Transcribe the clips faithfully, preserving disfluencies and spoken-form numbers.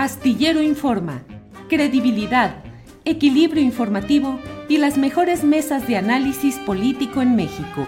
Astillero Informa, credibilidad, equilibrio informativo y las mejores mesas de análisis político en México.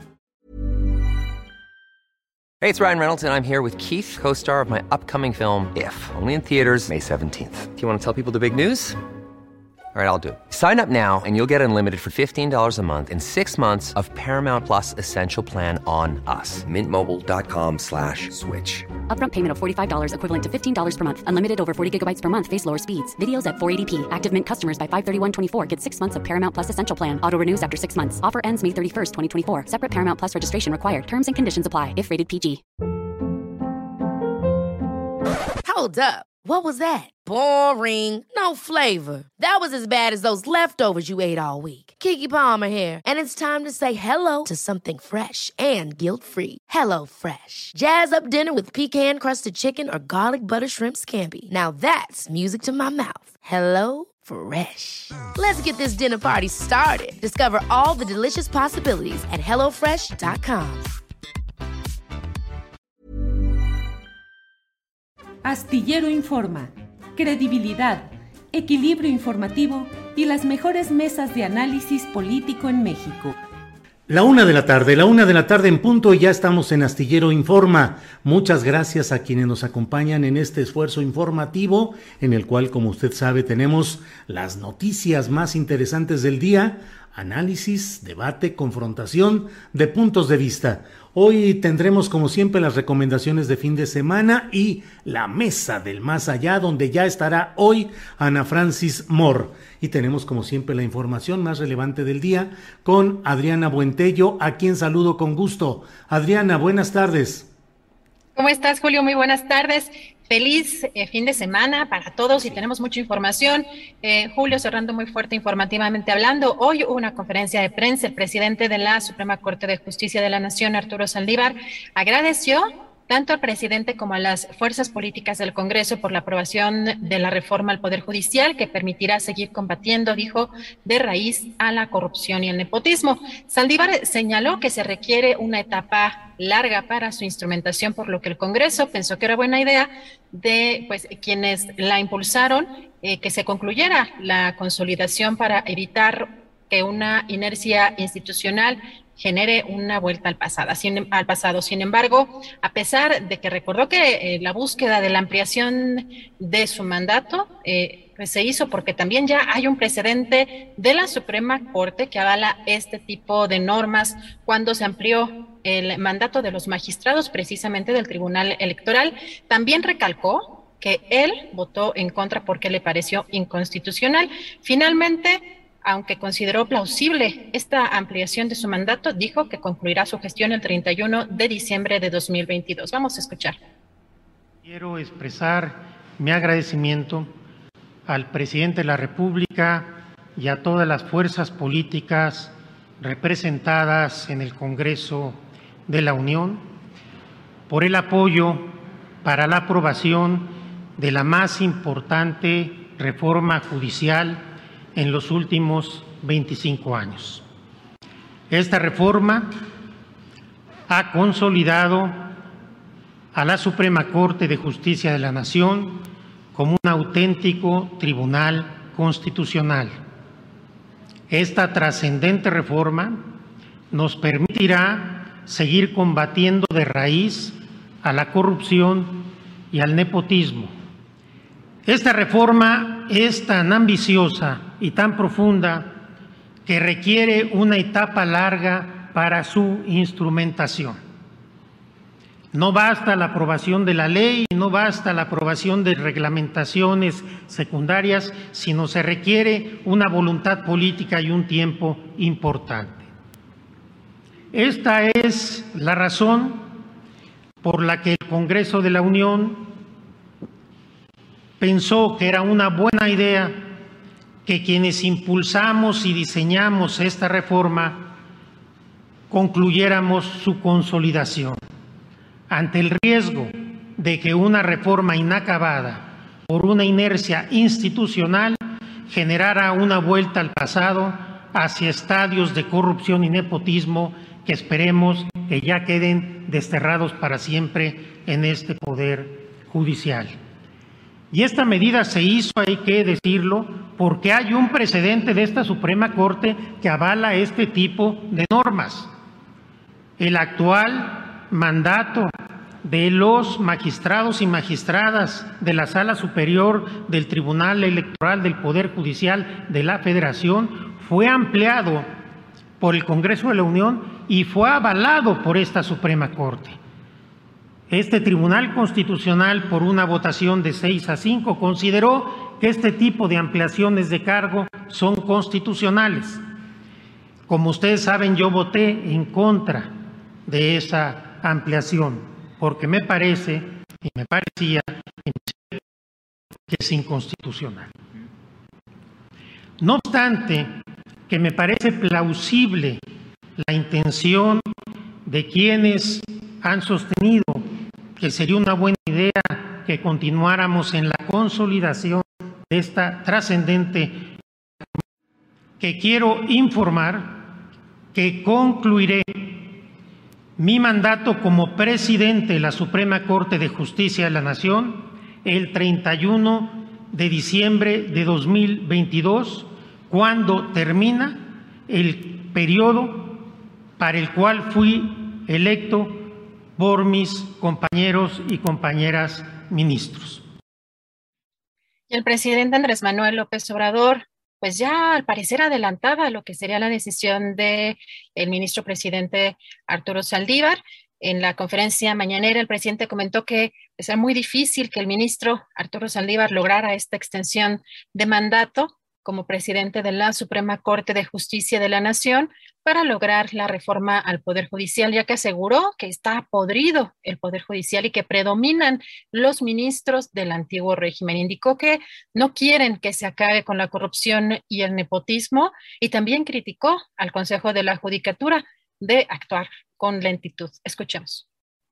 Hey, it's Ryan Reynolds, and I'm here with Keith, co-star of my upcoming film, If, only in theaters May seventeenth. Do you want to tell people the big news? All right, I'll do it. Sign up now and you'll get unlimited for fifteen dollars a month and six months of Paramount Plus Essential Plan on us. Mint Mobile dot com slash switch. Upfront payment of forty-five dollars equivalent to fifteen dollars per month. Unlimited over forty gigabytes per month. Face lower speeds. Videos at four eighty p. Active Mint customers by five thirty-one twenty-four get six months of Paramount Plus Essential Plan. Auto renews after six months. Offer ends May thirty-first, twenty twenty-four. Separate Paramount Plus registration required. Terms and conditions apply if rated P G. Hold up. What was that? Boring. No flavor. That was as bad as those leftovers you ate all week. Keke Palmer here, and it's time to say hello to something fresh and guilt-free. Hello Fresh. Jazz up dinner with pecan-crusted chicken or garlic butter shrimp scampi. Now that's music to my mouth. Hello Fresh. Let's get this dinner party started. Discover all the delicious possibilities at hello fresh dot com. Astillero Informa, credibilidad, equilibrio informativo y las mejores mesas de análisis político en México. La una de la tarde, la una de la tarde en punto y ya estamos en Astillero Informa. Muchas gracias a quienes nos acompañan en este esfuerzo informativo en el cual, como usted sabe, tenemos las noticias más interesantes del día, análisis, debate, confrontación de puntos de vista. Hoy tendremos, como siempre, las recomendaciones de fin de semana y la mesa del más allá, donde ya estará hoy Ana Francis Moore. Y tenemos, como siempre, la información más relevante del día con Adriana Buentello, a quien saludo con gusto. Adriana, buenas tardes. ¿Cómo estás, Julio? Muy buenas tardes. Feliz eh, fin de semana para todos y tenemos mucha información. Eh, Julio, cerrando muy fuerte informativamente hablando, hoy hubo una conferencia de prensa. El presidente de la Suprema Corte de Justicia de la Nación, Arturo Saldívar, agradeció tanto al presidente como a las fuerzas políticas del Congreso por la aprobación de la reforma al Poder Judicial que permitirá seguir combatiendo, dijo, de raíz a la corrupción y el nepotismo. Saldívar señaló que se requiere una etapa larga para su instrumentación, por lo que el Congreso pensó que era buena idea de pues quienes la impulsaron eh, que se concluyera la consolidación para evitar que una inercia institucional genere una vuelta al pasado. Sin, al pasado. Sin embargo, a pesar de que recordó que eh, la búsqueda de la ampliación de su mandato eh, pues se hizo porque también ya hay un precedente de la Suprema Corte que avala este tipo de normas cuando se amplió el mandato de los magistrados precisamente del Tribunal Electoral. También recalcó que él votó en contra porque le pareció inconstitucional. Finalmente, aunque consideró plausible esta ampliación de su mandato, dijo que concluirá su gestión el treinta y uno de diciembre de dos mil veintidós. Vamos a escuchar. Quiero expresar mi agradecimiento al presidente de la República y a todas las fuerzas políticas representadas en el Congreso de la Unión por el apoyo para la aprobación de la más importante reforma judicial en los últimos veinticinco años. Esta reforma ha consolidado a la Suprema Corte de Justicia de la Nación como un auténtico tribunal constitucional. Esta trascendente reforma nos permitirá seguir combatiendo de raíz a la corrupción y al nepotismo. Esta reforma es tan ambiciosa y tan profunda que requiere una etapa larga para su instrumentación. No basta la aprobación de la ley, no basta la aprobación de reglamentaciones secundarias, sino se requiere una voluntad política y un tiempo importante. Esta es la razón por la que el Congreso de la Unión pensó que era una buena idea que quienes impulsamos y diseñamos esta reforma concluyéramos su consolidación. Ante el riesgo de que una reforma inacabada por una inercia institucional generara una vuelta al pasado hacia estadios de corrupción y nepotismo que esperemos que ya queden desterrados para siempre en este Poder Judicial. Y esta medida se hizo, hay que decirlo, porque hay un precedente de esta Suprema Corte que avala este tipo de normas. El actual mandato de los magistrados y magistradas de la Sala Superior del Tribunal Electoral del Poder Judicial de la Federación fue ampliado por el Congreso de la Unión y fue avalado por esta Suprema Corte. Este Tribunal Constitucional, por una votación de seis a cinco, consideró que este tipo de ampliaciones de cargo son constitucionales. Como ustedes saben, yo voté en contra de esa ampliación, porque me parece, y me parecía, que es inconstitucional. No obstante, que me parece plausible la intención de quienes han sostenido que sería una buena idea que continuáramos en la consolidación de esta trascendente, que quiero informar que concluiré mi mandato como presidente de la Suprema Corte de Justicia de la Nación el treinta y uno de diciembre de dos mil veintidós, cuando termina el periodo para el cual fui electo por mis compañeros y compañeras ministros. Y el presidente Andrés Manuel López Obrador, pues ya al parecer adelantada lo que sería la decisión del ministro presidente Arturo Saldívar. En la conferencia mañanera, el presidente comentó que pues, era muy difícil que el ministro Arturo Saldívar lograra esta extensión de mandato como presidente de la Suprema Corte de Justicia de la Nación para lograr la reforma al Poder Judicial, ya que aseguró que está podrido el Poder Judicial y que predominan los ministros del antiguo régimen. Indicó que no quieren que se acabe con la corrupción y el nepotismo y también criticó al Consejo de la Judicatura de actuar con lentitud. Escuchemos.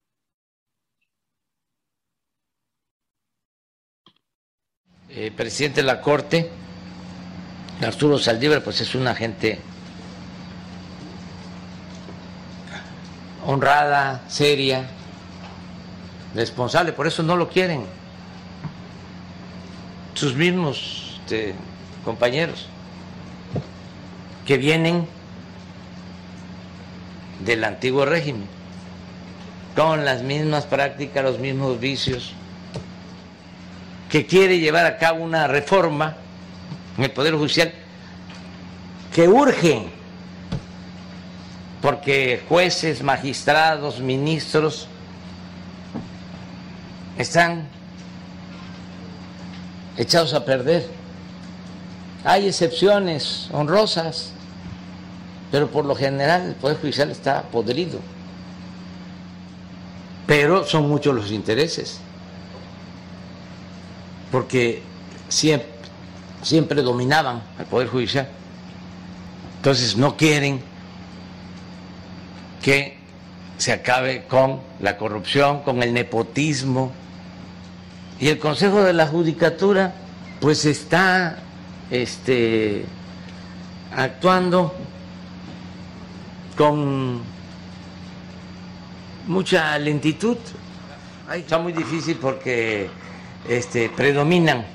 Eh, presidente de la Corte, Arturo Saldívar, pues es una gente honrada, seria, responsable, por eso no lo quieren sus mismos este, compañeros que vienen del antiguo régimen, con las mismas prácticas, los mismos vicios, que quiere llevar a cabo una reforma en el Poder Judicial que urge, porque jueces, magistrados, ministros están echados a perder. Hay excepciones honrosas, pero por lo general el Poder Judicial está podrido. Pero son muchos los intereses, porque siempre siempre dominaban al Poder Judicial. Entonces no quieren que se acabe con la corrupción, con el nepotismo. Y el Consejo de la Judicatura pues está este, actuando con mucha lentitud. Está muy difícil porque este, predominan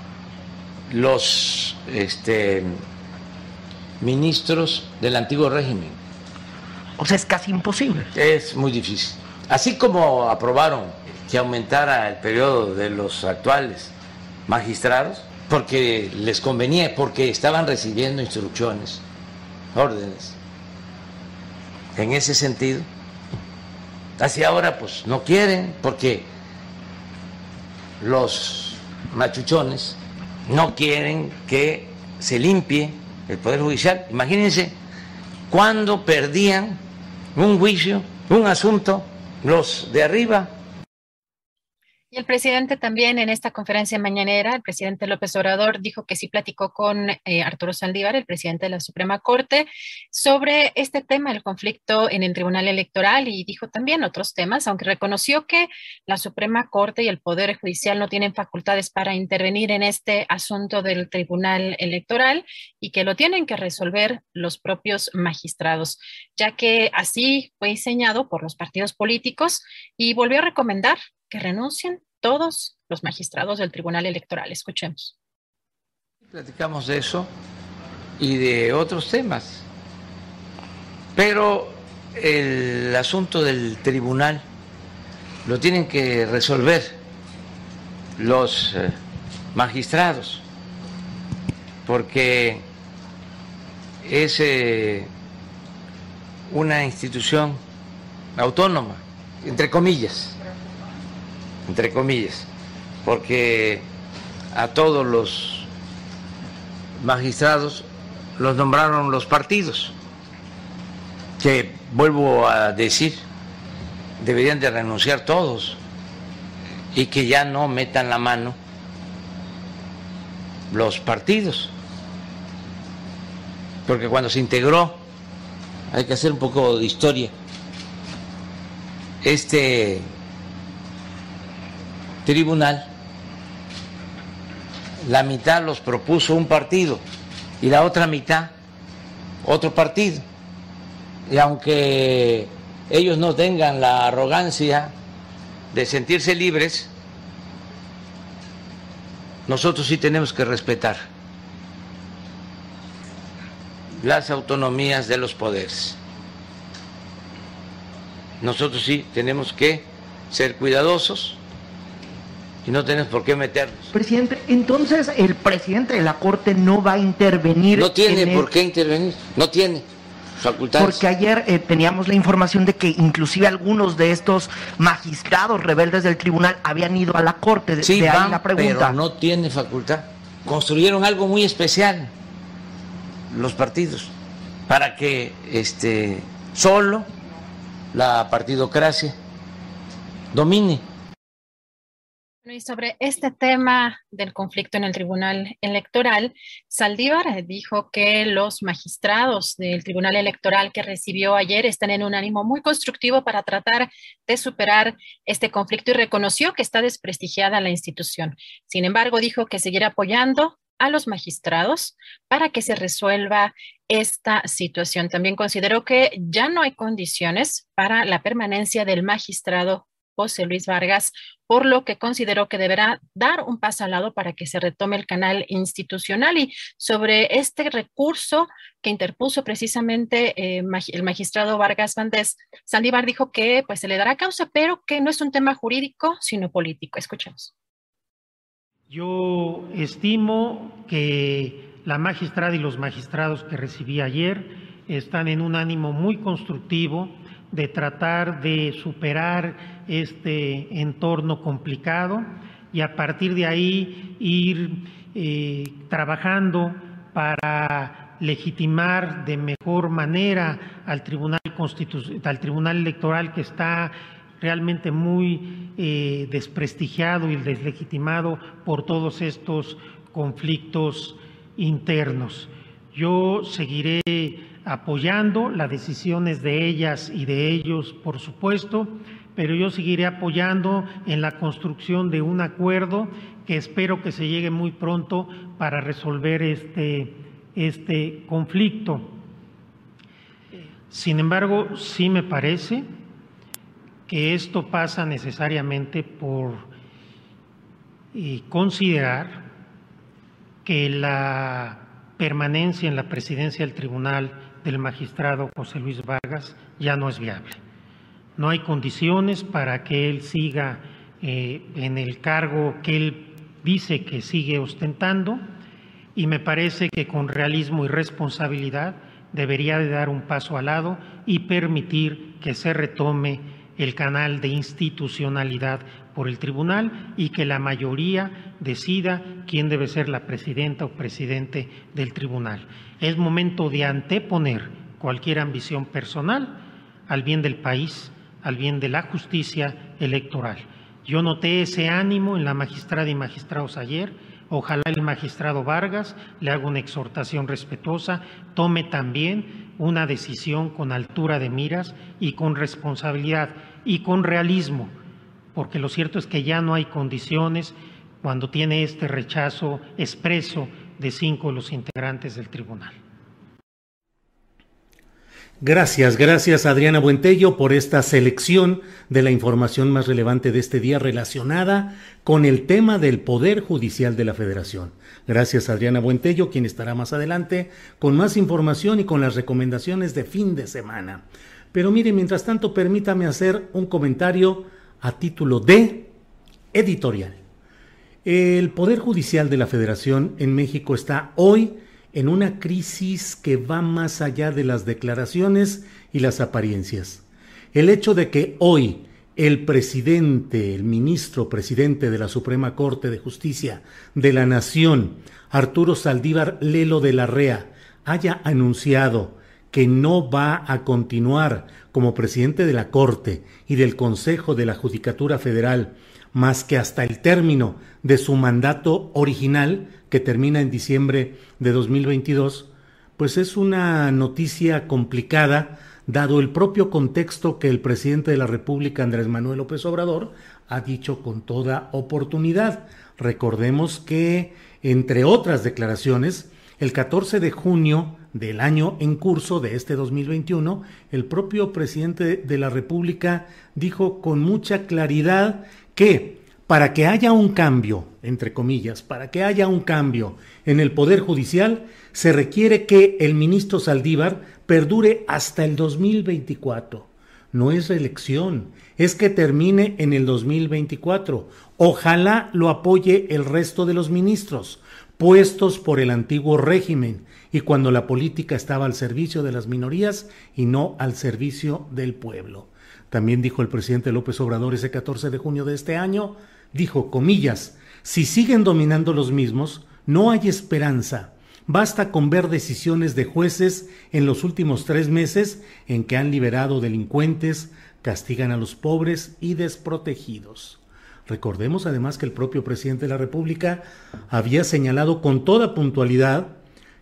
los este, ministros del antiguo régimen. O sea, es casi imposible. Es muy difícil. Así como aprobaron que aumentara el periodo de los actuales magistrados, porque les convenía, porque estaban recibiendo instrucciones, órdenes, en ese sentido. Así ahora pues no quieren, porque los machuchones no quieren que se limpie el Poder Judicial. Imagínense cuando perdían un juicio, un asunto, los de arriba. Y el presidente también en esta conferencia mañanera, el presidente López Obrador dijo que sí platicó con eh, Arturo Saldívar, el presidente de la Suprema Corte, sobre este tema, el conflicto en el Tribunal Electoral, y dijo también otros temas, aunque reconoció que la Suprema Corte y el Poder Judicial no tienen facultades para intervenir en este asunto del Tribunal Electoral y que lo tienen que resolver los propios magistrados, ya que así fue diseñado por los partidos políticos, y volvió a recomendar que renuncien todos los magistrados del Tribunal Electoral. Escuchemos. Platicamos de eso y de otros temas, pero el asunto del tribunal lo tienen que resolver los eh, magistrados, porque es eh, una institución autónoma, entre comillas, entre comillas, porque a todos los magistrados los nombraron los partidos, que vuelvo a decir, deberían de renunciar todos y que ya no metan la mano los partidos, porque cuando se integró, hay que hacer un poco de historia, este tribunal, la mitad los propuso un partido y la otra mitad otro partido. Y aunque ellos no tengan la arrogancia de sentirse libres, nosotros sí tenemos que respetar las autonomías de los poderes. Nosotros sí tenemos que ser cuidadosos y no tenemos por qué meternos. Presidente, entonces el presidente de la Corte no va a intervenir. No tiene en por el... qué intervenir, no tiene facultades. Porque ayer eh, teníamos la información de que inclusive algunos de estos magistrados rebeldes del tribunal habían ido a la Corte. De, sí, de ahí van, la pregunta. Pero no tiene facultad. Construyeron algo muy especial los partidos para que este solo la partidocracia domine. Y sobre este tema del conflicto en el Tribunal Electoral, Saldívar dijo que los magistrados del Tribunal Electoral que recibió ayer están en un ánimo muy constructivo para tratar de superar este conflicto y reconoció que está desprestigiada la institución. Sin embargo, dijo que seguirá apoyando a los magistrados para que se resuelva esta situación. También consideró que ya no hay condiciones para la permanencia del magistrado José Luis Vargas, por lo que consideró que deberá dar un paso al lado para que se retome el canal institucional. Y sobre este recurso que interpuso precisamente eh, el magistrado Vargas Valdés, Saldívar dijo que pues se le dará causa, pero que no es un tema jurídico, sino político. Escuchemos. Yo estimo que la magistrada y los magistrados que recibí ayer están en un ánimo muy constructivo de tratar de superar este entorno complicado y a partir de ahí ir eh, trabajando para legitimar de mejor manera al Tribunal Constitu- al Tribunal Electoral, que está realmente muy eh, desprestigiado y deslegitimado por todos estos conflictos internos. Yo seguiré apoyando las decisiones de ellas y de ellos, por supuesto, pero yo seguiré apoyando en la construcción de un acuerdo que espero que se llegue muy pronto para resolver este, este conflicto. Sin embargo, sí me parece que esto pasa necesariamente por eh, considerar que la permanencia en la presidencia del tribunal del magistrado José Luis Vargas ya no es viable. No hay condiciones para que él siga eh, en el cargo que él dice que sigue ostentando y me parece que con realismo y responsabilidad debería de dar un paso al lado y permitir que se retome el canal de institucionalidad por el tribunal y que la mayoría decida quién debe ser la presidenta o presidente del tribunal. Es momento de anteponer cualquier ambición personal al bien del país, al bien de la justicia electoral. Yo noté ese ánimo en la magistrada y magistrados ayer. Ojalá el magistrado Vargas, le haga una exhortación respetuosa, tome también una decisión con altura de miras y con responsabilidad y con realismo, porque lo cierto es que ya no hay condiciones cuando tiene este rechazo expreso de cinco de los integrantes del tribunal. Gracias, gracias Adriana Buentello por esta selección de la información más relevante de este día relacionada con el tema del Poder Judicial de la Federación. Gracias Adriana Buentello, quien estará más adelante con más información y con las recomendaciones de fin de semana. Pero mire, mientras tanto, permítame hacer un comentario a título de editorial. El Poder Judicial de la Federación en México está hoy en una crisis que va más allá de las declaraciones y las apariencias. El hecho de que hoy el presidente, el ministro presidente de la Suprema Corte de Justicia de la Nación, Arturo Saldívar Lelo de la Rea, haya anunciado que no va a continuar como presidente de la Corte y del Consejo de la Judicatura Federal más que hasta el término de su mandato original, que termina en diciembre de dos mil veintidós, pues es una noticia complicada, dado el propio contexto que el presidente de la República, Andrés Manuel López Obrador, ha dicho con toda oportunidad. Recordemos que, entre otras declaraciones, el catorce de junio del año en curso de este dos mil veintiuno, el propio presidente de la República dijo con mucha claridad que para que haya un cambio, entre comillas, para que haya un cambio en el Poder Judicial, se requiere que el ministro Saldívar perdure hasta el dos mil veinticuatro. No es reelección, es que termine en el dos mil veinticuatro. Ojalá lo apoye el resto de los ministros, puestos por el antiguo régimen y cuando la política estaba al servicio de las minorías y no al servicio del pueblo. También dijo el presidente López Obrador ese catorce de junio de este año, dijo, comillas, si siguen dominando los mismos, no hay esperanza. Basta con ver decisiones de jueces en los últimos tres meses en que han liberado delincuentes, castigan a los pobres y desprotegidos. Recordemos además que el propio presidente de la República había señalado con toda puntualidad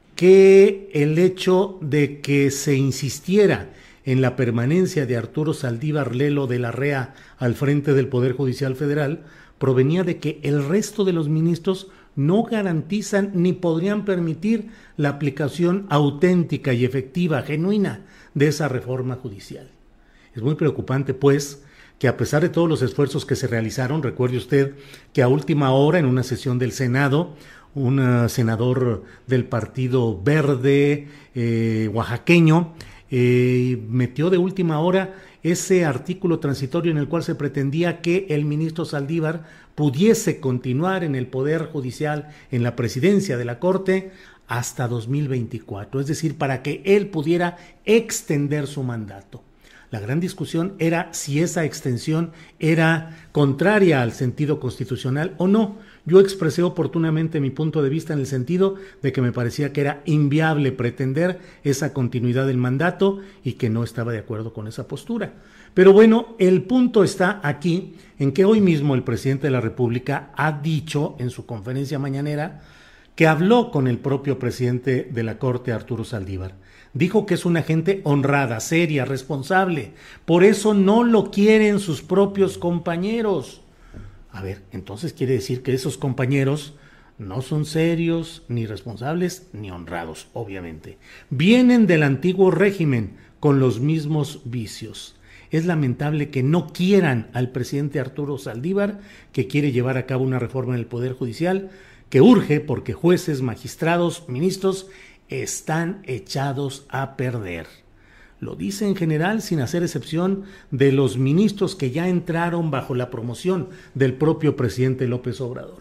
que el hecho de que se insistiera en la permanencia de Arturo Saldívar Lelo de la Rea al frente del Poder Judicial Federal provenía de que el resto de los ministros no garantizan ni podrían permitir la aplicación auténtica y efectiva, genuina, de esa reforma judicial. Es muy preocupante, pues, que a pesar de todos los esfuerzos que se realizaron, recuerde usted que a última hora en una sesión del Senado, un uh, senador del Partido Verde eh, oaxaqueño eh, metió de última hora ese artículo transitorio en el cual se pretendía que el ministro Saldívar pudiese continuar en el Poder Judicial, en la presidencia de la Corte, hasta dos mil veinticuatro, es decir, para que él pudiera extender su mandato. La gran discusión era si esa extensión era contraria al sentido constitucional o no. Yo expresé oportunamente mi punto de vista en el sentido de que me parecía que era inviable pretender esa continuidad del mandato y que no estaba de acuerdo con esa postura. Pero bueno, el punto está aquí en que hoy mismo el presidente de la República ha dicho en su conferencia mañanera que habló con el propio presidente de la Corte, Arturo Saldívar. Dijo que es una gente honrada, seria, responsable. Por eso no lo quieren sus propios compañeros. A ver, entonces quiere decir que esos compañeros no son serios, ni responsables, ni honrados, obviamente. Vienen del antiguo régimen con los mismos vicios. Es lamentable que no quieran al presidente Arturo Saldívar, que quiere llevar a cabo una reforma en el Poder Judicial, que urge porque jueces, magistrados, ministros están echados a perder. Lo dice en general sin hacer excepción de los ministros que ya entraron bajo la promoción del propio presidente López Obrador.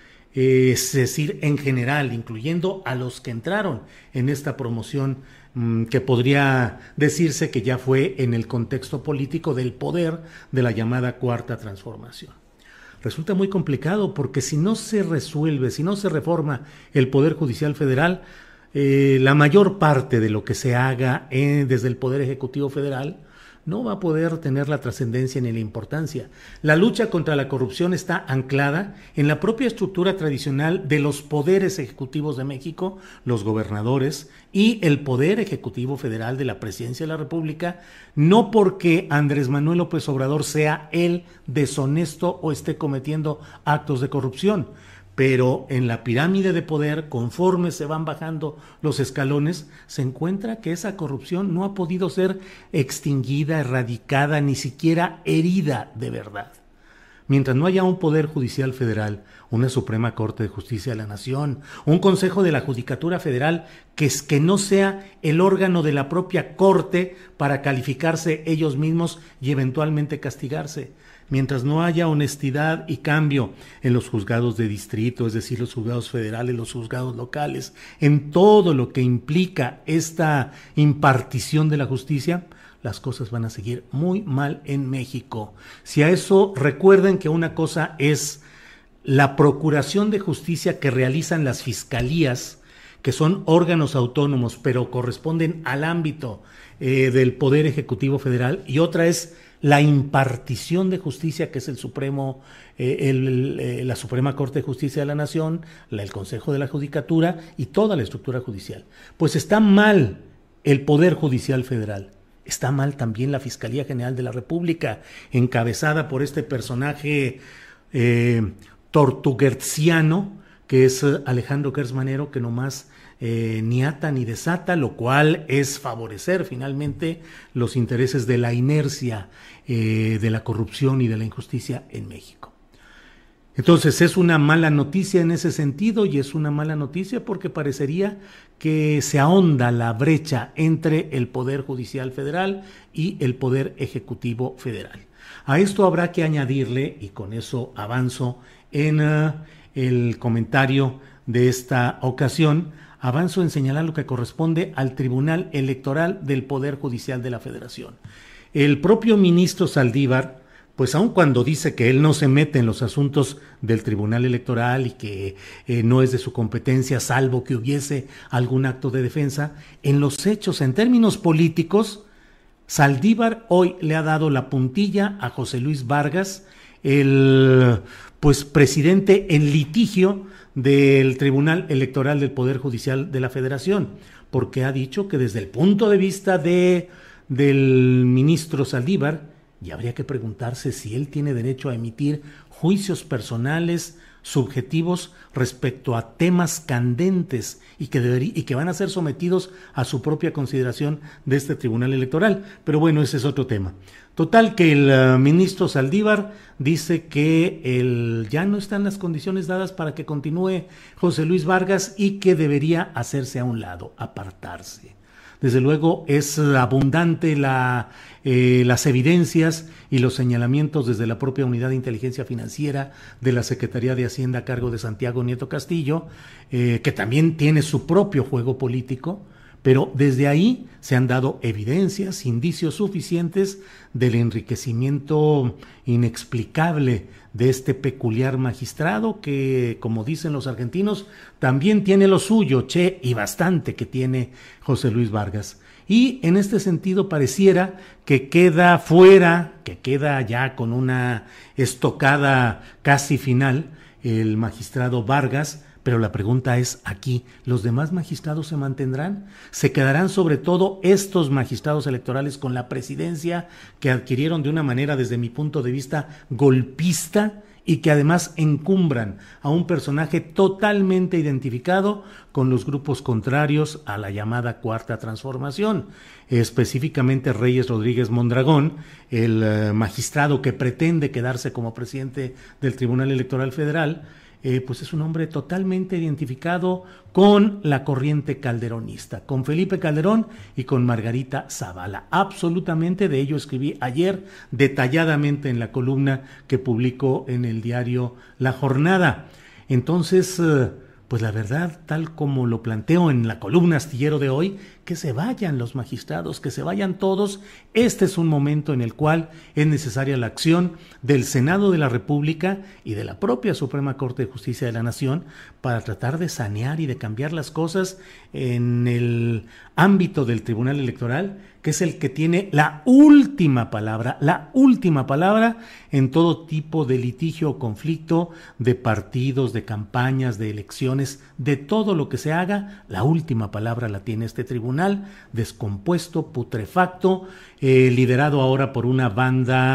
Es decir, en general, incluyendo a los que entraron en esta promoción mmm, que podría decirse que ya fue en el contexto político del poder de la llamada Cuarta Transformación. Resulta muy complicado porque si no se resuelve, si no se reforma el Poder Judicial Federal, Eh, la mayor parte de lo que se haga eh, desde el Poder Ejecutivo Federal no va a poder tener la trascendencia ni la importancia. La lucha contra la corrupción está anclada en la propia estructura tradicional de los poderes ejecutivos de México, los gobernadores y el Poder Ejecutivo Federal de la Presidencia de la República, no porque Andrés Manuel López Obrador sea él deshonesto o esté cometiendo actos de corrupción, pero en la pirámide de poder, conforme se van bajando los escalones, se encuentra que esa corrupción no ha podido ser extinguida, erradicada, ni siquiera herida de verdad. Mientras no haya un Poder Judicial Federal, una Suprema Corte de Justicia de la Nación, un Consejo de la Judicatura Federal que, es, que no sea el órgano de la propia Corte para calificarse ellos mismos y eventualmente castigarse, mientras no haya honestidad y cambio en los juzgados de distrito, es decir, los juzgados federales, los juzgados locales, en todo lo que implica esta impartición de la justicia, las cosas van a seguir muy mal en México. Si a eso recuerden que una cosa es la procuración de justicia que realizan las fiscalías, que son órganos autónomos, pero corresponden al ámbito eh, del Poder Ejecutivo Federal, y otra es la impartición de justicia, que es el Supremo, eh, el, eh, la Suprema Corte de Justicia de la Nación, la, el Consejo de la Judicatura y toda la estructura judicial. Pues está mal el Poder Judicial Federal. Está mal también la Fiscalía General de la República, encabezada por este personaje eh, tortuguerciano, que es Alejandro Gertz Manero, que nomás eh, ni ata ni desata, lo cual es favorecer finalmente los intereses de la inercia, eh, de la corrupción y de la injusticia en México. Entonces es una mala noticia en ese sentido, y es una mala noticia porque parecería que se ahonda la brecha entre el Poder Judicial Federal y el Poder Ejecutivo Federal. A esto habrá que añadirle, y con eso avanzo en uh, el comentario de esta ocasión, avanzo en señalar lo que corresponde al Tribunal Electoral del Poder Judicial de la Federación. El propio ministro Saldívar, pues aun cuando dice que él no se mete en los asuntos del Tribunal Electoral y que eh, no es de su competencia, salvo que hubiese algún acto de defensa, en los hechos, en términos políticos, Saldívar hoy le ha dado la puntilla a José Luis Vargas, el pues presidente en litigio del Tribunal Electoral del Poder Judicial de la Federación, porque ha dicho que desde el punto de vista de, del ministro Saldívar, y habría que preguntarse si él tiene derecho a emitir juicios personales subjetivos respecto a temas candentes y que, debería, y que van a ser sometidos a su propia consideración de este Tribunal Electoral. Pero bueno, ese es otro tema. Total que el uh, ministro Saldívar dice que el, ya no están las condiciones dadas para que continúe José Luis Vargas y que debería hacerse a un lado, apartarse. Desde luego es abundante la, eh, las evidencias y los señalamientos desde la propia Unidad de Inteligencia Financiera de la Secretaría de Hacienda a cargo de Santiago Nieto Castillo, eh, que también tiene su propio juego político, pero desde ahí se han dado evidencias, indicios suficientes del enriquecimiento inexplicable de este peculiar magistrado que, como dicen los argentinos, también tiene lo suyo, che, y bastante que tiene José Luis Vargas. Y en este sentido pareciera que queda fuera, que queda ya con una estocada casi final el magistrado Vargas. Pero la pregunta es aquí, ¿los demás magistrados se mantendrán? ¿Se quedarán sobre todo estos magistrados electorales con la presidencia que adquirieron de una manera, desde mi punto de vista, golpista y que además encumbran a un personaje totalmente identificado con los grupos contrarios a la llamada Cuarta Transformación? Específicamente Reyes Rodríguez Mondragón, el eh, magistrado que pretende quedarse como presidente del Tribunal Electoral Federal, Eh, pues es un hombre totalmente identificado con la corriente calderonista, con Felipe Calderón y con Margarita Zavala. Absolutamente, de ello escribí ayer detalladamente en la columna que publicó en el diario La Jornada. Entonces, eh, pues la verdad, tal como lo planteo en la columna Astillero de hoy, que se vayan los magistrados, que se vayan todos. Este es un momento en el cual es necesaria la acción del Senado de la República y de la propia Suprema Corte de Justicia de la Nación para tratar de sanear y de cambiar las cosas en el ámbito del Tribunal Electoral, que es el que tiene la última palabra, la última palabra en todo tipo de litigio o conflicto de partidos, de campañas, de elecciones, de todo lo que se haga. La última palabra la tiene este tribunal, descompuesto, putrefacto, eh, liderado ahora por una banda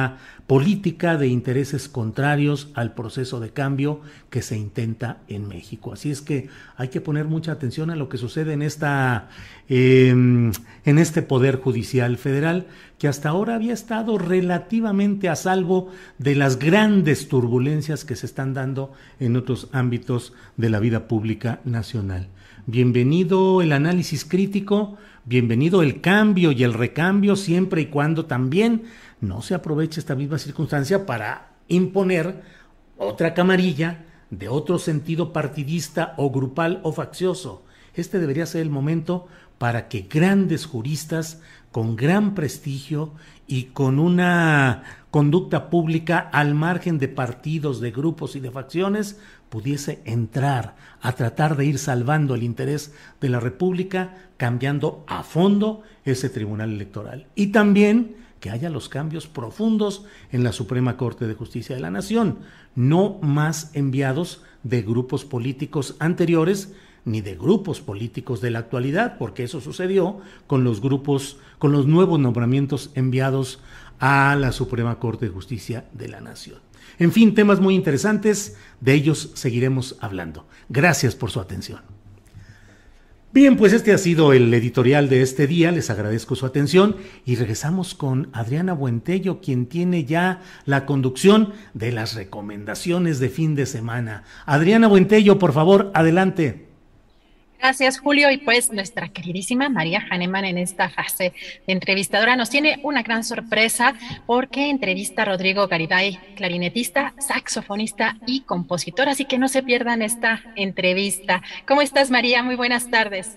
política de intereses contrarios al proceso de cambio que se intenta en México. Así es que hay que poner mucha atención a lo que sucede en esta eh, en este Poder Judicial Federal, que hasta ahora había estado relativamente a salvo de las grandes turbulencias que se están dando en otros ámbitos de la vida pública nacional. Bienvenido el análisis crítico, bienvenido el cambio y el recambio, siempre y cuando también no se aproveche esta misma circunstancia para imponer otra camarilla de otro sentido partidista o grupal o faccioso. Este debería ser el momento para que grandes juristas con gran prestigio y con una conducta pública al margen de partidos, de grupos y de facciones, pudiese entrar a tratar de ir salvando el interés de la República, cambiando a fondo ese Tribunal Electoral. Y también que haya los cambios profundos en la Suprema Corte de Justicia de la Nación, no más enviados de grupos políticos anteriores ni de grupos políticos de la actualidad, porque eso sucedió con los grupos, con los nuevos nombramientos enviados a la Suprema Corte de Justicia de la Nación. En fin, temas muy interesantes, de ellos seguiremos hablando. Gracias por su atención. Bien, pues este ha sido el editorial de este día, les agradezco su atención y regresamos con Adriana Buentello, quien tiene ya la conducción de las recomendaciones de fin de semana. Adriana Buentello, por favor, adelante. Gracias, Julio. Y pues nuestra queridísima María Hahnemann en esta fase de entrevistadora nos tiene una gran sorpresa porque entrevista a Rodrigo Garibay, clarinetista, saxofonista y compositor. Así que no se pierdan esta entrevista. ¿Cómo estás, María? Muy buenas tardes.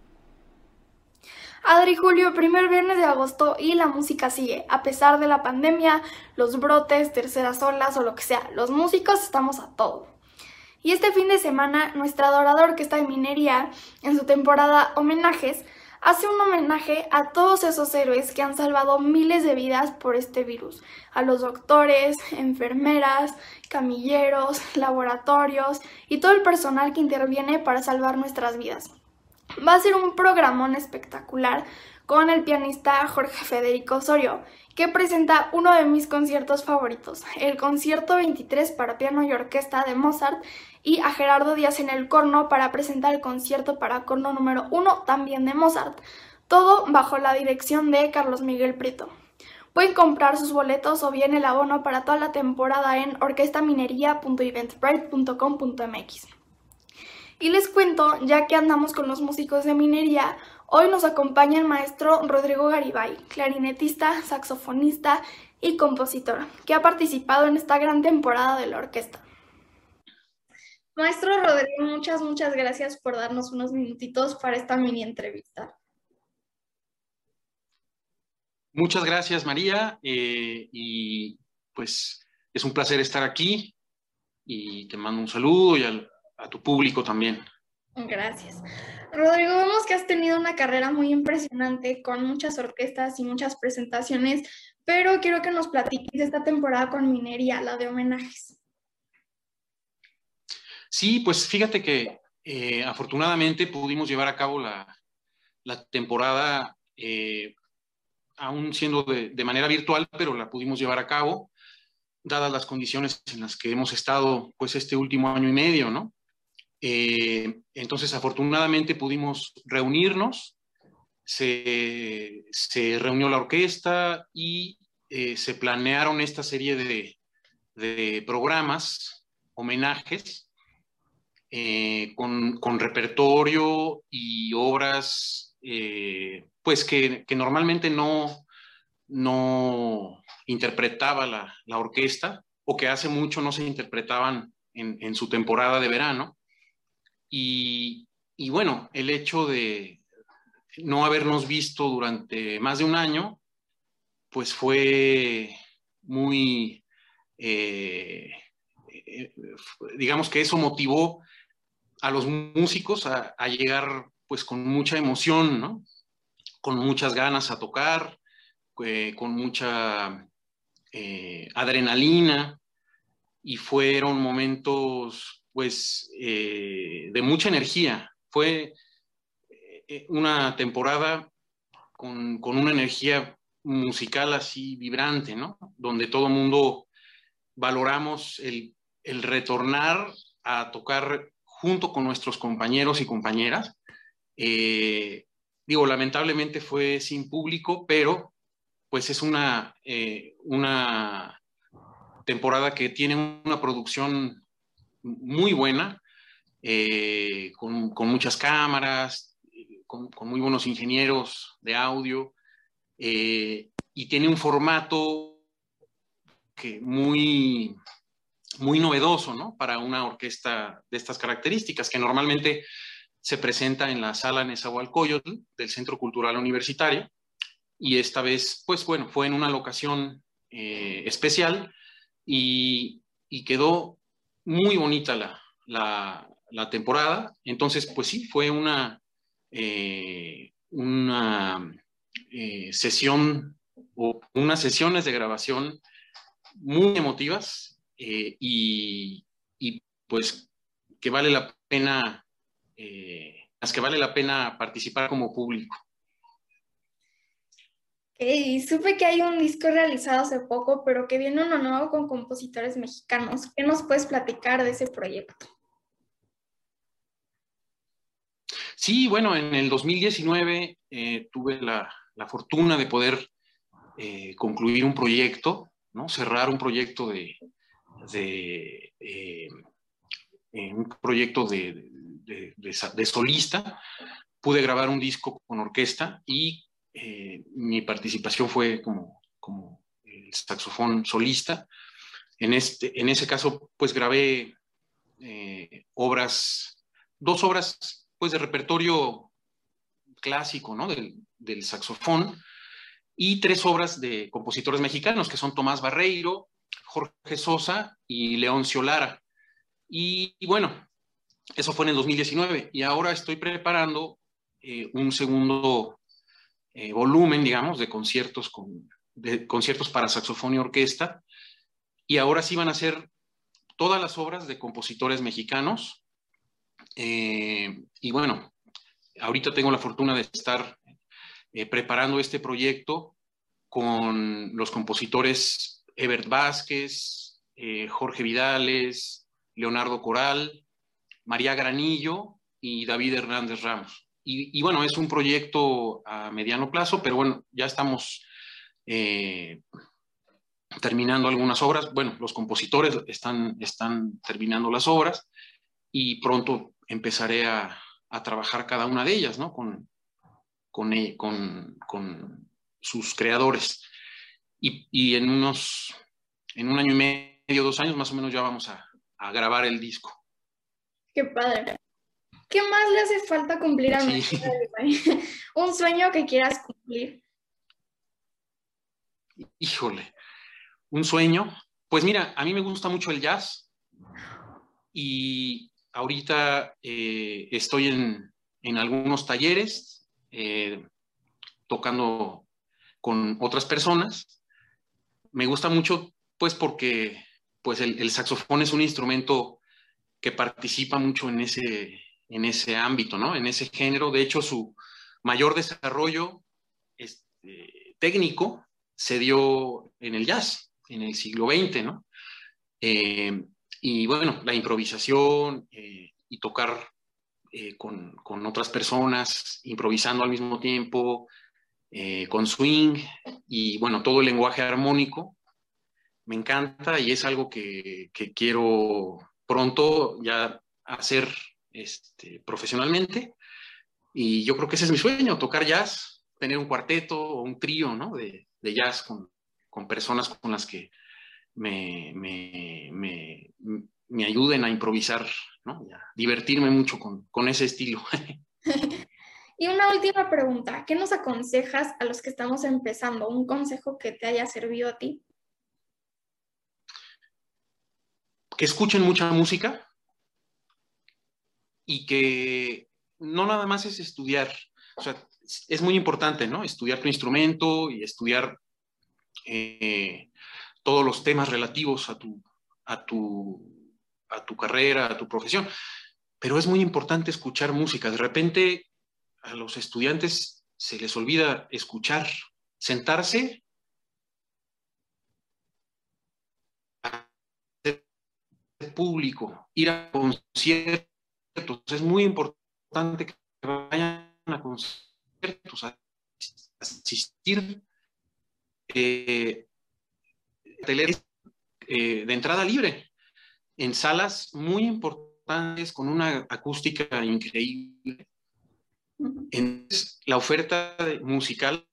Adri, Julio, primer viernes de agosto y la música sigue. A pesar de la pandemia, los brotes, terceras olas o lo que sea, los músicos estamos a todo. Y este fin de semana, nuestra adorada Orquesta de Minería, en su temporada Homenajes, hace un homenaje a todos esos héroes que han salvado miles de vidas por este virus. A los doctores, enfermeras, camilleros, laboratorios y todo el personal que interviene para salvar nuestras vidas. Va a ser un programón espectacular con el pianista Jorge Federico Osorio, que presenta uno de mis conciertos favoritos, el concierto veintitrés para piano y orquesta de Mozart, y a Gerardo Díaz en el corno para presentar el concierto para corno número uno, también de Mozart, todo bajo la dirección de Carlos Miguel Prieto. Pueden comprar sus boletos o bien el abono para toda la temporada en orquestaminería punto eventbrite punto com punto m x. Y les cuento, ya que andamos con los músicos de minería, hoy nos acompaña el maestro Rodrigo Garibay, clarinetista, saxofonista y compositor, que ha participado en esta gran temporada de la orquesta. Maestro Rodrigo, muchas, muchas gracias por darnos unos minutitos para esta mini entrevista. Muchas gracias, María, eh, y pues es un placer estar aquí y te mando un saludo y al, a tu público también. Gracias. Rodrigo, vemos que has tenido una carrera muy impresionante con muchas orquestas y muchas presentaciones, pero quiero que nos platiques esta temporada con Minería, la de homenajes. Sí, pues fíjate que eh, afortunadamente pudimos llevar a cabo la, la temporada, eh, aún siendo de, de manera virtual, pero la pudimos llevar a cabo, dadas las condiciones en las que hemos estado pues este último año y medio, ¿no? Eh, entonces, afortunadamente pudimos reunirnos, se, se reunió la orquesta y eh, se planearon esta serie de, de programas, homenajes, eh, con, con repertorio y obras eh, pues que, que normalmente no, no interpretaba la, la orquesta o que hace mucho no se interpretaban en, en su temporada de verano. Y, y bueno, el hecho de no habernos visto durante más de un año, pues fue muy, eh, eh, digamos que eso motivó a los músicos a, a llegar pues con mucha emoción, ¿no? Con muchas ganas a tocar, eh, con mucha eh, adrenalina, y fueron momentos pues eh, de mucha energía. Fue eh, una temporada con, con una energía musical así vibrante, ¿no? Donde todo mundo valoramos el, el retornar a tocar junto con nuestros compañeros y compañeras. Eh, digo, lamentablemente fue sin público, pero pues es una, eh, una temporada que tiene una producción muy buena, eh, con, con muchas cámaras, con, con muy buenos ingenieros de audio, eh, y tiene un formato que muy, muy novedoso, ¿no? Para una orquesta de estas características, que normalmente se presenta en la sala Nezahualcóyotl del Centro Cultural Universitario, y esta vez, pues bueno, fue en una locación eh, especial, y, y quedó muy bonita la, la, la temporada. Entonces, pues sí, fue una, eh, una eh, sesión o unas sesiones de grabación muy emotivas, eh, y, y pues que vale la pena, eh, las que vale la pena participar como público. Okay, supe que hay un disco realizado hace poco, pero que viene uno nuevo con compositores mexicanos. ¿Qué nos puedes platicar de ese proyecto? Sí, bueno, en el dos mil diecinueve eh, tuve la, la fortuna de poder eh, concluir un proyecto, ¿no? Cerrar un proyecto de, de eh, un proyecto de, de, de, de solista. Pude grabar un disco con orquesta y Eh, mi participación fue como, como el saxofón solista. En, este, en ese caso, pues grabé eh, obras, dos obras pues de repertorio clásico, ¿no? del, del saxofón, y tres obras de compositores mexicanos, que son Tomás Barreiro, Jorge Sosa y Leoncio Lara. Y, y bueno, eso fue en el dos mil diecinueve, y ahora estoy preparando eh, un segundo Eh, volumen, digamos, de conciertos, con, de conciertos para saxofón y orquesta, y ahora sí van a ser todas las obras de compositores mexicanos. Eh, y bueno, ahorita tengo la fortuna de estar eh, preparando este proyecto con los compositores Ebert Vázquez, eh, Jorge Vidales, Leonardo Coral, María Granillo y David Hernández Ramos. Y, y bueno, es un proyecto a mediano plazo, pero bueno, ya estamos eh, terminando algunas obras. Bueno, los compositores están, están terminando las obras, y pronto empezaré a, a trabajar cada una de ellas, ¿no? Con, con, con, con sus creadores. Y, y en unos, en un año y medio, dos años más o menos, ya vamos a, a grabar el disco. ¡Qué padre! ¿Qué más le hace falta cumplir a Sí. México? ¿Un sueño que quieras cumplir? Híjole, un sueño. Pues mira, a mí me gusta mucho el jazz, y ahorita eh, estoy en, en algunos talleres eh, tocando con otras personas. Me gusta mucho, pues porque pues el, el saxofón es un instrumento que participa mucho en ese, en ese ámbito, ¿no? En ese género. De hecho, su mayor desarrollo este, técnico se dio en el jazz, en el siglo veinte, ¿no? Eh, y bueno, la improvisación eh, y tocar eh, con, con otras personas, improvisando al mismo tiempo, eh, con swing, y bueno, todo el lenguaje armónico, me encanta, y es algo que, que quiero pronto ya hacer este, profesionalmente. Y yo creo que ese es mi sueño, tocar jazz, tener un cuarteto o un trío, ¿no? de, de jazz con, con personas con las que me, me, me, me ayuden a improvisar, ¿no? Y a divertirme mucho con, con ese estilo. Y una última pregunta, ¿qué nos aconsejas a los que estamos empezando? ¿Un consejo que te haya servido a ti? Que escuchen mucha música, y que no nada más es estudiar. O sea, es muy importante, ¿no? Estudiar tu instrumento y estudiar eh, todos los temas relativos a tu, a, tu, a tu carrera, a tu profesión. Pero es muy importante escuchar música. De repente a los estudiantes se les olvida escuchar, sentarse a hacer público, ir a conciertos. Es muy importante que vayan a conciertos, a asistir eh, eh, de entrada libre, en salas muy importantes, con una acústica increíble. Entonces, la oferta musical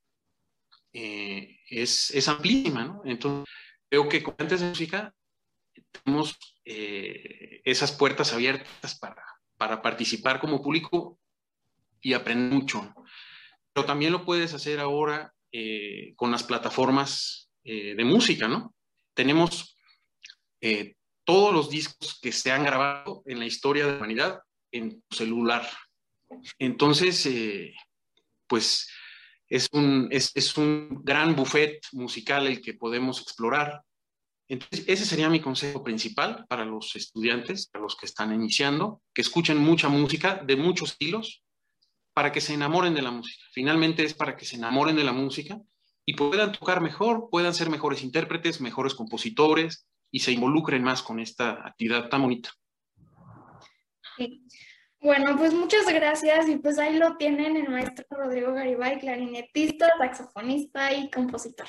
eh, es, es amplísima, ¿no? Entonces, creo que con antes de música tenemos eh, esas puertas abiertas para, para participar como público y aprender mucho. Pero también lo puedes hacer ahora eh, con las plataformas eh, de música, ¿no? Tenemos eh, todos los discos que se han grabado en la historia de la humanidad en tu celular. Entonces, eh, pues es un, es, es un gran buffet musical el que podemos explorar. Entonces, ese sería mi consejo principal para los estudiantes, para los que están iniciando, que escuchen mucha música de muchos estilos para que se enamoren de la música. Finalmente es para que se enamoren de la música y puedan tocar mejor, puedan ser mejores intérpretes, mejores compositores y se involucren más con esta actividad tan bonita. Sí. Bueno, pues muchas gracias y pues ahí lo tienen el maestro Rodrigo Garibay, clarinetista, saxofonista y compositor.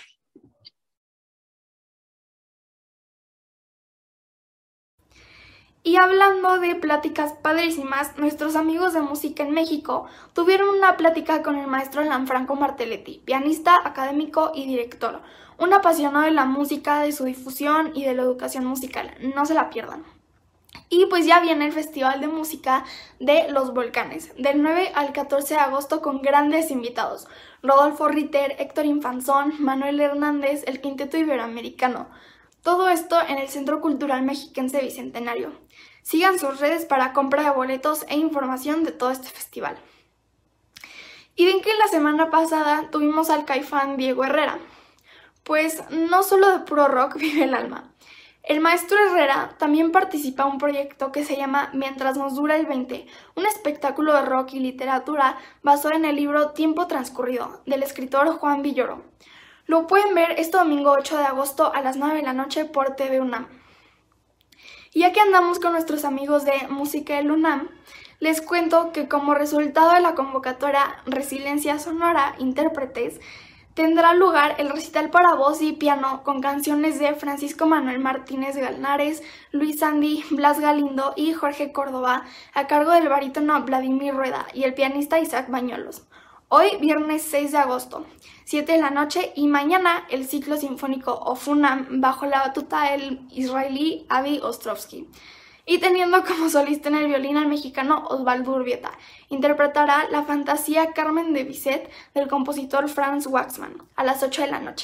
Y hablando de pláticas padrísimas, nuestros amigos de Música en México tuvieron una plática con el maestro Lanfranco Martelletti, pianista, académico y director, un apasionado de la música, de su difusión y de la educación musical. No se la pierdan. Y pues ya viene el Festival de Música de Los Volcanes, del nueve al catorce de agosto con grandes invitados. Rodolfo Ritter, Héctor Infanzón, Manuel Hernández, el Quinteto Iberoamericano. Todo esto en el Centro Cultural Mexiquense Bicentenario. Sigan sus redes para compra de boletos e información de todo este festival. Y ven que la semana pasada tuvimos al caifán Diego Herrera. Pues no solo de puro rock vive el alma. El maestro Herrera también participa en un proyecto que se llama Mientras nos dura el veinte, un espectáculo de rock y literatura basado en el libro Tiempo transcurrido, del escritor Juan Villoro. Lo pueden ver este domingo ocho de agosto a las nueve de la noche por T V UNAM. Y ya que andamos con nuestros amigos de Música del UNAM, les cuento que como resultado de la convocatoria Resiliencia Sonora Intérpretes, tendrá lugar el recital para voz y piano con canciones de Francisco Manuel Martínez Galnares, Luis Sandy, Blas Galindo y Jorge Córdoba, a cargo del barítono Vladimir Rueda y el pianista Isaac Bañuelos. Hoy, viernes seis de agosto, siete de la noche, y mañana el ciclo sinfónico Ofunam bajo la batuta del israelí Avi Ostrovsky. Y teniendo como solista en el violín al mexicano Osvaldo Urbieta, interpretará la fantasía Carmen de Bizet del compositor Franz Waxman a las ocho de la noche.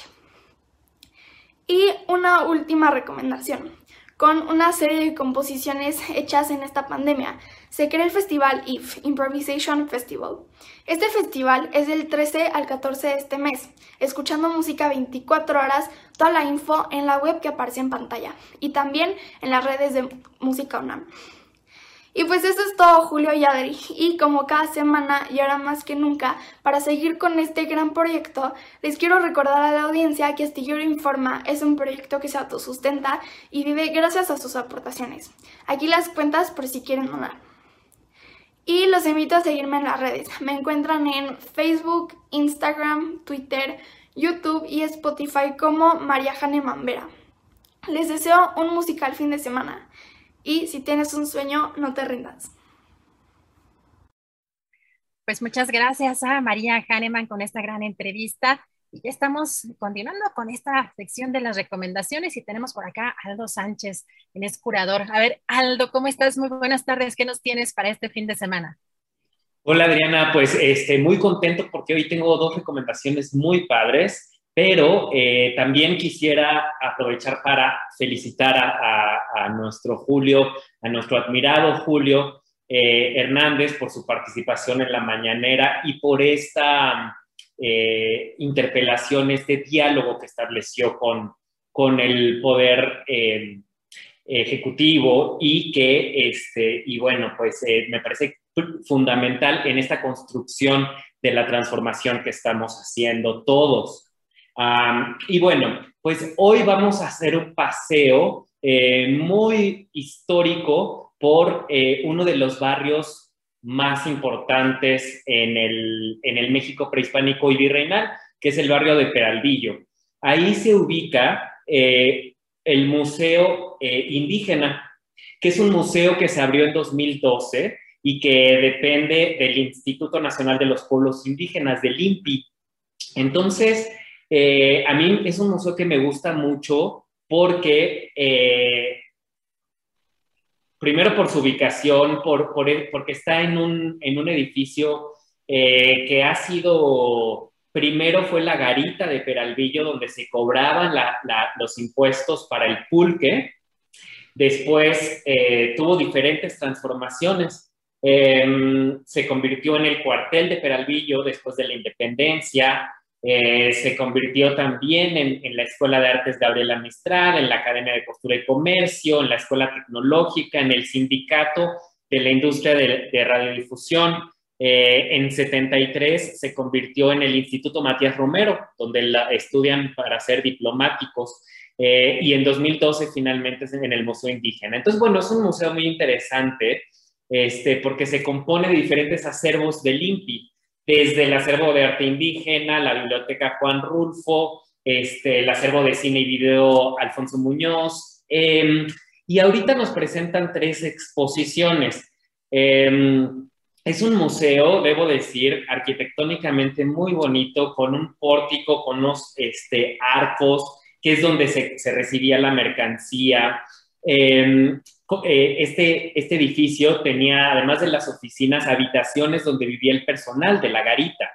Y una última recomendación. Con una serie de composiciones hechas en esta pandemia, se crea el festival I F, Improvisation Festival. Este festival es del trece al catorce de este mes, escuchando música veinticuatro horas, toda la info en la web que aparece en pantalla y también en las redes de Música UNAM. Y pues eso es todo, Julio y Adri, y como cada semana y ahora más que nunca, para seguir con este gran proyecto, les quiero recordar a la audiencia que Astillero Informa es un proyecto que se autosustenta y vive gracias a sus aportaciones. Aquí las cuentas por si quieren donar. Y los invito a seguirme en las redes. Me encuentran en Facebook, Instagram, Twitter, YouTube y Spotify como María Jane Mambera. Les deseo un musical fin de semana. Y si tienes un sueño, no te rindas. Pues muchas gracias a María Hahnemann con esta gran entrevista. Y ya estamos continuando con esta sección de las recomendaciones y tenemos por acá a Aldo Sánchez, quien es curador. A ver, Aldo, ¿cómo estás? Muy buenas tardes. ¿Qué nos tienes para este fin de semana? Hola, Adriana. Pues este, muy contento porque hoy tengo dos recomendaciones muy padres. Pero eh, también quisiera aprovechar para felicitar a, a, a nuestro Julio, a nuestro admirado Julio eh, Hernández por su participación en la mañanera y por esta eh, interpelación, este diálogo que estableció con, con el poder eh, ejecutivo y que, este, y bueno, pues eh, me parece fundamental en esta construcción de la transformación que estamos haciendo todos. Um, y bueno, pues hoy vamos a hacer un paseo eh, muy histórico por eh, uno de los barrios más importantes en el, en el México prehispánico y virreinal, que es el barrio de Peralvillo. Ahí se ubica eh, el Museo eh, Indígena, que es un museo que se abrió en dos mil doce y que depende del Instituto Nacional de los Pueblos Indígenas, del I N P I. Entonces, eh, a mí es un museo que me gusta mucho porque, eh, primero por su ubicación, por, por, porque está en un, en un edificio eh, que ha sido... Primero fue la garita de Peralvillo, donde se cobraban la, la, los impuestos para el pulque. Después eh, tuvo diferentes transformaciones. Eh, se convirtió en el cuartel de Peralvillo después de la independencia. Eh, se convirtió también en, en la Escuela de Artes Gabriela Mistral, en la Academia de Costura y Comercio, en la Escuela Tecnológica, en el Sindicato de la Industria de, de Radiodifusión. Eh, en setenta y tres se convirtió en el Instituto Matías Romero, donde la, estudian para ser diplomáticos, eh, y en dos mil doce finalmente es en el Museo Indígena. Entonces, bueno, es un museo muy interesante este, porque se compone de diferentes acervos del I N P I, desde el acervo de arte indígena, la biblioteca Juan Rulfo, este, el acervo de cine y video Alfonso Muñoz, eh, y ahorita nos presentan tres exposiciones. Eh, Es un museo, debo decir, arquitectónicamente muy bonito, con un pórtico, con unos este, arcos, que es donde se, se recibía la mercancía. Eh, este, este edificio tenía, además de las oficinas, habitaciones donde vivía el personal de la garita.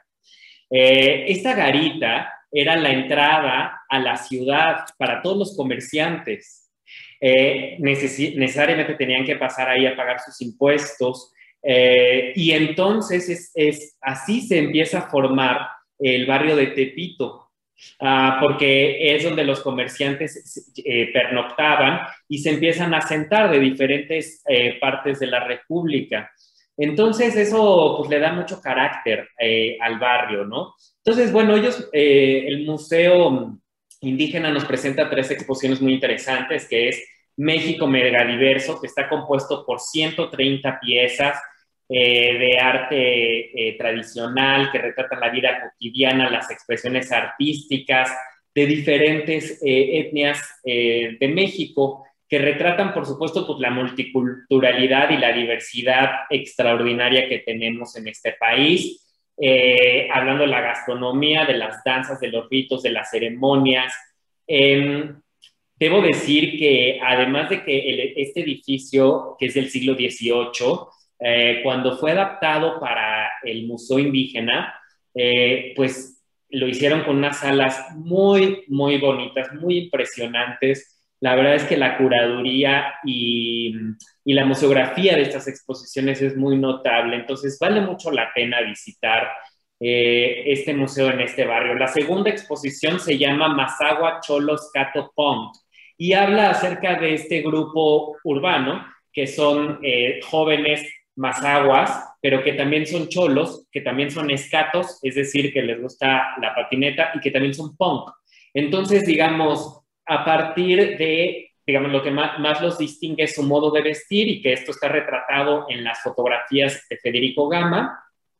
Eh, esta garita era la entrada a la ciudad para todos los comerciantes. Eh, neces- necesariamente tenían que pasar ahí a pagar sus impuestos. Eh, y entonces es, es, así se empieza a formar el barrio de Tepito, uh, porque es donde los comerciantes eh, pernoctaban y se empiezan a sentar de diferentes eh, partes de la República. Entonces eso pues le da mucho carácter eh, al barrio, ¿no? Entonces, bueno, ellos, eh, el Museo Indígena nos presenta tres exposiciones muy interesantes, que es México Megadiverso, que está compuesto por ciento treinta piezas eh, de arte eh, tradicional que retratan la vida cotidiana, las expresiones artísticas de diferentes eh, etnias eh, de México, que retratan, por supuesto, pues, la multiculturalidad y la diversidad extraordinaria que tenemos en este país, eh, hablando de la gastronomía, de las danzas, de los ritos, de las ceremonias. Eh, Debo decir que además de que el, este edificio, que es del siglo dieciocho, eh, cuando fue adaptado para el Museo Indígena, eh, pues lo hicieron con unas salas muy, muy bonitas, muy impresionantes. La verdad es que la curaduría y, y la museografía de estas exposiciones es muy notable, entonces vale mucho la pena visitar eh, este museo en este barrio. La segunda exposición se llama Mazahua Cholos Cato Pont, y habla acerca de este grupo urbano, que son eh, jóvenes mazahuas, pero que también son cholos, que también son escatos, es decir, que les gusta la patineta y que también son punk. Entonces, digamos, a partir de, digamos, lo que más, más los distingue es su modo de vestir, y que esto está retratado en las fotografías de Federico Gama,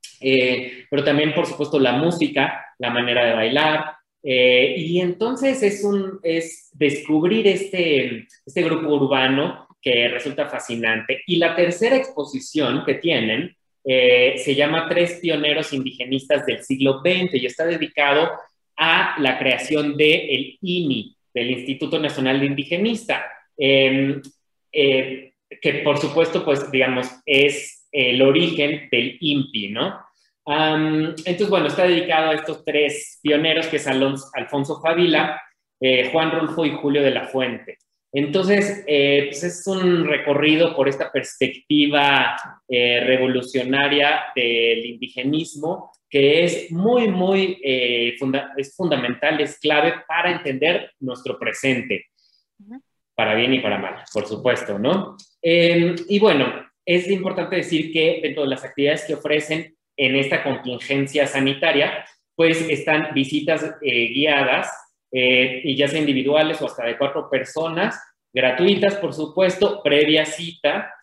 eh, pero también, por supuesto, la música, la manera de bailar. Eh, y entonces es, un, es descubrir este, este grupo urbano que resulta fascinante. Y la tercera exposición que tienen eh, se llama Tres pioneros indigenistas del siglo veinte y está dedicado a la creación del I N I, del Instituto Nacional de Indigenista, eh, eh, que por supuesto, pues digamos, es el origen del I N P I, ¿no? Um, entonces, bueno, está dedicado a estos tres pioneros, que es Alonso, Alfonso Favila, eh, Juan Rulfo y Julio de la Fuente. Entonces, eh, pues es un recorrido por esta perspectiva eh, revolucionaria del indigenismo, que es muy, muy, eh, funda es fundamental, es clave para entender nuestro presente. Uh-huh. para bien y para mal, por supuesto, ¿no? Eh, y bueno, es importante decir que dentro de las actividades que ofrecen en esta contingencia sanitaria, pues están visitas eh, guiadas, eh, y ya sea individuales o hasta de cuatro personas, gratuitas, por supuesto, previa cita.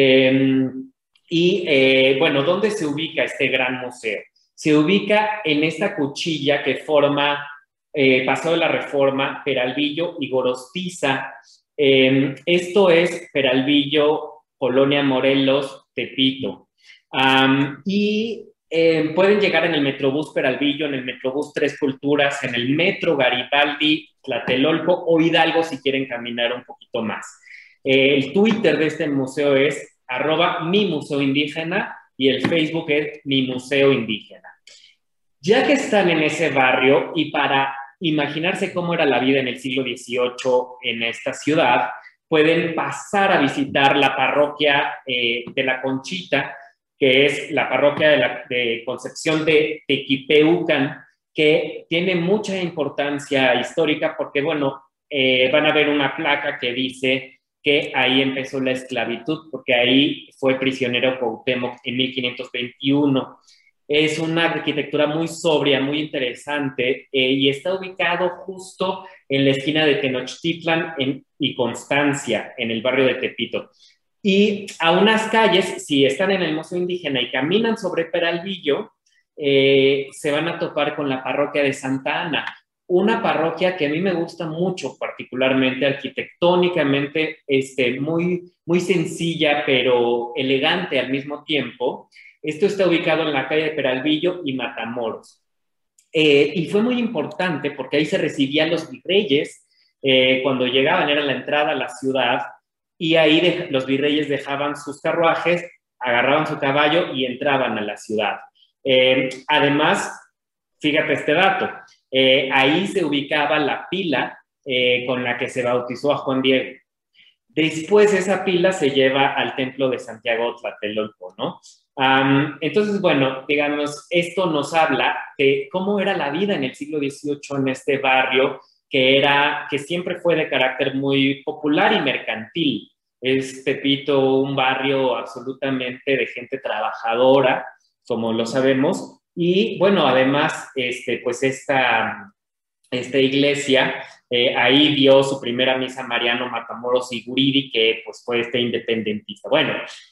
Eh, y eh, bueno, ¿dónde se ubica este gran museo? Se ubica en esta cuchilla que forma eh, Paseo de la Reforma, Peralvillo y Gorostiza. Eh, esto es Peralvillo, Colonia Morelos, Tepito. Um, y eh, pueden llegar en el Metrobús Peralvillo, en el Metrobús Tres Culturas, en el Metro Garibaldi, Tlatelolco o Hidalgo si quieren caminar un poquito más. Eh, el Twitter de este museo es arroba mi museo indígena y el Facebook es mi museo indígena. Ya que están en ese barrio y para imaginarse cómo era la vida en el siglo dieciocho en esta ciudad, pueden pasar a visitar la parroquia eh, de la Conchita, que es la parroquia de, la, de Concepción de Tequipeucan, que tiene mucha importancia histórica porque, bueno, eh, van a ver una placa que dice que ahí empezó la esclavitud, porque ahí fue prisionero Cuauhtémoc en mil quinientos veintiuno. Es una arquitectura muy sobria, muy interesante, eh, y está ubicado justo en la esquina de Tenochtitlan en, y Constancia, en el barrio de Tepito. Y a unas calles, si están en el Museo Indígena y caminan sobre Peralvillo, eh, se van a topar con la parroquia de Santa Ana, una parroquia que a mí me gusta mucho, particularmente arquitectónicamente, este, muy, muy sencilla, pero elegante al mismo tiempo. Esto está ubicado en la calle de Peralvillo y Matamoros. Eh, y fue muy importante porque ahí se recibían los virreyes eh, cuando llegaban, era la entrada a la ciudad, y ahí de, los virreyes dejaban sus carruajes, agarraban su caballo y entraban a la ciudad. Eh, además, fíjate este dato, eh, ahí se ubicaba la pila eh, con la que se bautizó a Juan Diego. Después esa pila se lleva al templo de Santiago Tlatelolco, ¿no? Um, entonces, bueno, digamos, esto nos habla de cómo era la vida en el siglo dieciocho en este barrio, que, era, que siempre fue de carácter muy popular y mercantil. Es Tepito un barrio absolutamente de gente trabajadora, como lo sabemos, y bueno, además, este, pues esta, esta iglesia, eh, ahí dio su primera misa Mariano Matamoros y Guridi, que pues fue este independentista. Bueno,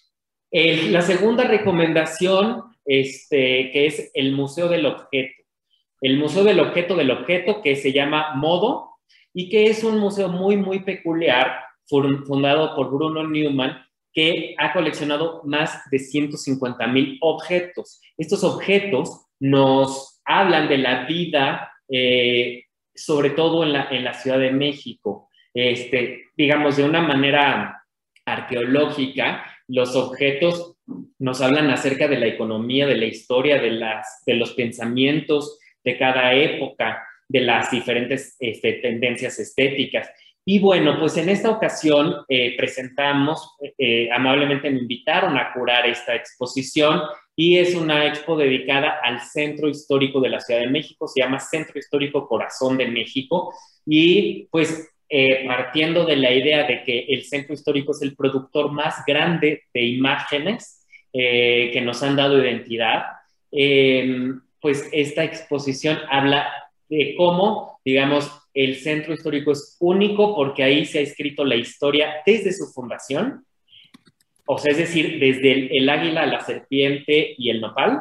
eh, la segunda recomendación, este, que es el Museo del Objeto. El Museo del Objeto del Objeto, que se llama Modo, y que es un museo muy, muy peculiar, fundado por Bruno Newman, que ha coleccionado más de ciento cincuenta mil objetos. Estos objetos nos hablan de la vida, eh, sobre todo en la, en la Ciudad de México. Este, digamos, de una manera arqueológica, los objetos nos hablan acerca de la economía, de la historia, de, las, de los pensamientos de cada época, de las diferentes este, tendencias estéticas. Y bueno, pues en esta ocasión eh, presentamos, eh, amablemente me invitaron a curar esta exposición, y es una expo dedicada al Centro Histórico de la Ciudad de México, se llama Centro Histórico Corazón de México, y pues eh, partiendo de la idea de que el Centro Histórico es el productor más grande de imágenes eh, que nos han dado identidad, eh, pues esta exposición habla de cómo, digamos, el Centro Histórico es único porque ahí se ha escrito la historia desde su fundación, o sea, es decir, desde el, el águila, la serpiente y el nopal,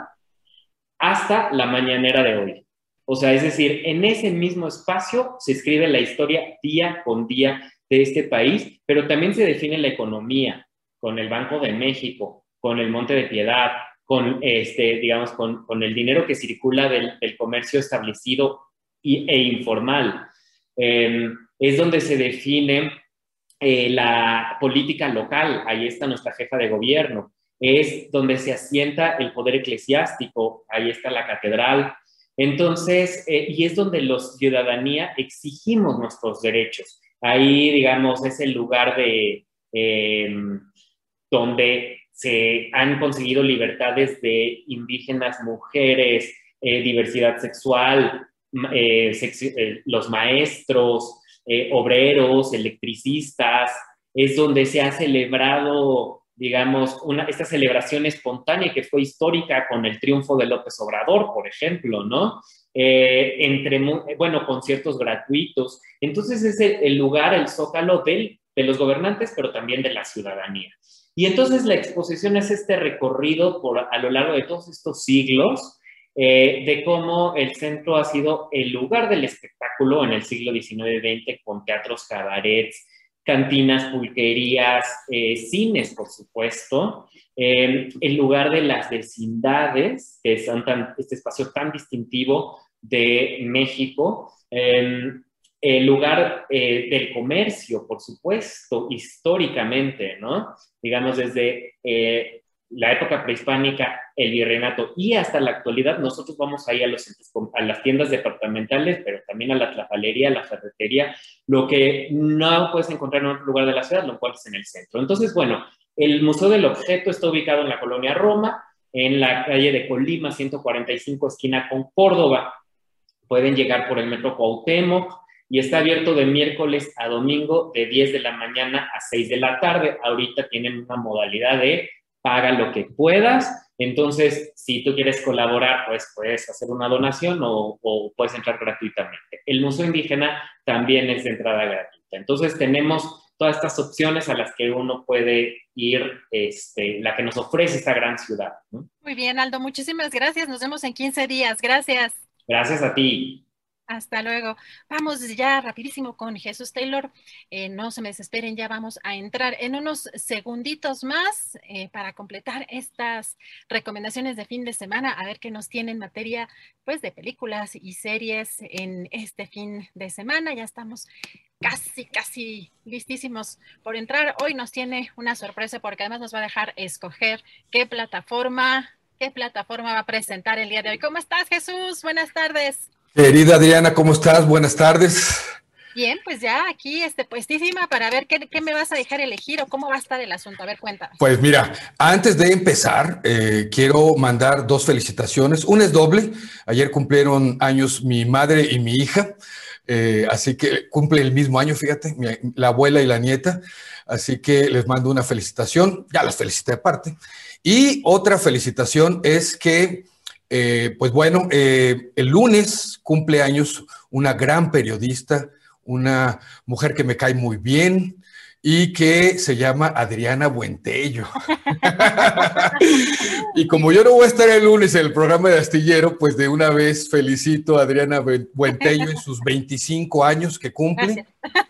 hasta la mañanera de hoy. O sea, es decir, en ese mismo espacio se escribe la historia día con día de este país, pero también se define la economía, con el Banco de México, con el Monte de Piedad, con, este, digamos, con, con el dinero que circula del, del comercio establecido y, e informal. Eh, es donde se define eh, la política local, ahí está nuestra jefa de gobierno, es donde se asienta el poder eclesiástico, ahí está la catedral. Entonces, eh, y es donde los ciudadanía exigimos nuestros derechos. Ahí, digamos, es el lugar de, eh, donde se han conseguido libertades de indígenas, mujeres, eh, diversidad sexual, eh, sexi- eh, los maestros, eh, obreros, electricistas, es donde se ha celebrado, digamos, una, esta celebración espontánea que fue histórica con el triunfo de López Obrador, por ejemplo, ¿no? Eh, entre, bueno, conciertos gratuitos. Entonces es el, el lugar, el zócalo del, de los gobernantes, pero también de la ciudadanía. Y entonces la exposición es este recorrido por, a lo largo de todos estos siglos, eh, de cómo el centro ha sido el lugar del espectáculo en el siglo diecinueve veinte, con teatros, cabarets, cantinas, pulquerías, eh, cines, por supuesto, eh, el lugar de las vecindades, que son tan, este espacio tan distintivo de México, eh, el lugar eh, del comercio, por supuesto, históricamente, ¿no? Digamos, desde eh, la época prehispánica, el virreinato y hasta la actualidad, nosotros vamos ahí a, los, a las tiendas departamentales, pero también a la tlapalería, a la ferretería, lo que no puedes encontrar en otro lugar de la ciudad, lo encuentras en el centro. Entonces, bueno, el Museo del Objeto está ubicado en la colonia Roma, en la calle de Colima, ciento cuarenta y cinco, esquina con Córdoba. Pueden llegar por el metro Cuauhtémoc y está abierto de miércoles a domingo de diez de la mañana a seis de la tarde. Ahorita tienen una modalidad de paga lo que puedas. Entonces, si tú quieres colaborar, pues puedes hacer una donación o, o puedes entrar gratuitamente. El Museo Indígena también es de entrada gratuita. Entonces, tenemos todas estas opciones a las que uno puede ir, este, la que nos ofrece esta gran ciudad, ¿no? Muy bien, Aldo, muchísimas gracias. Nos vemos en quince días. Gracias. Gracias a ti. Hasta luego. Vamos ya rapidísimo con Jesús Taylor. Eh, no se me desesperen, ya vamos a entrar en unos segunditos más eh, para completar estas recomendaciones de fin de semana, a ver qué nos tiene en materia pues, de películas y series en este fin de semana. Ya estamos casi, casi listísimos por entrar. Hoy nos tiene una sorpresa porque además nos va a dejar escoger qué plataforma, qué plataforma va a presentar el día de hoy. ¿Cómo estás, Jesús? Buenas tardes. Querida Adriana, ¿cómo estás? Buenas tardes. Bien, pues ya aquí este, puestísima para ver qué, qué me vas a dejar elegir o cómo va a estar el asunto. A ver, cuéntame. Pues mira, antes de empezar, eh, quiero mandar dos felicitaciones. Una es doble. Ayer cumplieron años mi madre y mi hija, eh, así que cumple el mismo año, fíjate, mi, la abuela y la nieta. Así que les mando una felicitación. Ya las felicité aparte. Y otra felicitación es que Eh, pues bueno, eh, el lunes cumple años una gran periodista, una mujer que me cae muy bien y que se llama Adriana Buentello. Y como yo no voy a estar el lunes en el programa de Astillero, pues de una vez felicito a Adriana Buentello en sus veinticinco años que cumple.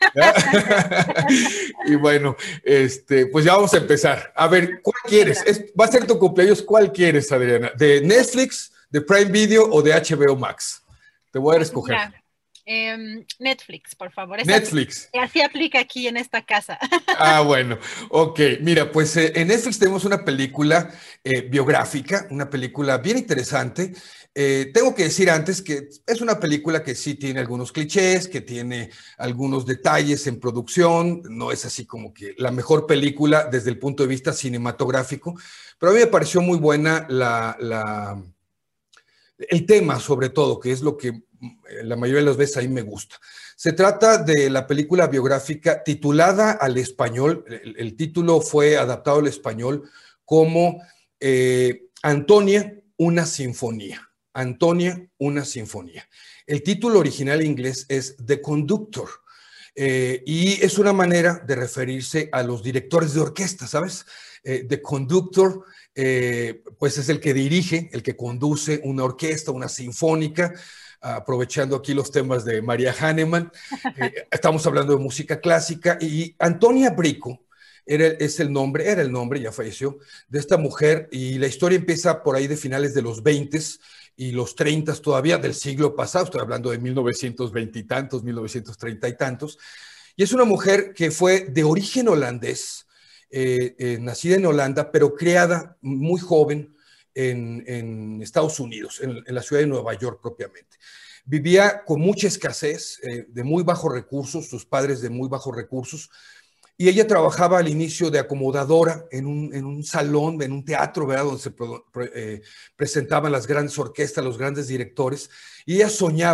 Y bueno, este, pues ya vamos a empezar. A ver, ¿cuál quieres? Es, va a ser tu cumpleaños. ¿Cuál quieres, Adriana? ¿De Netflix, de Prime Video o de H B O Max? Te voy a escoger. Ya. Eh, Netflix, por favor. Esa Netflix. Así, así aplica aquí en esta casa. Ah, bueno. Ok, mira, pues eh, en Netflix tenemos una película eh, biográfica, una película bien interesante. Eh, tengo que decir antes que es una película que sí tiene algunos clichés, que tiene algunos detalles en producción, no es así como que la mejor película desde el punto de vista cinematográfico, pero a mí me pareció muy buena la, la, el tema sobre todo, que es lo que la mayoría de las veces a mí me gusta. Se trata de la película biográfica titulada al español, el, el título fue adaptado al español como eh, Antonia, una sinfonía. Antonia, una sinfonía. El título original en inglés es The Conductor, eh, y es una manera de referirse a los directores de orquesta, ¿sabes? Eh, The Conductor, eh, pues es el que dirige, el que conduce una orquesta, una sinfónica, aprovechando aquí los temas de María Hahnemann. Eh, estamos hablando de música clásica y Antonia Bricco era, es el nombre, era el nombre, ya falleció, de esta mujer, y la historia empieza por ahí de finales de los veinte y los treinta todavía del siglo pasado, estoy hablando de mil novecientos veinte y tantos, mil novecientos treinta y tantos, y es una mujer que fue de origen holandés, eh, eh, nacida en Holanda, pero criada muy joven en, en Estados Unidos, en, en la ciudad de Nueva York propiamente. Vivía con mucha escasez, eh, de muy bajos recursos, sus padres de muy bajos recursos, y ella trabajaba al inicio de acomodadora en un, en un salón, en un teatro, ¿verdad?, donde se pro, eh, presentaban las grandes orquestas, los grandes directores, y ella soñaba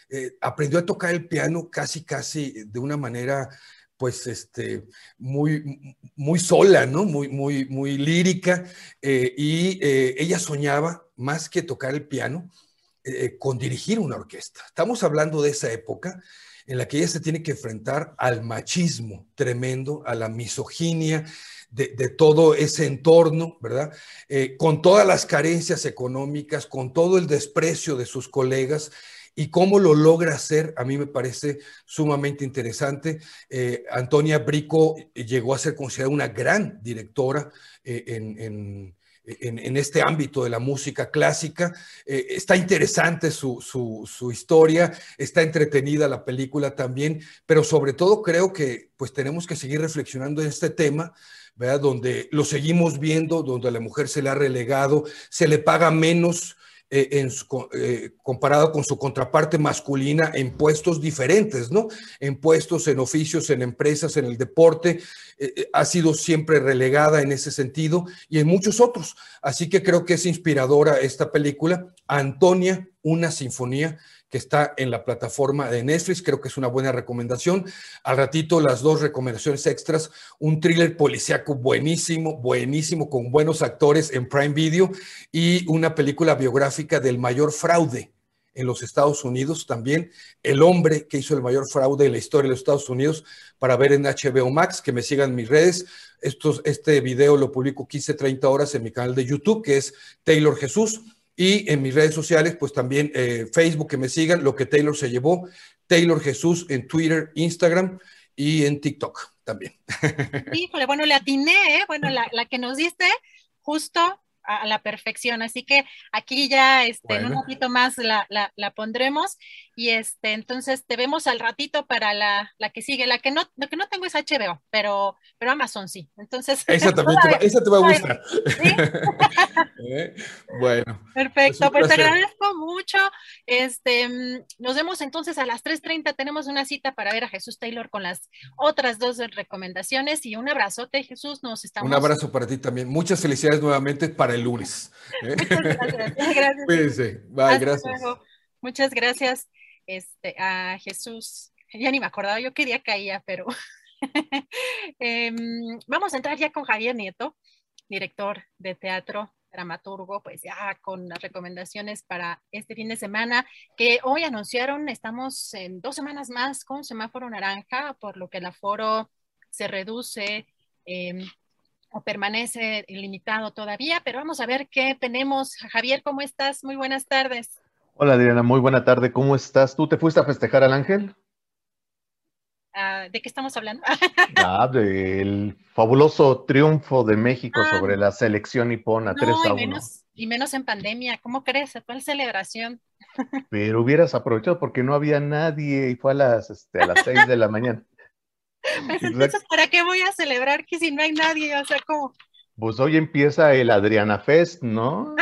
eh, aprendió a tocar el piano casi, casi de una manera, pues, este, muy, muy sola, ¿no? Muy, muy, muy lírica, eh, y eh, ella soñaba, más que tocar el piano, eh, con dirigir una orquesta. Estamos hablando de esa época en la que ella se tiene que enfrentar al machismo tremendo, a la misoginia de, de todo ese entorno, ¿verdad? Eh, con todas las carencias económicas, con todo el desprecio de sus colegas, y cómo lo logra hacer, a mí me parece sumamente interesante. Eh, Antonia Bricco llegó a ser considerada una gran directora eh, en, en En, en este ámbito de la música clásica. Eh, está interesante su, su, su historia, está entretenida la película también, pero sobre todo creo que pues tenemos que seguir reflexionando en este tema, ¿verdad? Donde lo seguimos viendo, donde a la mujer se le ha relegado, se le paga menos eh, en su, eh, comparado con su contraparte masculina en puestos diferentes, ¿no? En puestos, en oficios, en empresas, en el deporte. Eh, ha sido siempre relegada en ese sentido y en muchos otros. Así que creo que es inspiradora esta película, Antonia, una sinfonía, que está en la plataforma de Netflix. Creo que es una buena recomendación. Al ratito las dos recomendaciones extras, un thriller policíaco buenísimo, buenísimo, con buenos actores en Prime Video, y una película biográfica del mayor fraude en los Estados Unidos también, el hombre que hizo el mayor fraude en la historia de los Estados Unidos, para ver en H B O Max. Que me sigan en mis redes. Estos, este video lo publico quince, treinta horas en mi canal de YouTube, que es Taylor Jesús, y en mis redes sociales, pues también eh, Facebook, que me sigan, Lo que Taylor se llevó, Taylor Jesús en Twitter, Instagram y en TikTok también. Híjole, bueno, le atiné, ¿eh? Bueno, la, la que nos diste justo a la perfección, así que aquí ya este, bueno, en un ratito más la, la, la pondremos, y este, entonces te vemos al ratito para la, la que sigue. La que no, lo que no tengo es H B O, pero, pero Amazon sí, entonces esa también te va, esa te va a gustar. ¿Sí? ¿Eh? Bueno, perfecto, pues te agradezco mucho. Este, nos vemos entonces a las tres treinta. Tenemos una cita para ver a Jesús Taylor con las otras dos recomendaciones, y un abrazote, Jesús. Nos estamos... Un abrazo para ti también. Muchas felicidades nuevamente para el lunes. ¿Eh? Muchas gracias. gracias. Cuídense. Bye, Hasta gracias. Luego. Muchas gracias este, a Jesús. Ya ni me acordaba, yo quería caía, pero eh, vamos a entrar ya con Javier Nieto, director de teatro, dramaturgo, pues ya con las recomendaciones para este fin de semana, que hoy anunciaron. Estamos en dos semanas más con semáforo naranja, por lo que el aforo se reduce eh, o permanece ilimitado todavía, pero vamos a ver qué tenemos. Javier, ¿cómo estás? Muy buenas tardes. Hola Adriana, muy buena tarde, ¿cómo estás? ¿Tú te fuiste a festejar al Ángel? Uh, ¿De qué estamos hablando? Ah, del fabuloso triunfo de México ah, sobre la selección nipona, no, tres a uno. Y menos, y menos en pandemia, ¿cómo crees? ¿Cuál celebración? Pero hubieras aprovechado porque no había nadie y fue a las, este, a las seis de la mañana. Pues entonces, ¿para qué voy a celebrar que si no hay nadie? O sea, ¿cómo? Pues hoy empieza el Adriana Fest, ¿no?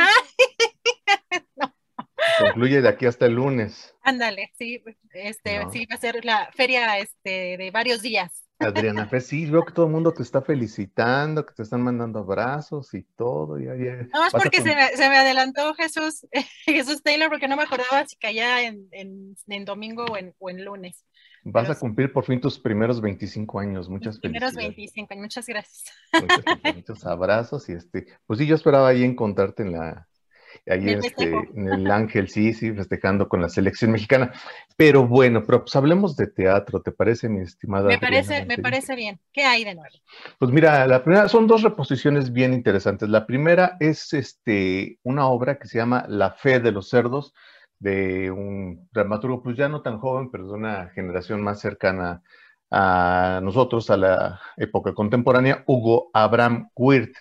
no. Concluye de aquí hasta el lunes. Ándale, sí, este, no. sí, va a ser la feria este, de varios días. Adriana Fest, sí, veo que todo el mundo te está felicitando, que te están mandando abrazos y todo. Ya, ya. No, es porque con... se, me, se me adelantó Jesús, Jesús Taylor, porque no me acordaba si caía en, en, en domingo o en, o en lunes. Vas Pero a cumplir por fin tus primeros veinticinco años, muchas primeros felicidades. veinticinco años, muchas gracias. Muchos, muchos abrazos y este, pues sí, yo esperaba ahí encontrarte en la, ahí en, este, en el Ángel, sí, sí, festejando con la selección mexicana. Pero bueno, pero pues hablemos de teatro, ¿te parece, mi estimada? Me parece, Adriana, me parece bien. ¿Qué hay de nuevo? Pues mira, la primera, son dos reposiciones bien interesantes. La primera es este, una obra que se llama La Fe de los Cerdos, de un dramaturgo, pues ya no tan joven, pero de una generación más cercana a nosotros, a la época contemporánea, Hugo Abraham Wirth.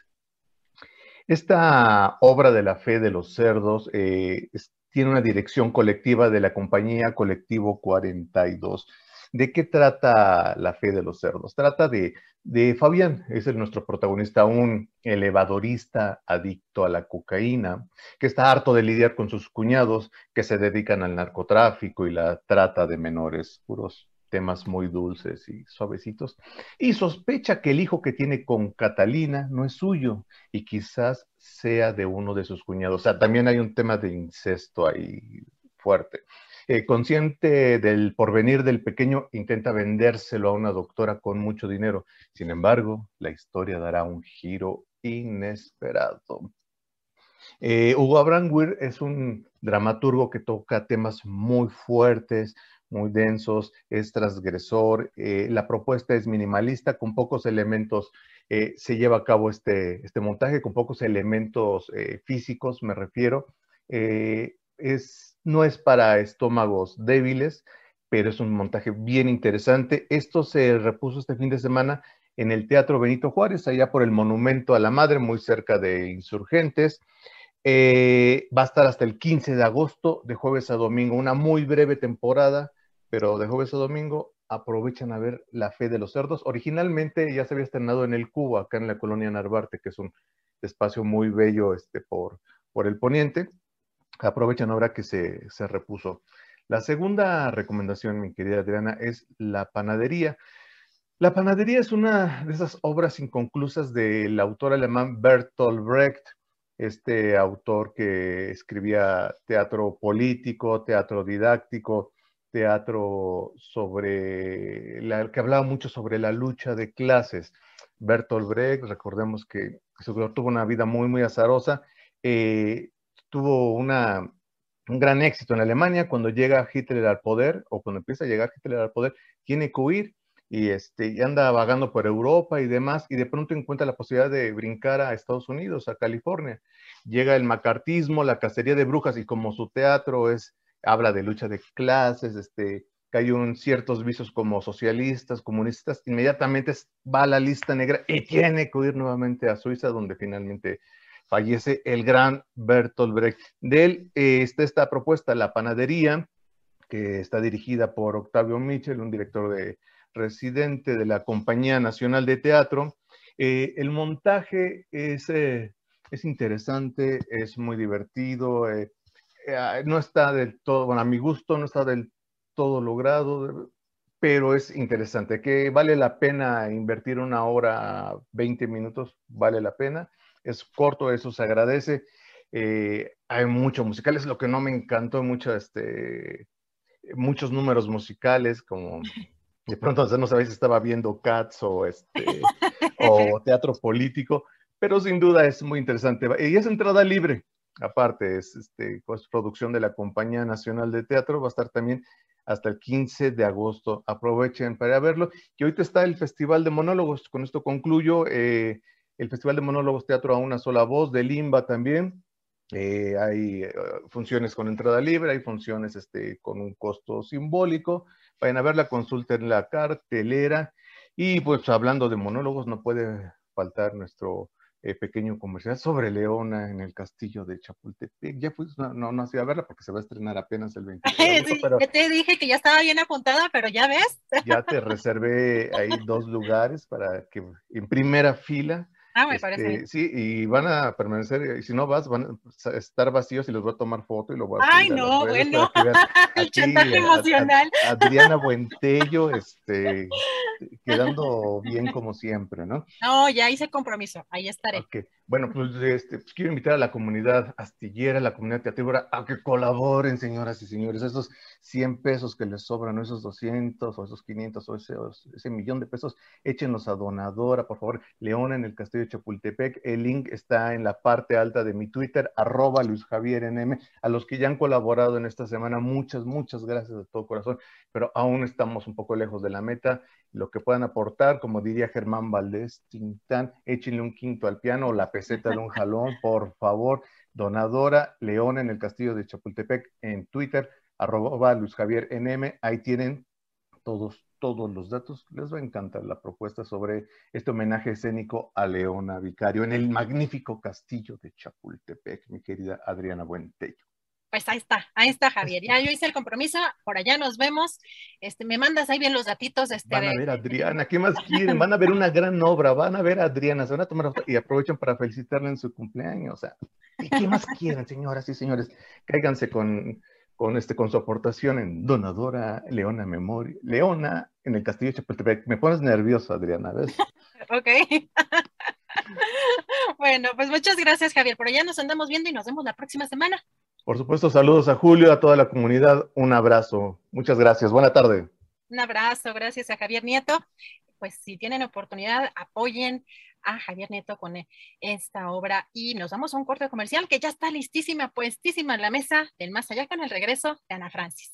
Esta obra de La Fe de los Cerdos eh, es, tiene una dirección colectiva de la compañía Colectivo cuarenta y dos. ¿De qué trata La Fe de los Cerdos? Trata de, de Fabián, es el, nuestro protagonista, un elevadorista adicto a la cocaína, que está harto de lidiar con sus cuñados que se dedican al narcotráfico y la trata de menores, puros temas muy dulces y suavecitos, y sospecha que el hijo que tiene con Catalina no es suyo y quizás sea de uno de sus cuñados. O sea, también hay un tema de incesto ahí fuerte. Eh, consciente del porvenir del pequeño, intenta vendérselo a una doctora con mucho dinero. Sin embargo, la historia dará un giro inesperado. Eh, Hugo Abramwirth es un dramaturgo que toca temas muy fuertes, muy densos, es transgresor. Eh, la propuesta es minimalista, con pocos elementos eh, se lleva a cabo este, este montaje, con pocos elementos eh, físicos, me refiero. Eh, es, no es para estómagos débiles, pero es un montaje bien interesante. Esto se repuso este fin de semana en el Teatro Benito Juárez, allá por el Monumento a la Madre, muy cerca de Insurgentes. Eh, va a estar hasta el quince de agosto, de jueves a domingo, una muy breve temporada, pero de jueves a domingo aprovechan a ver La Fe de los Cerdos. Originalmente ya se había estrenado en el Cubo, acá en la colonia Narvarte, que es un espacio muy bello este, por, por el poniente. Aprovechan ahora que se, se repuso. La segunda recomendación, mi querida Adriana, es La Panadería. La Panadería es una de esas obras inconclusas del autor alemán Bertolt Brecht, este autor que escribía teatro político, teatro didáctico, teatro sobre, la, que hablaba mucho sobre la lucha de clases. Bertolt Brecht, recordemos que tuvo una vida muy, muy azarosa, eh, tuvo una, un gran éxito en Alemania. Cuando llega Hitler al poder, o cuando empieza a llegar Hitler al poder, tiene que huir, y, este, y anda vagando por Europa y demás, y de pronto encuentra la posibilidad de brincar a Estados Unidos, a California. Llega el macartismo, la cacería de brujas, y como su teatro es, habla de lucha de clases, este, que hay un, ciertos vicios como socialistas, comunistas, inmediatamente va a la lista negra y tiene que huir nuevamente a Suiza, donde finalmente fallece el gran Bertolt Brecht. De él eh, está esta propuesta, La Panadería, que está dirigida por Octavio Mitchell, un director de residente de la Compañía Nacional de Teatro. Eh, el montaje es, eh, es interesante, es muy divertido, eh, eh, no está del todo, bueno, a mi gusto no está del todo logrado, pero es interesante, que vale la pena invertir una hora, veinte minutos, vale la pena. Es corto, eso se agradece. Eh, hay mucho musical, es lo que no me encantó mucho, este, muchos números musicales, como de pronto no sabéis si estaba viendo Cats o, este, o teatro político, pero sin duda es muy interesante. Y es entrada libre, aparte, es este, pues, producción de la Compañía Nacional de Teatro, va a estar también hasta el quince de agosto. Aprovechen para verlo. Y ahorita está el Festival de Monólogos, con esto concluyo. Eh, el Festival de Monólogos Teatro a una sola voz, de Limba también. Eh, hay uh, funciones con entrada libre, hay funciones este, con un costo simbólico. Vayan a verla, consulten la cartelera. Y pues hablando de monólogos, no puede faltar nuestro eh, pequeño comercial sobre Leona en el castillo de Chapultepec. Ya pues no, no, no has ido a verla porque se va a estrenar apenas el veinte de agosto, sí, pero ya te dije que ya estaba bien apuntada, pero ya ves. Ya te reservé ahí dos lugares para que en primera fila. Ah, me este, parece bien. Sí, y van a permanecer, y si no vas, van a estar vacíos y los voy a tomar foto y lo voy a Ay, subir a no, las redes bueno. para que vean. El Aquí, chantaje a- emocional. a- Adriana Buentello, este, quedando bien como siempre, ¿no? No, ya hice compromiso, ahí estaré. Ok, bueno, pues, este, pues quiero invitar a la comunidad astillera, a la comunidad teatrívola, a que colaboren, señoras y señores. Esos cien pesos que les sobran, o esos doscientos, o esos quinientos, o ese, o ese millón de pesos, échenlos a Donadora, por favor. Leona en el Castillo de Chapultepec. El link está en la parte alta de mi Twitter, arroba Luis Javier N M. A los que ya han colaborado en esta semana, muchas, muchas gracias de todo corazón, pero aún estamos un poco lejos de la meta. Lo que puedan aportar, como diría Germán Valdés Tintán, échenle un quinto al piano o la peseta de un jalón, por favor. Donadora Leona en el Castillo de Chapultepec en Twitter, arroba Luis Javier N M. Ahí tienen todos, todos los datos. Les va a encantar la propuesta sobre este homenaje escénico a Leona Vicario en el magnífico Castillo de Chapultepec, mi querida Adriana Buentello. Pues ahí está, ahí está, Javier. Ya yo hice el compromiso, por allá nos vemos. Este, me mandas ahí bien los datitos. Este, Van a de... ver a Adriana, ¿qué más quieren? Van a ver una gran obra, van a ver a Adriana, se van a tomar foto y aprovechan para felicitarla en su cumpleaños. O sea, ¿y qué más quieren, señoras y señores? Cáiganse con, con, este, con su aportación en Donadora Leona Memoria, Leona en el Castillo de Chapultepec. Me pones nervioso, Adriana, ¿ves? Ok. Bueno, pues muchas gracias, Javier. Por allá nos andamos viendo y nos vemos la próxima semana. Por supuesto, saludos a Julio, a toda la comunidad, un abrazo. Muchas gracias, buena tarde. Un abrazo, gracias a Javier Nieto. Pues si tienen oportunidad, apoyen a Javier Nieto con esta obra y nos vamos a un corte comercial que ya está listísima, puestísima en la mesa del más allá con el regreso de Ana Francis.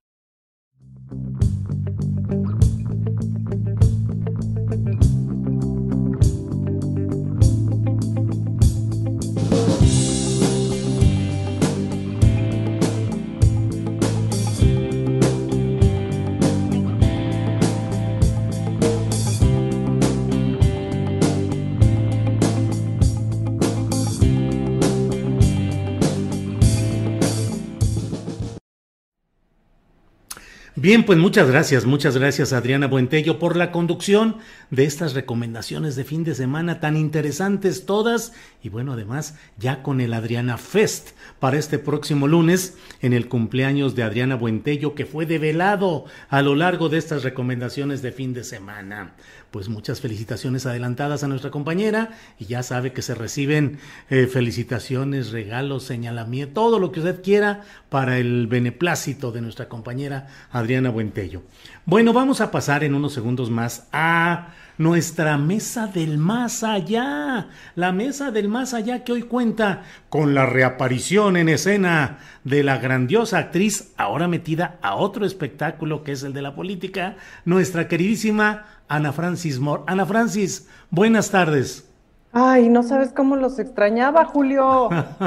Bien, pues muchas gracias, muchas gracias Adriana Buentello por la conducción de estas recomendaciones de fin de semana tan interesantes todas y bueno, además ya con el Adriana Fest para este próximo lunes en el cumpleaños de Adriana Buentello que fue develado a lo largo de estas recomendaciones de fin de semana. Pues muchas felicitaciones adelantadas a nuestra compañera y ya sabe que se reciben eh, felicitaciones, regalos, señalamientos, todo lo que usted quiera para el beneplácito de nuestra compañera Adriana Buentello. Bueno, vamos a pasar en unos segundos más a nuestra mesa del más allá, la mesa del más allá que hoy cuenta con la reaparición en escena de la grandiosa actriz, ahora metida a otro espectáculo que es el de la política, nuestra queridísima Ana Francis Moore. Ana Francis, buenas tardes. Ay, no sabes cómo los extrañaba, Julio.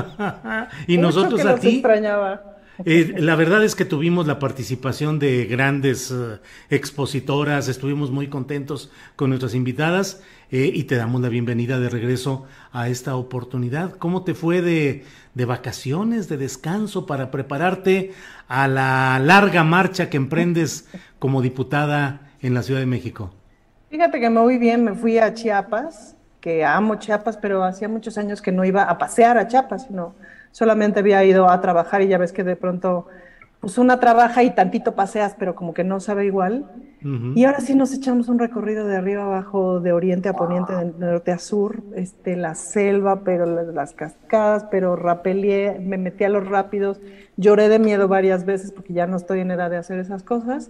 Y Mucho nosotros que a los ti. extrañaba. Eh, la verdad es que tuvimos la participación de grandes uh, expositoras, estuvimos muy contentos con nuestras invitadas eh, y te damos la bienvenida de regreso a esta oportunidad. ¿Cómo te fue de, de vacaciones, de descanso para prepararte a la larga marcha que emprendes como diputada en la Ciudad de México? Fíjate que me voy bien, me fui a Chiapas, que amo Chiapas, pero hacía muchos años que no iba a pasear a Chiapas, sino solamente había ido a trabajar y ya ves que de pronto, pues una trabaja y tantito paseas, pero como que no sabe igual. Uh-huh. Y ahora sí nos echamos un recorrido de arriba abajo, de oriente a poniente, de norte a sur, este, la selva, pero las, las cascadas, pero rapelié, me metí a los rápidos, lloré de miedo varias veces porque ya no estoy en edad de hacer esas cosas,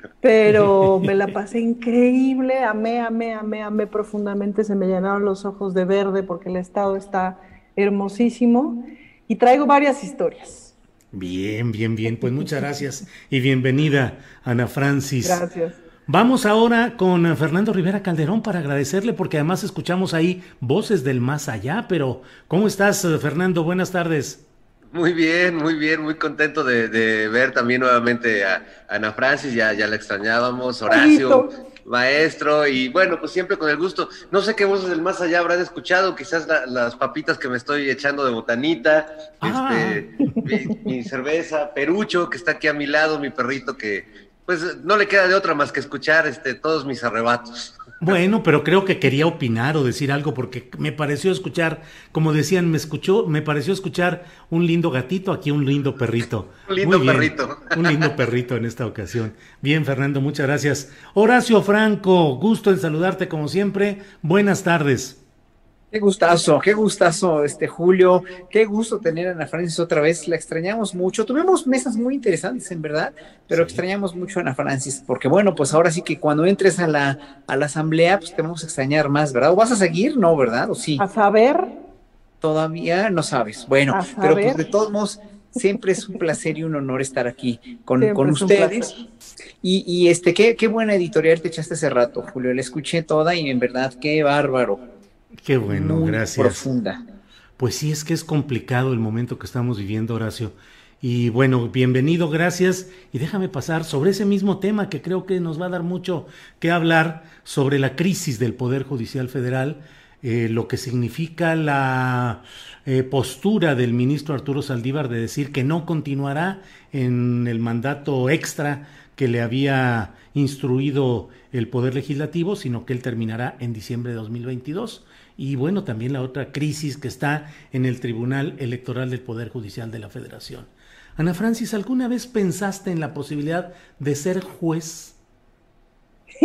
pero me la pasé increíble, amé, amé, amé, amé profundamente, se me llenaron los ojos de verde porque el estado está hermosísimo. Y traigo varias historias. Bien, bien, bien. Pues muchas gracias y bienvenida, Ana Francis. Gracias. Vamos ahora con Fernando Rivera Calderón para agradecerle porque además escuchamos ahí voces del más allá. Pero, ¿cómo estás, Fernando? Buenas tardes. Muy bien, muy bien, muy contento de, de ver también nuevamente a Ana Francis, ya, ya la extrañábamos, Horacio, maestro, y bueno, pues siempre con el gusto. No sé qué voces del más allá habrán escuchado, quizás la, las papitas que me estoy echando de botanita, ah. este, mi, mi cerveza, Perucho, que está aquí a mi lado, mi perrito, que pues no le queda de otra más que escuchar este, todos mis arrebatos. Bueno, pero creo que quería opinar o decir algo porque me pareció escuchar, como decían, me escuchó, me pareció escuchar un lindo gatito, aquí un lindo perrito. Un lindo perrito. Un lindo perrito en esta ocasión. Bien, Fernando, muchas gracias. Horacio Franco, gusto en saludarte como siempre. Buenas tardes. Qué gustazo, qué gustazo, este Julio, qué gusto tener a Ana Francis otra vez, la extrañamos mucho, tuvimos mesas muy interesantes en verdad, pero sí. Extrañamos mucho a Ana Francis, porque bueno, pues ahora sí que cuando entres a la, a la asamblea, pues te vamos a extrañar más, ¿verdad? ¿O vas a seguir? No, ¿verdad? ¿O sí? A saber. Todavía no sabes, bueno, pero pues de todos modos, siempre es un placer y un honor estar aquí con, con ustedes. Y, y este, qué, qué buena editorial te echaste hace rato, Julio, la escuché toda y en verdad, qué bárbaro. Qué bueno, muy gracias. Profunda. Pues sí, es que es complicado el momento que estamos viviendo, Horacio. Y bueno, bienvenido, gracias. Y déjame pasar sobre ese mismo tema que creo que nos va a dar mucho que hablar, sobre la crisis del Poder Judicial Federal, eh, lo que significa la eh, postura del ministro Arturo Saldívar de decir que no continuará en el mandato extra que le había instruido el Poder Legislativo, sino que él terminará en diciembre de dos mil veintidós. Y bueno, también la otra crisis que está en el Tribunal Electoral del Poder Judicial de la Federación. Ana Francis, ¿alguna vez pensaste en la posibilidad de ser juez?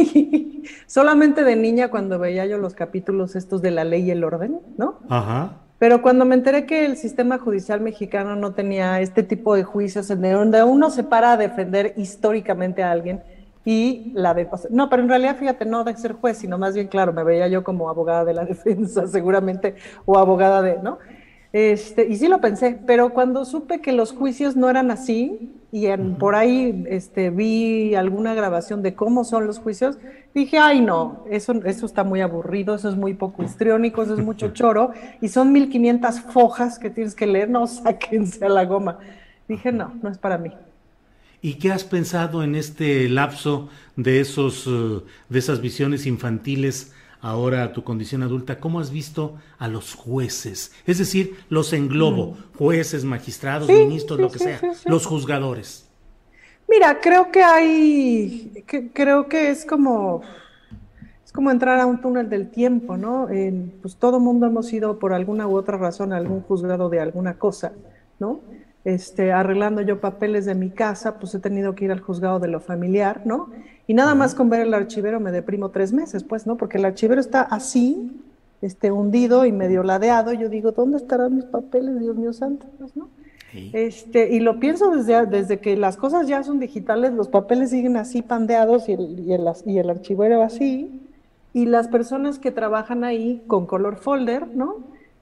Solamente de niña cuando veía yo los capítulos estos de La Ley y el Orden, ¿no? Ajá. Pero cuando me enteré que el sistema judicial mexicano no tenía este tipo de juicios en donde uno se para a defender históricamente a alguien y la de... No, pero en realidad, fíjate, no de ser juez, sino más bien, claro, me veía yo como abogada de la defensa seguramente, o abogada de, ¿no? Este, y sí lo pensé, pero cuando supe que los juicios no eran así, y en, por ahí este, vi alguna grabación de cómo son los juicios, dije, ay no, eso, eso está muy aburrido, eso es muy poco histriónico, eso es mucho choro, y son mil quinientas fojas que tienes que leer, no, sáquense a la goma. Dije, no, no es para mí. ¿Y qué has pensado en este lapso de, esos, uh, de esas visiones infantiles ahora a tu condición adulta? ¿Cómo has visto a los jueces? Es decir, los englobo, jueces, magistrados, sí, ministros, sí, lo que sí, sea, sí, sí. Los juzgadores. Mira, creo que hay, que, creo que es como, es como entrar a un túnel del tiempo, ¿no? Eh, pues todo mundo hemos ido por alguna u otra razón a algún juzgado de alguna cosa, ¿no? Este, arreglando yo papeles de mi casa, pues he tenido que ir al juzgado de lo familiar, ¿no? Y nada más con ver el archivero me deprimo tres meses, pues, ¿no? Porque el archivero está así, este, hundido y medio ladeado, y yo digo, ¿dónde estarán mis papeles, Dios mío santo? Pues, ¿no? Sí. Este, y lo pienso desde, desde que las cosas ya son digitales, los papeles siguen así pandeados y el, y el, y el archivero así, y las personas que trabajan ahí con color folder, ¿no?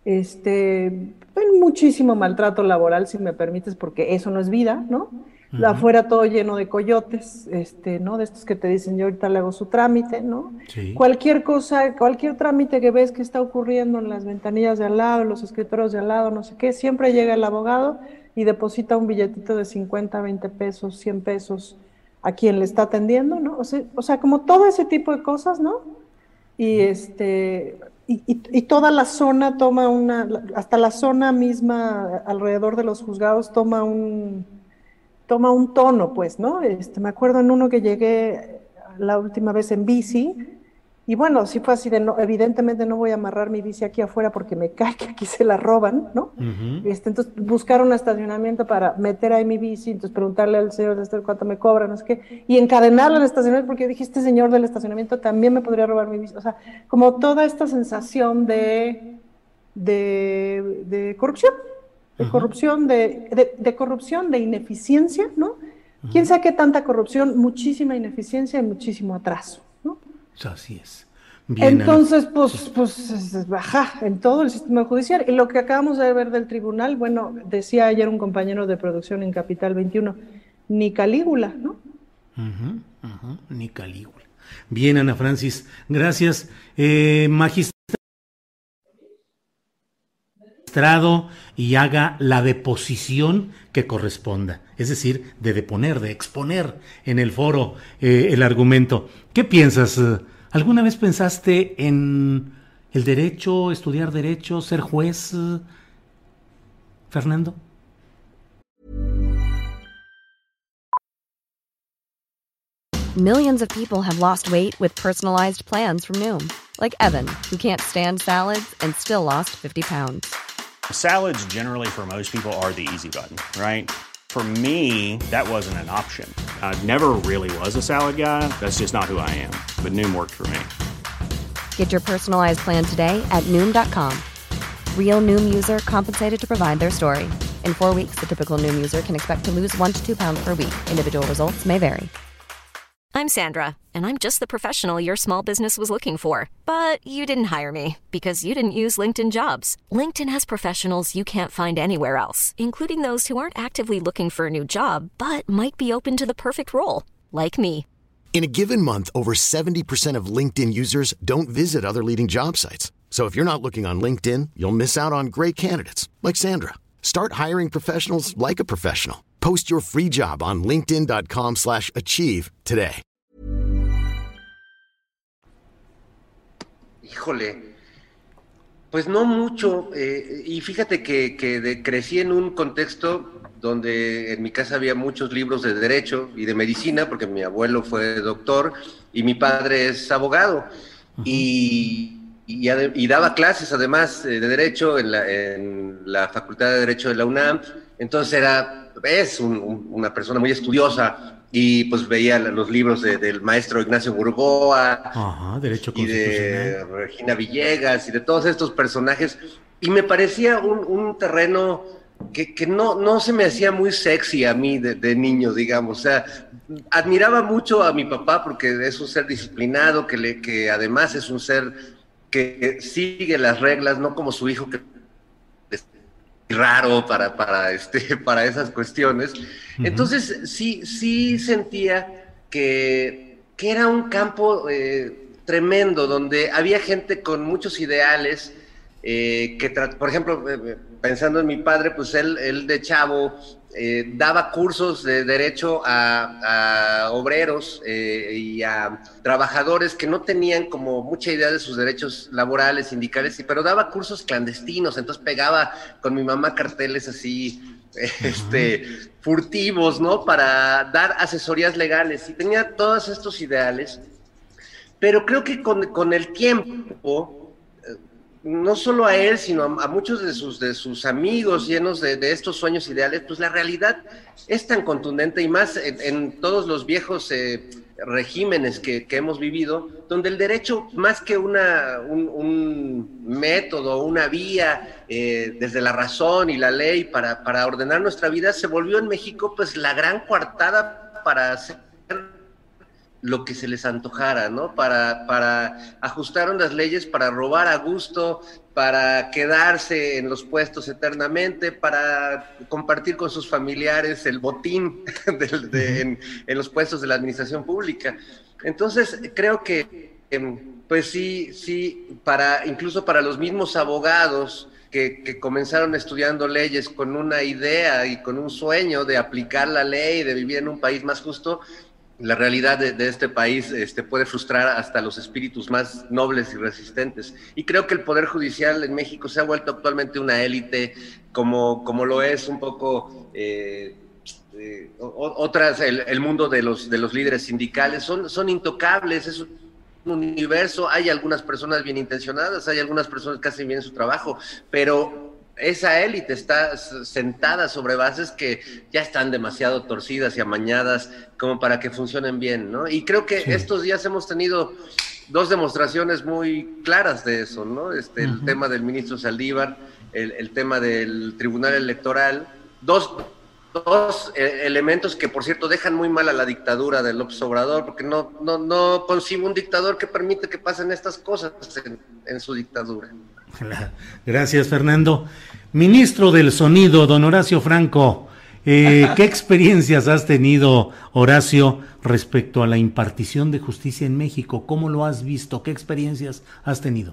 Este, ven muchísimo maltrato laboral, si me permites, porque eso no es vida, ¿no? Uh-huh. Afuera todo lleno de coyotes, este, ¿no? De estos que te dicen, yo ahorita le hago su trámite, ¿no? Sí. Cualquier cosa, cualquier trámite que ves que está ocurriendo en las ventanillas de al lado, en los escritorios de al lado, no sé qué, siempre llega el abogado y deposita un billetito de cincuenta, veinte pesos, cien pesos a quien le está atendiendo, ¿no? O sea, o sea, como todo ese tipo de cosas, ¿no? Y este... Y, y, y toda la zona toma una, hasta la zona misma alrededor de los juzgados toma un, toma un tono, pues, ¿no? Este, me acuerdo en uno que llegué la última vez en bici, y bueno, sí fue así de, no, evidentemente no voy a amarrar mi bici aquí afuera porque me cae que aquí se la roban, ¿no? Uh-huh. Este, entonces buscar un estacionamiento para meter ahí mi bici, entonces preguntarle al señor de este cuánto me cobra, no sé qué, y encadenarlo al estacionamiento porque dije, este señor del estacionamiento también me podría robar mi bici, o sea, como toda esta sensación de, de, de corrupción, de uh-huh. corrupción, de, de, de corrupción, de ineficiencia, ¿no? Uh-huh. ¿Quién sabe qué tanta corrupción? Muchísima ineficiencia y muchísimo atraso. Así es. Bien, entonces, pues, pues, ajá, en todo el sistema judicial. Y lo que acabamos de ver del tribunal, bueno, decía ayer un compañero de producción en Capital veintiuno, ni Calígula, ¿no? Uh-huh, uh-huh, ni Calígula. Bien, Ana Francis, gracias. Eh, magistrado, y haga la deposición que corresponda, es decir, de deponer, de exponer en el foro eh, el argumento. ¿Qué piensas? ¿Alguna vez pensaste en el derecho, estudiar derecho, ser juez, Fernando? Millions of people have lost weight with personalized plans from Noom, like Evan, who can't stand salads and still lost fifty pounds. Salads generally for most people are the easy button, right? For me, that wasn't an option. I never really was a salad guy. That's just not who I am. But Noom worked for me. Get your personalized plan today at Noom dot com. Real Noom user compensated to provide their story. In four weeks, the typical Noom user can expect to lose one to two pounds per week. Individual results may vary. I'm Sandra, and I'm just the professional your small business was looking for. But you didn't hire me because you didn't use LinkedIn Jobs. LinkedIn has professionals you can't find anywhere else, including those who aren't actively looking for a new job, but might be open to the perfect role, like me. In a given month, over seventy percent of LinkedIn users don't visit other leading job sites. So if you're not looking on LinkedIn, you'll miss out on great candidates, like Sandra. Start hiring professionals like a professional. Post your free job on linkedin dot com slash achieve today. Híjole, pues no mucho. Eh, y fíjate que, que de, crecí en un contexto donde en mi casa había muchos libros de derecho y de medicina, porque mi abuelo fue doctor y mi padre es abogado. Uh-huh. Y, y, y daba clases además de derecho en la, en la Facultad de Derecho de la UNAM. Entonces era, es un, un, una persona muy estudiosa y pues veía los libros de, del maestro Ignacio Burgoa. Ajá, derecho y de Regina Villegas y de todos estos personajes y me parecía un, un terreno que, que no, no se me hacía muy sexy a mí de, de niño, digamos. O sea, admiraba mucho a mi papá porque es un ser disciplinado, que, le, que además es un ser que sigue las reglas, no como su hijo que es raro para, para, este, para esas cuestiones. Uh-huh. Entonces sí, sí sentía que, que era un campo eh, tremendo, donde había gente con muchos ideales, eh, que por ejemplo, eh, pensando en mi padre, pues él, él de chavo eh, daba cursos de derecho a, a obreros eh, y a trabajadores que no tenían como mucha idea de sus derechos laborales, sindicales, pero daba cursos clandestinos, entonces pegaba con mi mamá carteles así, este, furtivos, ¿no? Para dar asesorías legales, y tenía todos estos ideales, pero creo que con, con el tiempo, no solo a él, sino a, a muchos de sus, de sus amigos llenos de, de estos sueños ideales, pues la realidad es tan contundente, y más en, en todos los viejos eh, regímenes que, que hemos vivido, donde el derecho, más que una, un, un método, una vía eh, desde la razón y la ley para, para ordenar nuestra vida, se volvió en México pues la gran coartada para hacer lo que se les antojara, ¿no? Para, para ajustaron las leyes para robar a gusto, para quedarse en los puestos eternamente, para compartir con sus familiares el botín de, de, en, en los puestos de la administración pública. Entonces, creo que, pues sí, sí, para, incluso para los mismos abogados que, que comenzaron estudiando leyes con una idea y con un sueño de aplicar la ley, de vivir en un país más justo, la realidad de, de este país este, puede frustrar hasta los espíritus más nobles y resistentes. Y creo que el Poder Judicial en México se ha vuelto actualmente una élite, como, como lo es un poco eh, eh, otras, el, el mundo de los, de los líderes sindicales. Son, son intocables, es un universo. Hay algunas personas bien intencionadas, hay algunas personas que hacen bien su trabajo, pero esa élite está sentada sobre bases que ya están demasiado torcidas y amañadas como para que funcionen bien, ¿no? Y creo que sí, estos días hemos tenido dos demostraciones muy claras de eso, ¿no? Este, uh-huh. El tema del ministro Saldívar, el, el tema del Tribunal Electoral, dos, dos eh, elementos que, por cierto, dejan muy mal a la dictadura de López Obrador, porque no, no, no concibo un dictador que permite que pasen estas cosas en, en su dictadura. Gracias, Fernando. Ministro del Sonido, don Horacio Franco, eh, ¿qué experiencias has tenido, Horacio, respecto a la impartición de justicia en México? ¿Cómo lo has visto? ¿Qué experiencias has tenido?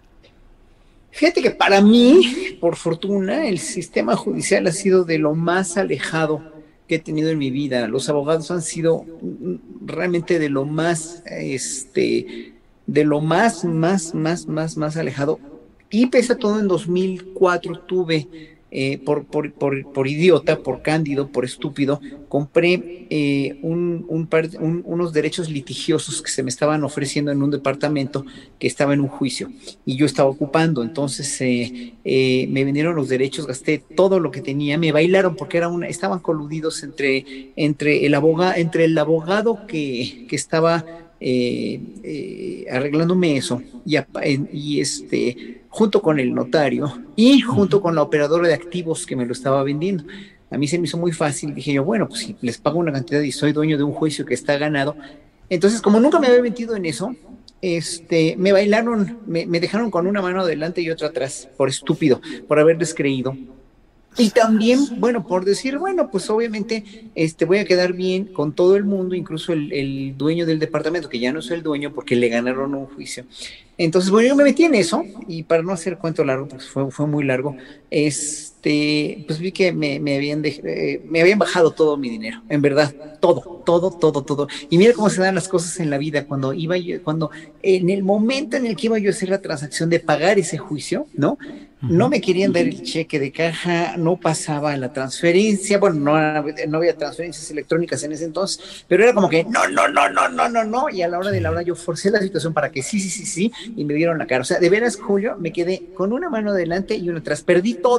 Fíjate que para mí, por fortuna, el sistema judicial ha sido de lo más alejado que he tenido en mi vida. Los abogados han sido realmente de lo más, este, de lo más, más, más, más, más alejado. Y pese a todo, en dos mil cuatro tuve, eh, por, por, por, por idiota, por cándido, por estúpido, compré eh, un, un par, un, unos derechos litigiosos que se me estaban ofreciendo en un departamento que estaba en un juicio y yo estaba ocupando. Entonces eh, eh, me vendieron los derechos, gasté todo lo que tenía, me bailaron porque era una, estaban coludidos entre, entre, el, abogado, entre el abogado que, que estaba eh, eh, arreglándome eso y, y este... junto con el notario y junto con la operadora de activos que me lo estaba vendiendo. A mí se me hizo muy fácil, dije yo, bueno, pues si les pago una cantidad y soy dueño de un juicio que está ganado. Entonces, como nunca me había metido en eso, este, me bailaron, me, me dejaron con una mano adelante y otra atrás, por estúpido, por haberles creído. Y también, bueno, por decir, bueno, pues obviamente este, voy a quedar bien con todo el mundo, incluso el, el dueño del departamento, que ya no es el dueño porque le ganaron un juicio. Entonces, bueno, yo me metí en eso, y para no hacer cuento largo, porque fue, fue muy largo, este, pues vi que me, me, habían de, eh, me habían bajado todo mi dinero, en verdad, todo, todo, todo, todo. Y mira cómo se dan las cosas en la vida, cuando iba yo, cuando en el momento en el que iba yo a hacer la transacción de pagar ese juicio, ¿no? No me querían dar el cheque de caja, no pasaba la transferencia, bueno, no, no había transferencias electrónicas en ese entonces, pero era como que no, no, no, no, no, no, no, y a la hora de la hora yo forcé la situación para que sí, sí, sí, sí, y me dieron la cara. O sea, de veras, Julio, me quedé con una mano adelante y una atrás, perdí todo,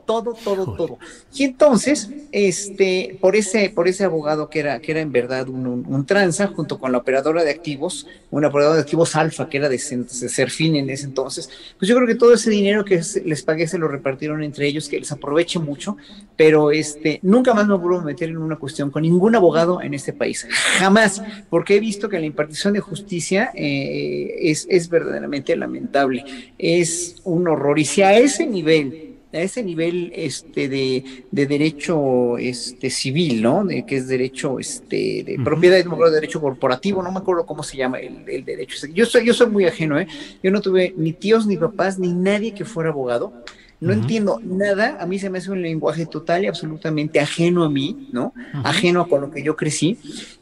todo, todo, todo. Y entonces, este, por ese, por ese abogado que era, que era en verdad un, un, un tranza, junto con la operadora de activos, una operadora de activos Alfa, que era de, de Serfín en ese entonces, pues yo creo que todo ese dinero que les pagué se lo repartieron entre ellos, que les aproveche mucho, pero este, nunca más me vuelvo a meter en una cuestión con ningún abogado en este país, jamás, porque he visto que la impartición de justicia eh, es, es verdaderamente lamentable, es un horror, y si a ese nivel, a ese nivel este de, de derecho este civil, ¿no? De, que es derecho este de uh-huh. propiedad, no me acuerdo, derecho corporativo, no me acuerdo cómo se llama el, el derecho. Yo soy, yo soy muy ajeno, ¿eh? Yo no tuve ni tíos, ni papás, ni nadie que fuera abogado. No uh-huh. entiendo nada, a mí se me hace un lenguaje total y absolutamente ajeno a mí, ¿no? Uh-huh. Ajeno a con lo que yo crecí.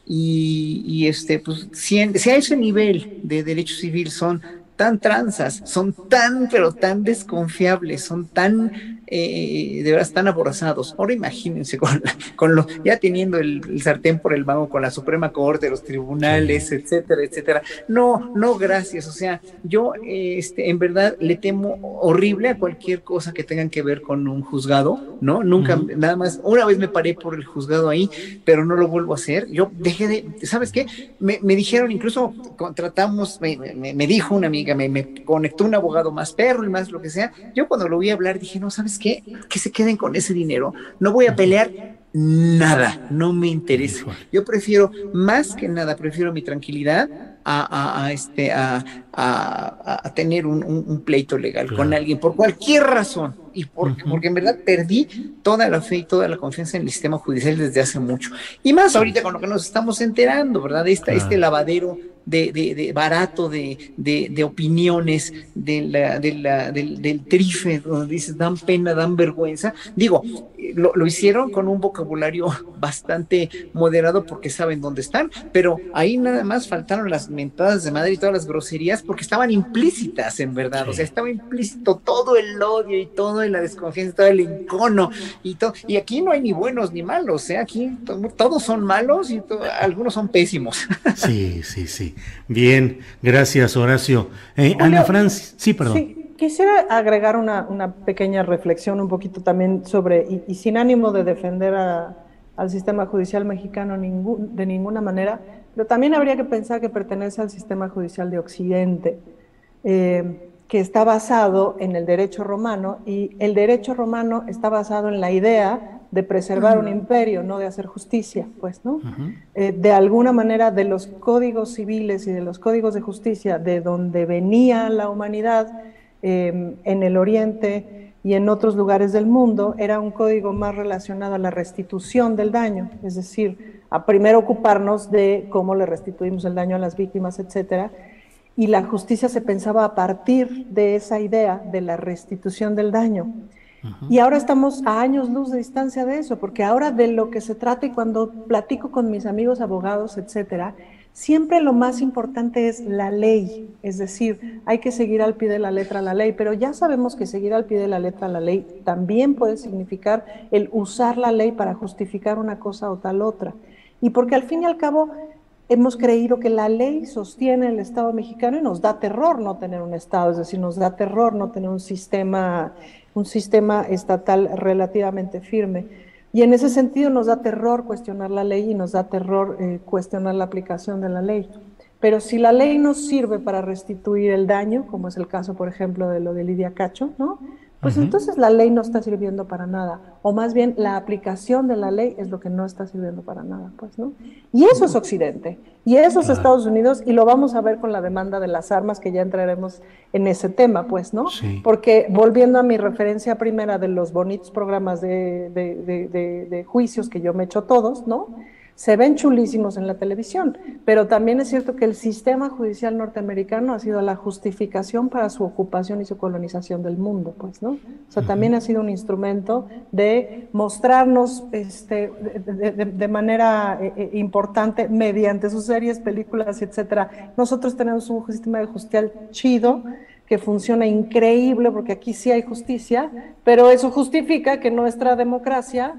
Y, y este, pues, si, en, si a ese nivel de derecho civil son tan tranzas, son tan, pero tan desconfiables, son tan, eh, de verdad, tan aborazados. Ahora imagínense con, con lo, ya teniendo el, el sartén por el mango con la Suprema Corte, los tribunales, sí. etcétera, etcétera. No, no, gracias. O sea, yo, eh, este, en verdad, le temo horrible a cualquier cosa que tengan que ver con un juzgado, ¿no? Nunca, uh-huh. nada más, una vez me paré por el juzgado ahí, pero no lo vuelvo a hacer. Yo dejé de, ¿sabes qué? Me, me dijeron, incluso contratamos, me, me, me dijo una amiga, Me, me conectó un abogado más perro y más lo que sea. Yo cuando lo vi hablar dije, no, ¿sabes qué? Que se queden con ese dinero. No voy a pelear nada, no me interesa. Yo prefiero, más que nada, prefiero mi tranquilidad a, a, a, este, a, a, a tener un, un, un pleito legal claro. con alguien, por cualquier razón. Y porque, uh-huh. porque en verdad perdí toda la fe y toda la confianza en el sistema judicial desde hace mucho. Y más ahorita con lo que nos estamos enterando, ¿verdad? Esta, claro. Este lavadero de, de, de barato de, de, de opiniones de la, de la, del, del trife, donde dices, dan pena, dan vergüenza. Digo, lo, lo hicieron con un vocabulario bastante moderado porque saben dónde están, pero ahí nada más faltaron las mentadas de madre y todas las groserías porque estaban implícitas, en verdad. Sí. O sea, estaba implícito todo el odio y todo la desconfianza, todo el encono y todo, y aquí no hay ni buenos ni malos, ¿eh? Aquí to- todos son malos y to- algunos son pésimos. Sí, sí, sí. Bien, gracias, Horacio. Eh, Ana Francis, sí, perdón. Sí, quisiera agregar una, una pequeña reflexión un poquito también sobre, y, y sin ánimo de defender a, al sistema judicial mexicano ningún, de ninguna manera, pero también habría que pensar que pertenece al sistema judicial de Occidente. Eh, que está basado en el derecho romano, y el derecho romano está basado en la idea de preservar uh-huh. un imperio, no de hacer justicia, pues, ¿no? Uh-huh. Eh, de alguna manera, de los códigos civiles y de los códigos de justicia de donde venía la humanidad eh, en el Oriente y en otros lugares del mundo, era un código más relacionado a la restitución del daño, es decir, a primero ocuparnos de cómo le restituimos el daño a las víctimas, etcétera. Y la justicia se pensaba a partir de esa idea de la restitución del daño. Uh-huh. Y ahora estamos a años luz de distancia de eso, porque ahora de lo que se trata, y cuando platico con mis amigos abogados, etcétera, siempre lo más importante es la ley. Es decir, hay que seguir al pie de la letra la ley, pero ya sabemos que seguir al pie de la letra la ley también puede significar el usar la ley para justificar una cosa o tal otra. Y porque al fin y al cabo hemos creído que la ley sostiene el Estado mexicano y nos da terror no tener un Estado, es decir, nos da terror no tener un sistema, un sistema estatal relativamente firme. Y en ese sentido nos da terror cuestionar la ley y nos da terror eh, cuestionar la aplicación de la ley. Pero si la ley nos sirve para restituir el daño, como es el caso, por ejemplo, de lo de Lidia Cacho, ¿no? Pues uh-huh. entonces la ley no está sirviendo para nada, o más bien la aplicación de la ley es lo que no está sirviendo para nada, pues, ¿no? Y eso es Occidente, y eso es Estados Unidos, y lo vamos a ver con la demanda de las armas, que ya entraremos en ese tema, pues, ¿no? Sí. Porque volviendo a mi referencia primera de los bonitos programas de, de, de, de, de juicios que yo me echo todos, ¿no? Se ven chulísimos en la televisión, pero también es cierto que el sistema judicial norteamericano ha sido la justificación para su ocupación y su colonización del mundo, pues, ¿no? O sea, también ha sido un instrumento de mostrarnos este, de, de, de manera eh, importante mediante sus series, películas, etcétera. Nosotros tenemos un sistema de justicia chido, que funciona increíble, porque aquí sí hay justicia, pero eso justifica que nuestra democracia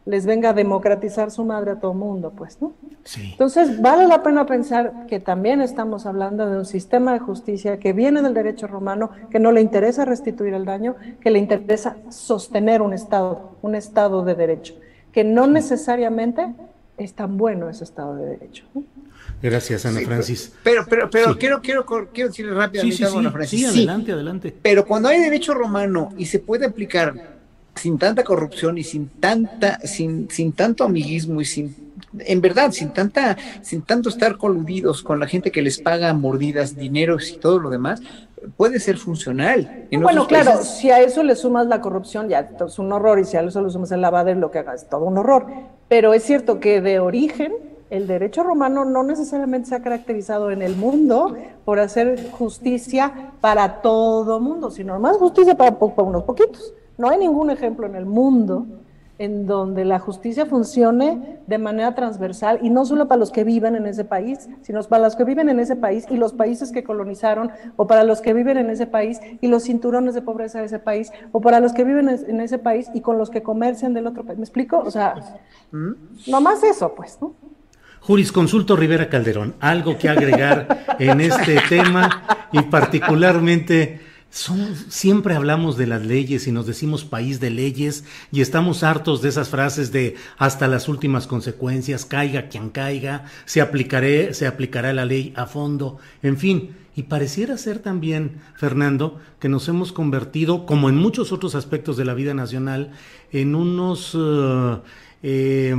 les venga a democratizar su madre a todo mundo, pues, ¿no? Sí. Entonces, vale la pena pensar que también estamos hablando de un sistema de justicia que viene del derecho romano, que no le interesa restituir el daño, que le interesa sostener un Estado, un Estado de derecho, que no necesariamente es tan bueno ese Estado de derecho, ¿no? Gracias, Ana Sí, Francis. Pero, pero, pero Sí. quiero, quiero, quiero decirle rápidamente Sí, sí, algo, Ana sí, Francis. sí, adelante, adelante. Pero cuando hay derecho romano y se puede aplicar sin tanta corrupción y sin tanta, sin, sin tanto amiguismo y sin, en verdad, sin tanta, sin tanto estar coludidos con la gente que les paga mordidas, dineros y todo lo demás, puede ser funcional. En Bueno, otros claro, países- si a eso le sumas la corrupción, ya es un horror, y si a eso le sumas el lavado, lo que hagas, es todo un horror. Pero es cierto que de origen, el derecho romano no necesariamente se ha caracterizado en el mundo por hacer justicia para todo mundo, sino más justicia para, para unos poquitos. No hay ningún ejemplo en el mundo en donde la justicia funcione de manera transversal, y no solo para los que viven en ese país, sino para los que viven en ese país y los países que colonizaron, o para los que viven en ese país y los cinturones de pobreza de ese país, o para los que viven en ese país y con los que comercian del otro país. ¿Me explico? O sea, nomás eso, pues, ¿no? Jurisconsulto Rivera Calderón, algo que agregar en este tema, y particularmente son, siempre hablamos de las leyes y nos decimos país de leyes, y estamos hartos de esas frases de hasta las últimas consecuencias, caiga quien caiga, se aplicaré, se aplicará la ley a fondo, en fin. Y pareciera ser también, Fernando, que nos hemos convertido, como en muchos otros aspectos de la vida nacional, en unos uh, eh,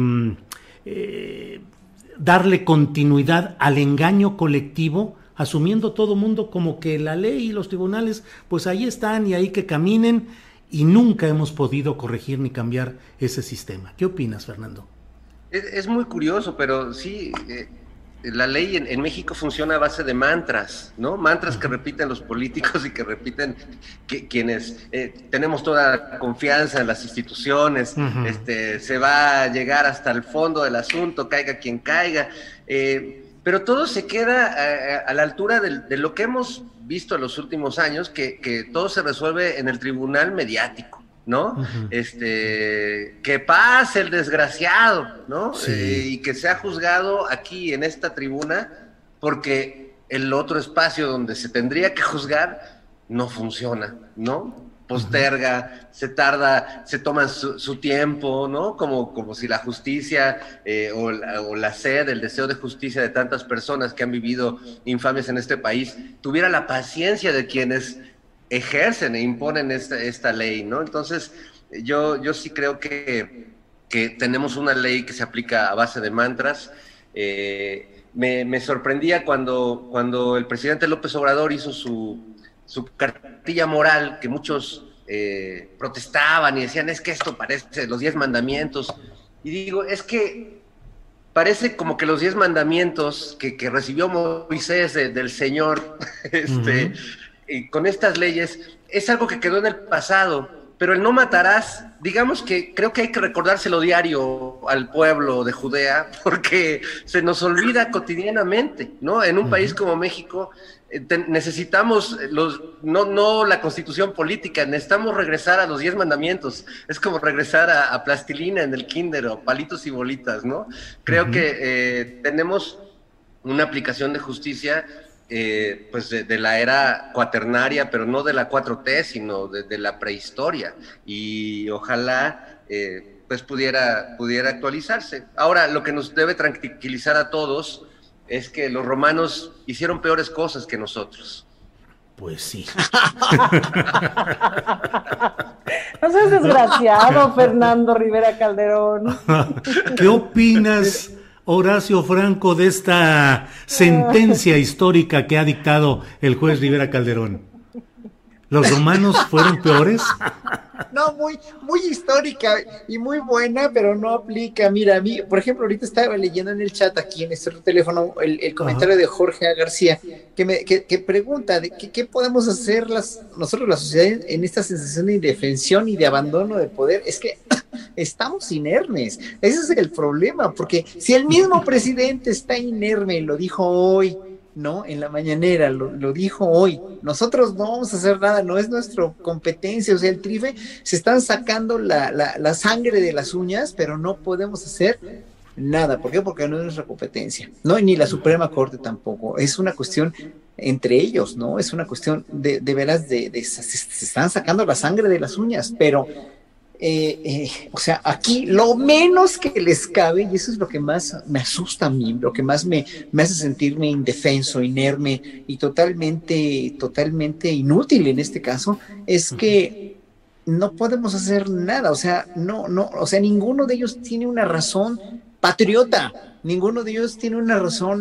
eh, darle continuidad al engaño colectivo, asumiendo todo mundo como que la ley y los tribunales, pues ahí están y ahí que caminen, y nunca hemos podido corregir ni cambiar ese sistema. ¿Qué opinas, Fernando? Es, es muy curioso, pero sí, eh, la ley en, en México funciona a base de mantras, ¿no? Mantras que repiten los políticos y que repiten que, quienes eh, tenemos toda la confianza en las instituciones. Uh-huh. este, se va a llegar hasta el fondo del asunto, caiga quien caiga. Eh, pero todo se queda a, a la altura de, de lo que hemos visto en los últimos años, que, que todo se resuelve en el tribunal mediático, ¿no? Uh-huh. Este, que pase el desgraciado, ¿no? Sí. Eh, y que sea juzgado aquí en esta tribuna, porque el otro espacio donde se tendría que juzgar no funciona, ¿no? Posterga, uh-huh. se tarda, se toman su, su tiempo, ¿no? Como, como si la justicia eh, o, la, o la sed, el deseo de justicia de tantas personas que han vivido infamias en este país, tuviera la paciencia de quienes ejercen e imponen esta, esta ley, ¿no? Entonces, yo, yo sí creo que, que tenemos una ley que se aplica a base de mantras. Eh, me, me sorprendía cuando, cuando el presidente López Obrador hizo su, su cartilla moral, que muchos eh, protestaban y decían, es que esto parece los diez mandamientos. Y digo, es que parece como que los diez mandamientos que, que recibió Moisés de, del Señor, este... Uh-huh. Y con estas leyes, es algo que quedó en el pasado, pero el no matarás, digamos que creo que hay que recordárselo diario al pueblo de Judea, porque se nos olvida cotidianamente, ¿no? En un uh-huh. país como México eh, te, necesitamos, los, no, no la constitución política, necesitamos regresar a los diez mandamientos, es como regresar a, a plastilina en el kinder o palitos y bolitas, ¿no? Creo uh-huh. que eh, tenemos una aplicación de justicia Eh, pues de, de la era cuaternaria, pero no de la cuatro T, sino de, de la prehistoria, y ojalá eh, pues pudiera, pudiera actualizarse. Ahora, lo que nos debe tranquilizar a todos es que los romanos hicieron peores cosas que nosotros. Pues sí. No seas desgraciado, Fernando Rivera Calderón. ¿Qué opinas, Horacio Franco, de esta sentencia histórica que ha dictado el juez Rivera Calderón? ¿Los romanos fueron peores? No, muy, muy histórica y muy buena, pero no aplica. Mira, a mí, por ejemplo, ahorita estaba leyendo en el chat aquí en este teléfono el, el comentario Ajá. de Jorge A. García, que me que, que pregunta de que, qué podemos hacer las, nosotros, la sociedad, en esta sensación de indefensión y de abandono de poder. Es que estamos inermes. Ese es el problema, porque si el mismo presidente está inerme, lo dijo hoy, ¿no? En la mañanera, lo, lo dijo hoy. Nosotros no vamos a hacer nada, no es nuestra competencia. O sea, el Trife se están sacando la, la, la sangre de las uñas, pero no podemos hacer nada. ¿Por qué? Porque no es nuestra competencia, ¿no? Y ni la Suprema Corte tampoco. Es una cuestión entre ellos, ¿no? Es una cuestión de, de veras, de, de, se, se están sacando la sangre de las uñas, pero... Eh, eh, o sea, aquí lo menos que les cabe, y eso es lo que más me asusta a mí, lo que más me, me hace sentirme indefenso, inerme y totalmente, totalmente inútil en este caso, es que no podemos hacer nada. O sea, no, no, o sea, ninguno de ellos tiene una razón patriota, ninguno de ellos tiene una razón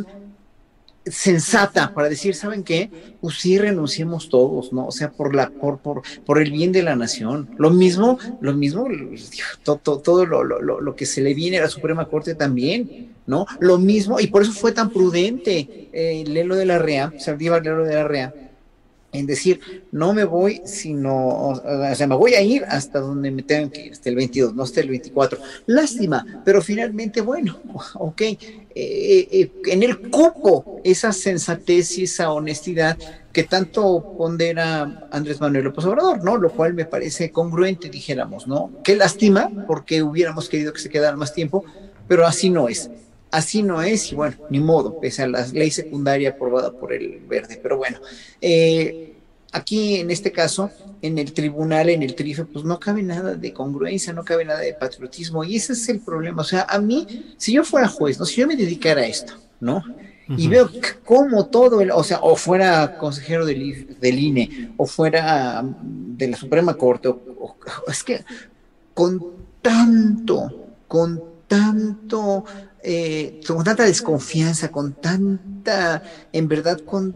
sensata para decir, ¿saben qué? Pues sí, renunciemos todos, ¿no? O sea, por la, por, por, por el bien de la nación. Lo mismo, lo mismo, todo, todo, todo lo, lo, lo que se le viene a la Suprema Corte también, ¿no? Lo mismo, y por eso fue tan prudente eh, Lelo de la Rea, Saldívar Lelo de la Rea, en decir, no me voy, sino, o sea, me voy a ir hasta donde me tengan que ir, hasta el veintidós, no hasta el veinticuatro. Lástima, pero finalmente, bueno, ok, eh, eh, en el cupo esa sensatez y esa honestidad que tanto pondera Andrés Manuel López Obrador, ¿no? Lo cual me parece congruente, dijéramos, ¿no? Qué lástima, porque hubiéramos querido que se quedara más tiempo, pero así no es. Así no es, y bueno, ni modo, pese a la ley secundaria aprobada por el Verde. Pero bueno, eh, aquí en este caso, en el tribunal, en el Trife, pues no cabe nada de congruencia, no cabe nada de patriotismo, y ese es el problema. O sea, a mí, si yo fuera juez, ¿no? Si yo me dedicara a esto, ¿no? Y uh-huh. veo cómo todo, el, o sea, o fuera consejero del, del I N E, o fuera de la Suprema Corte, o, o, es que con tanto, con tanto... Eh, con tanta desconfianza, con tanta, en verdad, con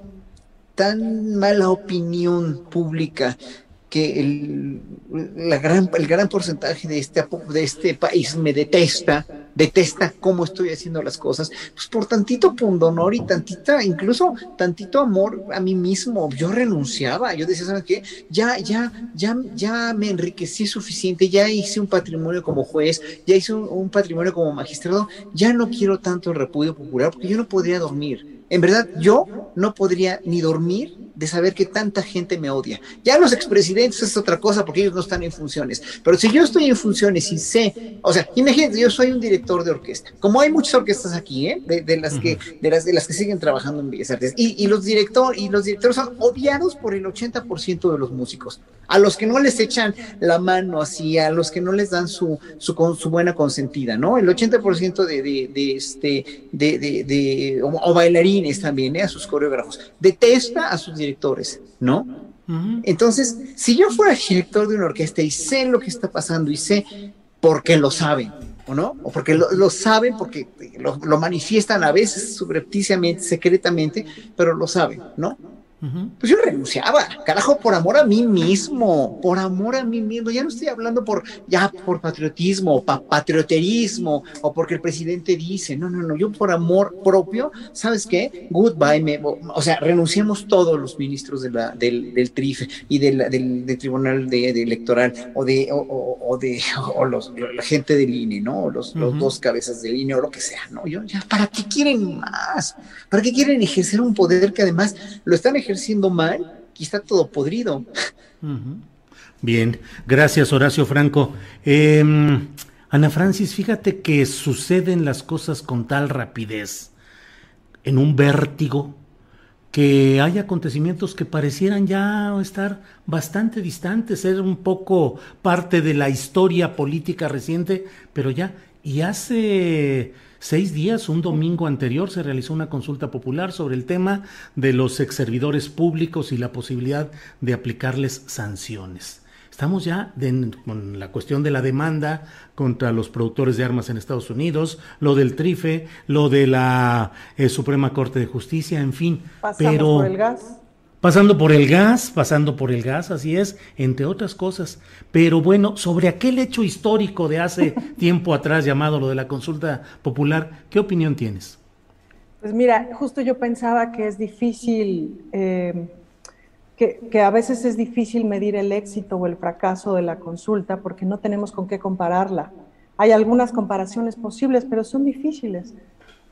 tan mala opinión pública, que el, la gran, el gran porcentaje de este, de este país me detesta, detesta cómo estoy haciendo las cosas, pues por tantito pundonor y tantita, incluso tantito amor a mí mismo. Yo renunciaba, yo decía, ¿saben qué? Ya, ya, ya, ya me enriquecí suficiente, ya hice un patrimonio como juez, ya hice un, un patrimonio como magistrado, ya no quiero tanto el repudio popular, porque yo no podría dormir. En verdad, yo no podría ni dormir de saber que tanta gente me odia. Ya los expresidentes es otra cosa porque ellos no están en funciones. Pero si yo estoy en funciones y sé, o sea, imagínate, yo soy un director de orquesta. Como hay muchas orquestas aquí, ¿eh? De, de las que, de las, de las que siguen trabajando en Bellas Artes. Y, y los director, y los directores son odiados por el ochenta por ciento de los músicos. A los que no les echan la mano así, a los que no les dan su, su, su buena consentida, ¿no? El ochenta por ciento de, de, de este, de, de, de, o, o bailarines también, ¿eh? A sus coreógrafos. Detesta a sus directores, ¿no? Uh-huh. Entonces, si yo fuera director de una orquesta y sé lo que está pasando y sé porque lo saben, ¿o no? O porque lo, lo saben, porque lo, lo manifiestan a veces subrepticiamente, secretamente, pero lo saben, ¿no? Uh-huh. Pues yo renunciaba, carajo, por amor a mí mismo, por amor a mí mismo. Ya no estoy hablando por, ya por patriotismo, pa patrioterismo, o porque el presidente dice, no, no, no, yo por amor propio, ¿sabes qué? Goodbye, me, o sea, renunciamos todos los ministros de la, del, del Trife y del, del, del Tribunal de, de Electoral, o de, o, o, o de, o los, la gente del I N E, ¿no? Los, uh-huh. los dos cabezas del I N E, o lo que sea, ¿no? Yo, ya, ¿para qué quieren más? ¿Para qué quieren ejercer un poder que además lo están ejerciendo siendo mal, que está todo podrido? Uh-huh. Bien, gracias Horacio Franco. Eh, Ana Francis, fíjate que suceden las cosas con tal rapidez, en un vértigo, que hay acontecimientos que parecieran ya estar bastante distantes, ser un poco parte de la historia política reciente, pero ya, y hace seis días, un domingo anterior, se realizó una consulta popular sobre el tema de los exservidores públicos y la posibilidad de aplicarles sanciones. Estamos ya de, con la cuestión de la demanda contra los productores de armas en Estados Unidos, lo del Trife, lo de la eh, Suprema Corte de Justicia, en fin. Pasamos pero, por el gas. Pasando por el gas, pasando por el gas, así es, entre otras cosas. Pero bueno, sobre aquel hecho histórico de hace tiempo atrás llamado lo de la consulta popular, ¿qué opinión tienes? Pues mira, justo yo pensaba que es difícil, eh, que, que a veces es difícil medir el éxito o el fracaso de la consulta porque no tenemos con qué compararla. Hay algunas comparaciones posibles, pero son difíciles.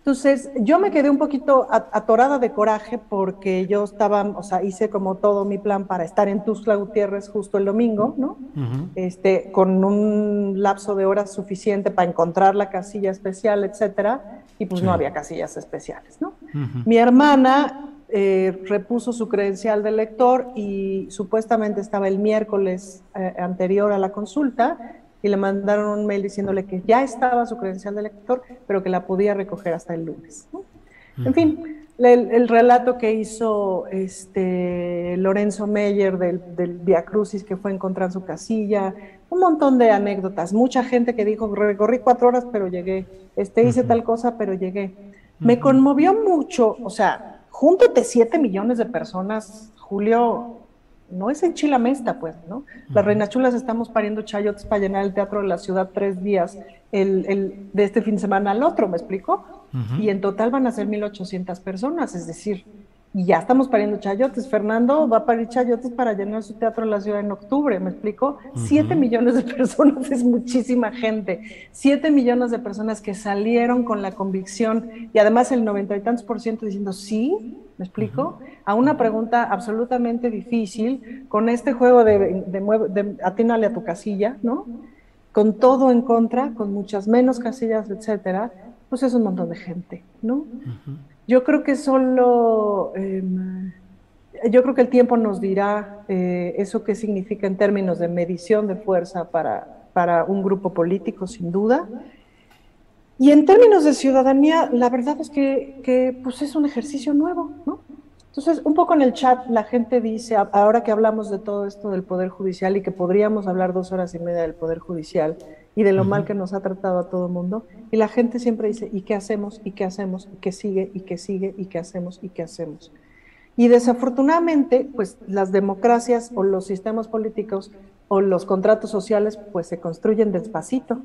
Entonces, yo me quedé un poquito atorada de coraje porque yo estaba, o sea, hice como todo mi plan para estar en Tuxtla Gutiérrez justo el domingo, ¿no? Uh-huh. Este, con un lapso de horas suficiente para encontrar la casilla especial, etcétera, y pues sí. no había casillas especiales, ¿no? Uh-huh. Mi hermana eh, repuso su credencial de lector y supuestamente estaba el miércoles eh, anterior a la consulta, y le mandaron un mail diciéndole que ya estaba su credencial de lector, pero que la podía recoger hasta el lunes, ¿no? Uh-huh. En fin, el, el relato que hizo este Lorenzo Meyer del, del Via Crucis que fue a encontrar su casilla, un montón de anécdotas, mucha gente que dijo, recorrí cuatro horas, pero llegué, este, hice uh-huh. tal cosa, pero llegué. Uh-huh. Me conmovió mucho, o sea, júntate siete millones de personas, Julio, no es en Chilamesta, pues, ¿no? Las Reinas Chulas estamos pariendo chayotes para llenar el Teatro de la Ciudad tres días, el, el, de este fin de semana al otro, ¿me explico? Uh-huh. Y en total van a ser mil ochocientas personas, es decir, y ya estamos pariendo chayotes. Fernando va a parir chayotes para llenar su Teatro de la Ciudad en octubre, ¿me explico? Uh-huh. Siete millones de personas es muchísima gente, siete millones de personas que salieron con la convicción, y además el noventa y tantos por ciento diciendo sí, ¿me explico? Uh-huh. A una pregunta absolutamente difícil, con este juego de, de, de, de atínale a tu casilla, ¿no? Con todo en contra, con muchas menos casillas, etcétera, pues es un montón de gente, ¿no? Uh-huh. Yo creo que solo, eh, yo creo que el tiempo nos dirá eh, eso qué significa en términos de medición de fuerza para, para un grupo político, sin duda. Y en términos de ciudadanía, la verdad es que, que pues es un ejercicio nuevo, ¿no? Entonces, un poco en el chat la gente dice, ahora que hablamos de todo esto del Poder Judicial y que podríamos hablar dos horas y media del Poder Judicial y de lo uh-huh. mal que nos ha tratado a todo el mundo, y la gente siempre dice, ¿y qué hacemos? ¿Y qué hacemos? ¿Y qué sigue? ¿Y qué sigue? ¿Y qué hacemos? ¿Y qué hacemos? Y desafortunadamente, pues las democracias o los sistemas políticos o los contratos sociales, pues se construyen despacito.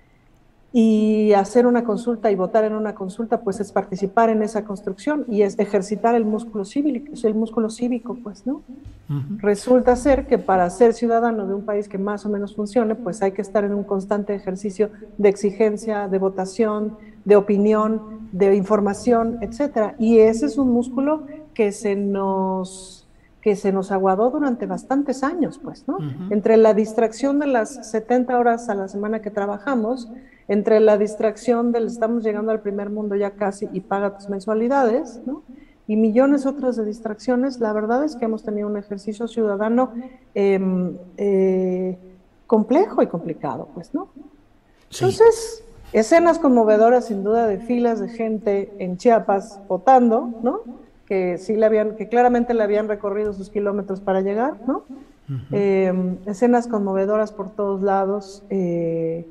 Y hacer una consulta y votar en una consulta, pues es participar en esa construcción y es ejercitar el músculo cívico, el músculo cívico, pues, ¿no? Uh-huh. Resulta ser que para ser ciudadano de un país que más o menos funcione, pues hay que estar en un constante ejercicio de exigencia, de votación, de opinión, de información, etcétera. Y ese es un músculo que se nos... que se nos aguadó durante bastantes años, pues, ¿no? Uh-huh. Entre la distracción de las setenta horas a la semana que trabajamos, entre la distracción del estamos llegando al primer mundo ya casi y paga tus mensualidades, ¿no? Y millones otras de distracciones, la verdad es que hemos tenido un ejercicio ciudadano eh, eh, complejo y complicado, pues, ¿no? Sí. Entonces, escenas conmovedoras sin duda de filas de gente en Chiapas votando, ¿no? Que sí le habían, que claramente le habían recorrido sus kilómetros para llegar, ¿no? Uh-huh. Eh, escenas conmovedoras por todos lados, eh,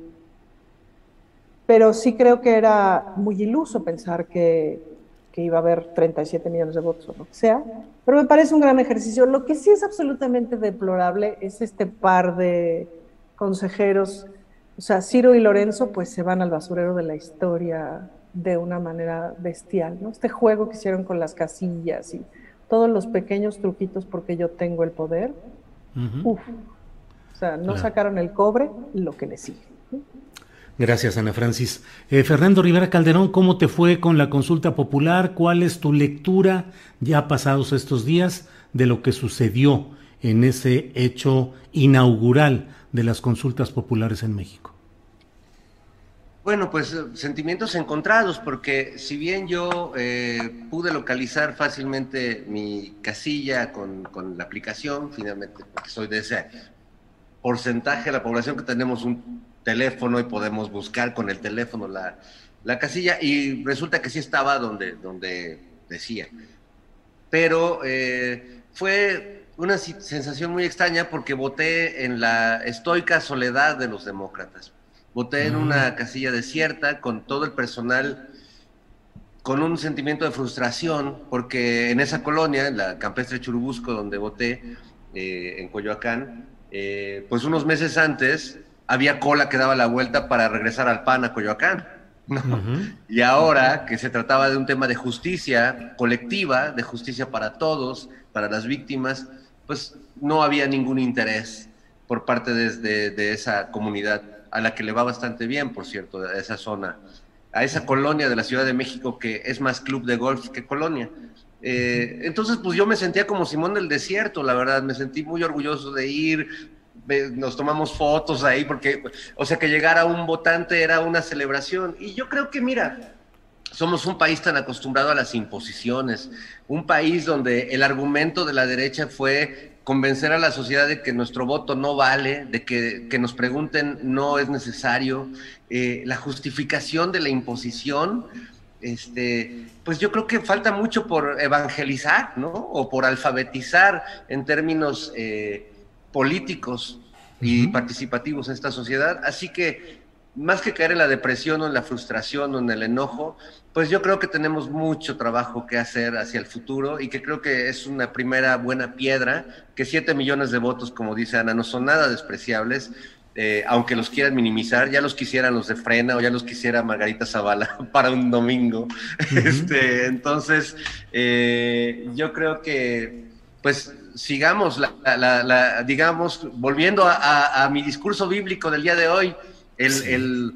pero sí creo que era muy iluso pensar que, que iba a haber treinta y siete millones de votos o lo que sea, pero me parece un gran ejercicio. Lo que sí es absolutamente deplorable es este par de consejeros, o sea, Ciro y Lorenzo, pues se van al basurero de la historia de una manera bestial, ¿no? Este juego que hicieron con las casillas y todos los pequeños truquitos porque yo tengo el poder, uh-huh. uf, o sea, no claro. sacaron el cobre, lo que le sigue, ¿no? Gracias, Ana Francis. Eh, Fernando Rivera Calderón, ¿cómo te fue con la consulta popular? ¿Cuál es tu lectura, ya pasados estos días, de lo que sucedió en ese hecho inaugural de las consultas populares en México? Bueno, pues sentimientos encontrados, porque si bien yo eh, pude localizar fácilmente mi casilla con, con la aplicación, finalmente, porque soy de ese porcentaje de la población que tenemos un teléfono y podemos buscar con el teléfono la, la casilla, y resulta que sí estaba donde, donde decía. Pero eh, fue una sensación muy extraña porque voté en la estoica soledad de los demócratas. Voté en una casilla desierta con todo el personal con un sentimiento de frustración, porque en esa colonia, en la Campestre Churubusco, donde voté, eh, en Coyoacán, eh, pues unos meses antes había cola que daba la vuelta para regresar al P A N a Coyoacán, ¿no? Uh-huh. Y ahora que se trataba de un tema de justicia colectiva, de justicia para todos, para las víctimas, pues no había ningún interés por parte de, de, de esa comunidad, a la que le va bastante bien, por cierto, de esa zona a esa colonia de la Ciudad de México que es más club de golf que colonia. Eh, entonces, pues yo me sentía como Simón del Desierto, la verdad, me sentí muy orgulloso de ir, nos tomamos fotos ahí, porque, o sea, que llegara un votante era una celebración, y yo creo que, mira, somos un país tan acostumbrado a las imposiciones, un país donde el argumento de la derecha fue convencer a la sociedad de que nuestro voto no vale, de que, que nos pregunten no es necesario, eh, la justificación de la imposición. Este, pues yo creo que falta mucho por evangelizar, ¿no? O por alfabetizar en términos eh, políticos y uh-huh. participativos en esta sociedad. Así que, más que caer en la depresión o en la frustración o en el enojo, pues yo creo que tenemos mucho trabajo que hacer hacia el futuro, y que creo que es una primera buena piedra, que siete millones de votos, como dice Ana, no son nada despreciables. Eh, aunque los quieran minimizar, ya los quisieran los de Frena o ya los quisiera Margarita Zavala para un domingo. Uh-huh. Este, entonces, eh, yo creo que, pues, sigamos, la, la, la, digamos, volviendo a, a, a mi discurso bíblico del día de hoy, el, sí. el,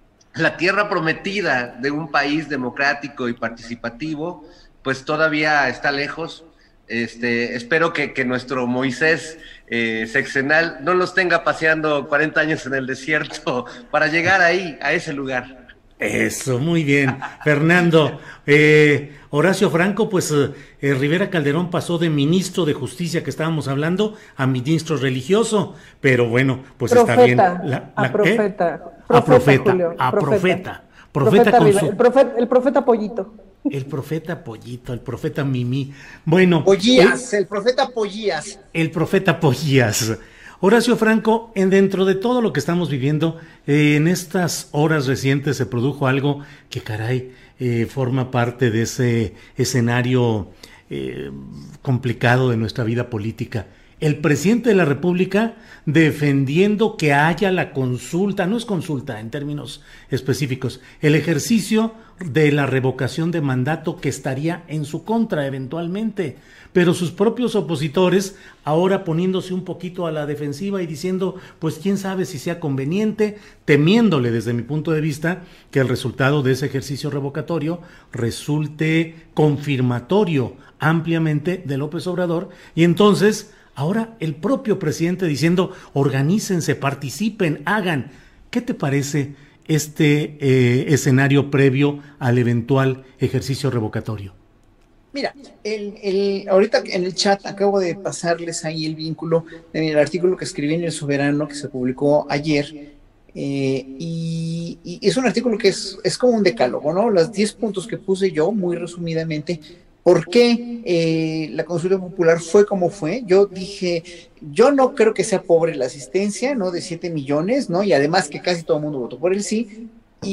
la tierra prometida de un país democrático y participativo, pues todavía está lejos. Este, espero que, que nuestro Moisés eh, sexenal no los tenga paseando cuarenta años en el desierto para llegar ahí, a ese lugar. Eso, muy bien. Fernando, eh, Horacio Franco, pues eh, Rivera Calderón pasó de ministro de Justicia, que estábamos hablando, a ministro religioso, pero bueno, pues profeta, está bien. La, la, a profeta, ¿eh? profeta, a profeta, Julio, a profeta. profeta. Profeta, profeta con Riva, su... el, profeta, el profeta Pollito. El profeta Pollito, el profeta Mimi. Bueno. Pollías, el, el profeta Pollías. El profeta Pollías. Horacio Franco, en dentro de todo lo que estamos viviendo, eh, en estas horas recientes se produjo algo que, caray, eh, forma parte de ese escenario eh, complicado de nuestra vida política. El presidente de la República defendiendo que haya la consulta, no es consulta en términos específicos, el ejercicio de la revocación de mandato que estaría en su contra eventualmente, pero sus propios opositores ahora poniéndose un poquito a la defensiva y diciendo, pues quién sabe si sea conveniente, temiéndole desde mi punto de vista que el resultado de ese ejercicio revocatorio resulte confirmatorio ampliamente de López Obrador, y entonces ahora el propio presidente diciendo, organícense, participen, hagan. ¿Qué te parece este eh, escenario previo al eventual ejercicio revocatorio? Mira, el, el, ahorita en el chat acabo de pasarles ahí el vínculo del artículo que escribí en El Soberano, que se publicó ayer, eh, y, y es un artículo que es, es como un decálogo, ¿no? Los diez puntos que puse yo, muy resumidamente. ¿Por qué eh, la consulta popular fue como fue? Yo dije, yo no creo que sea pobre la asistencia, ¿no? De siete millones, ¿no? Y además que casi todo el mundo votó por el sí,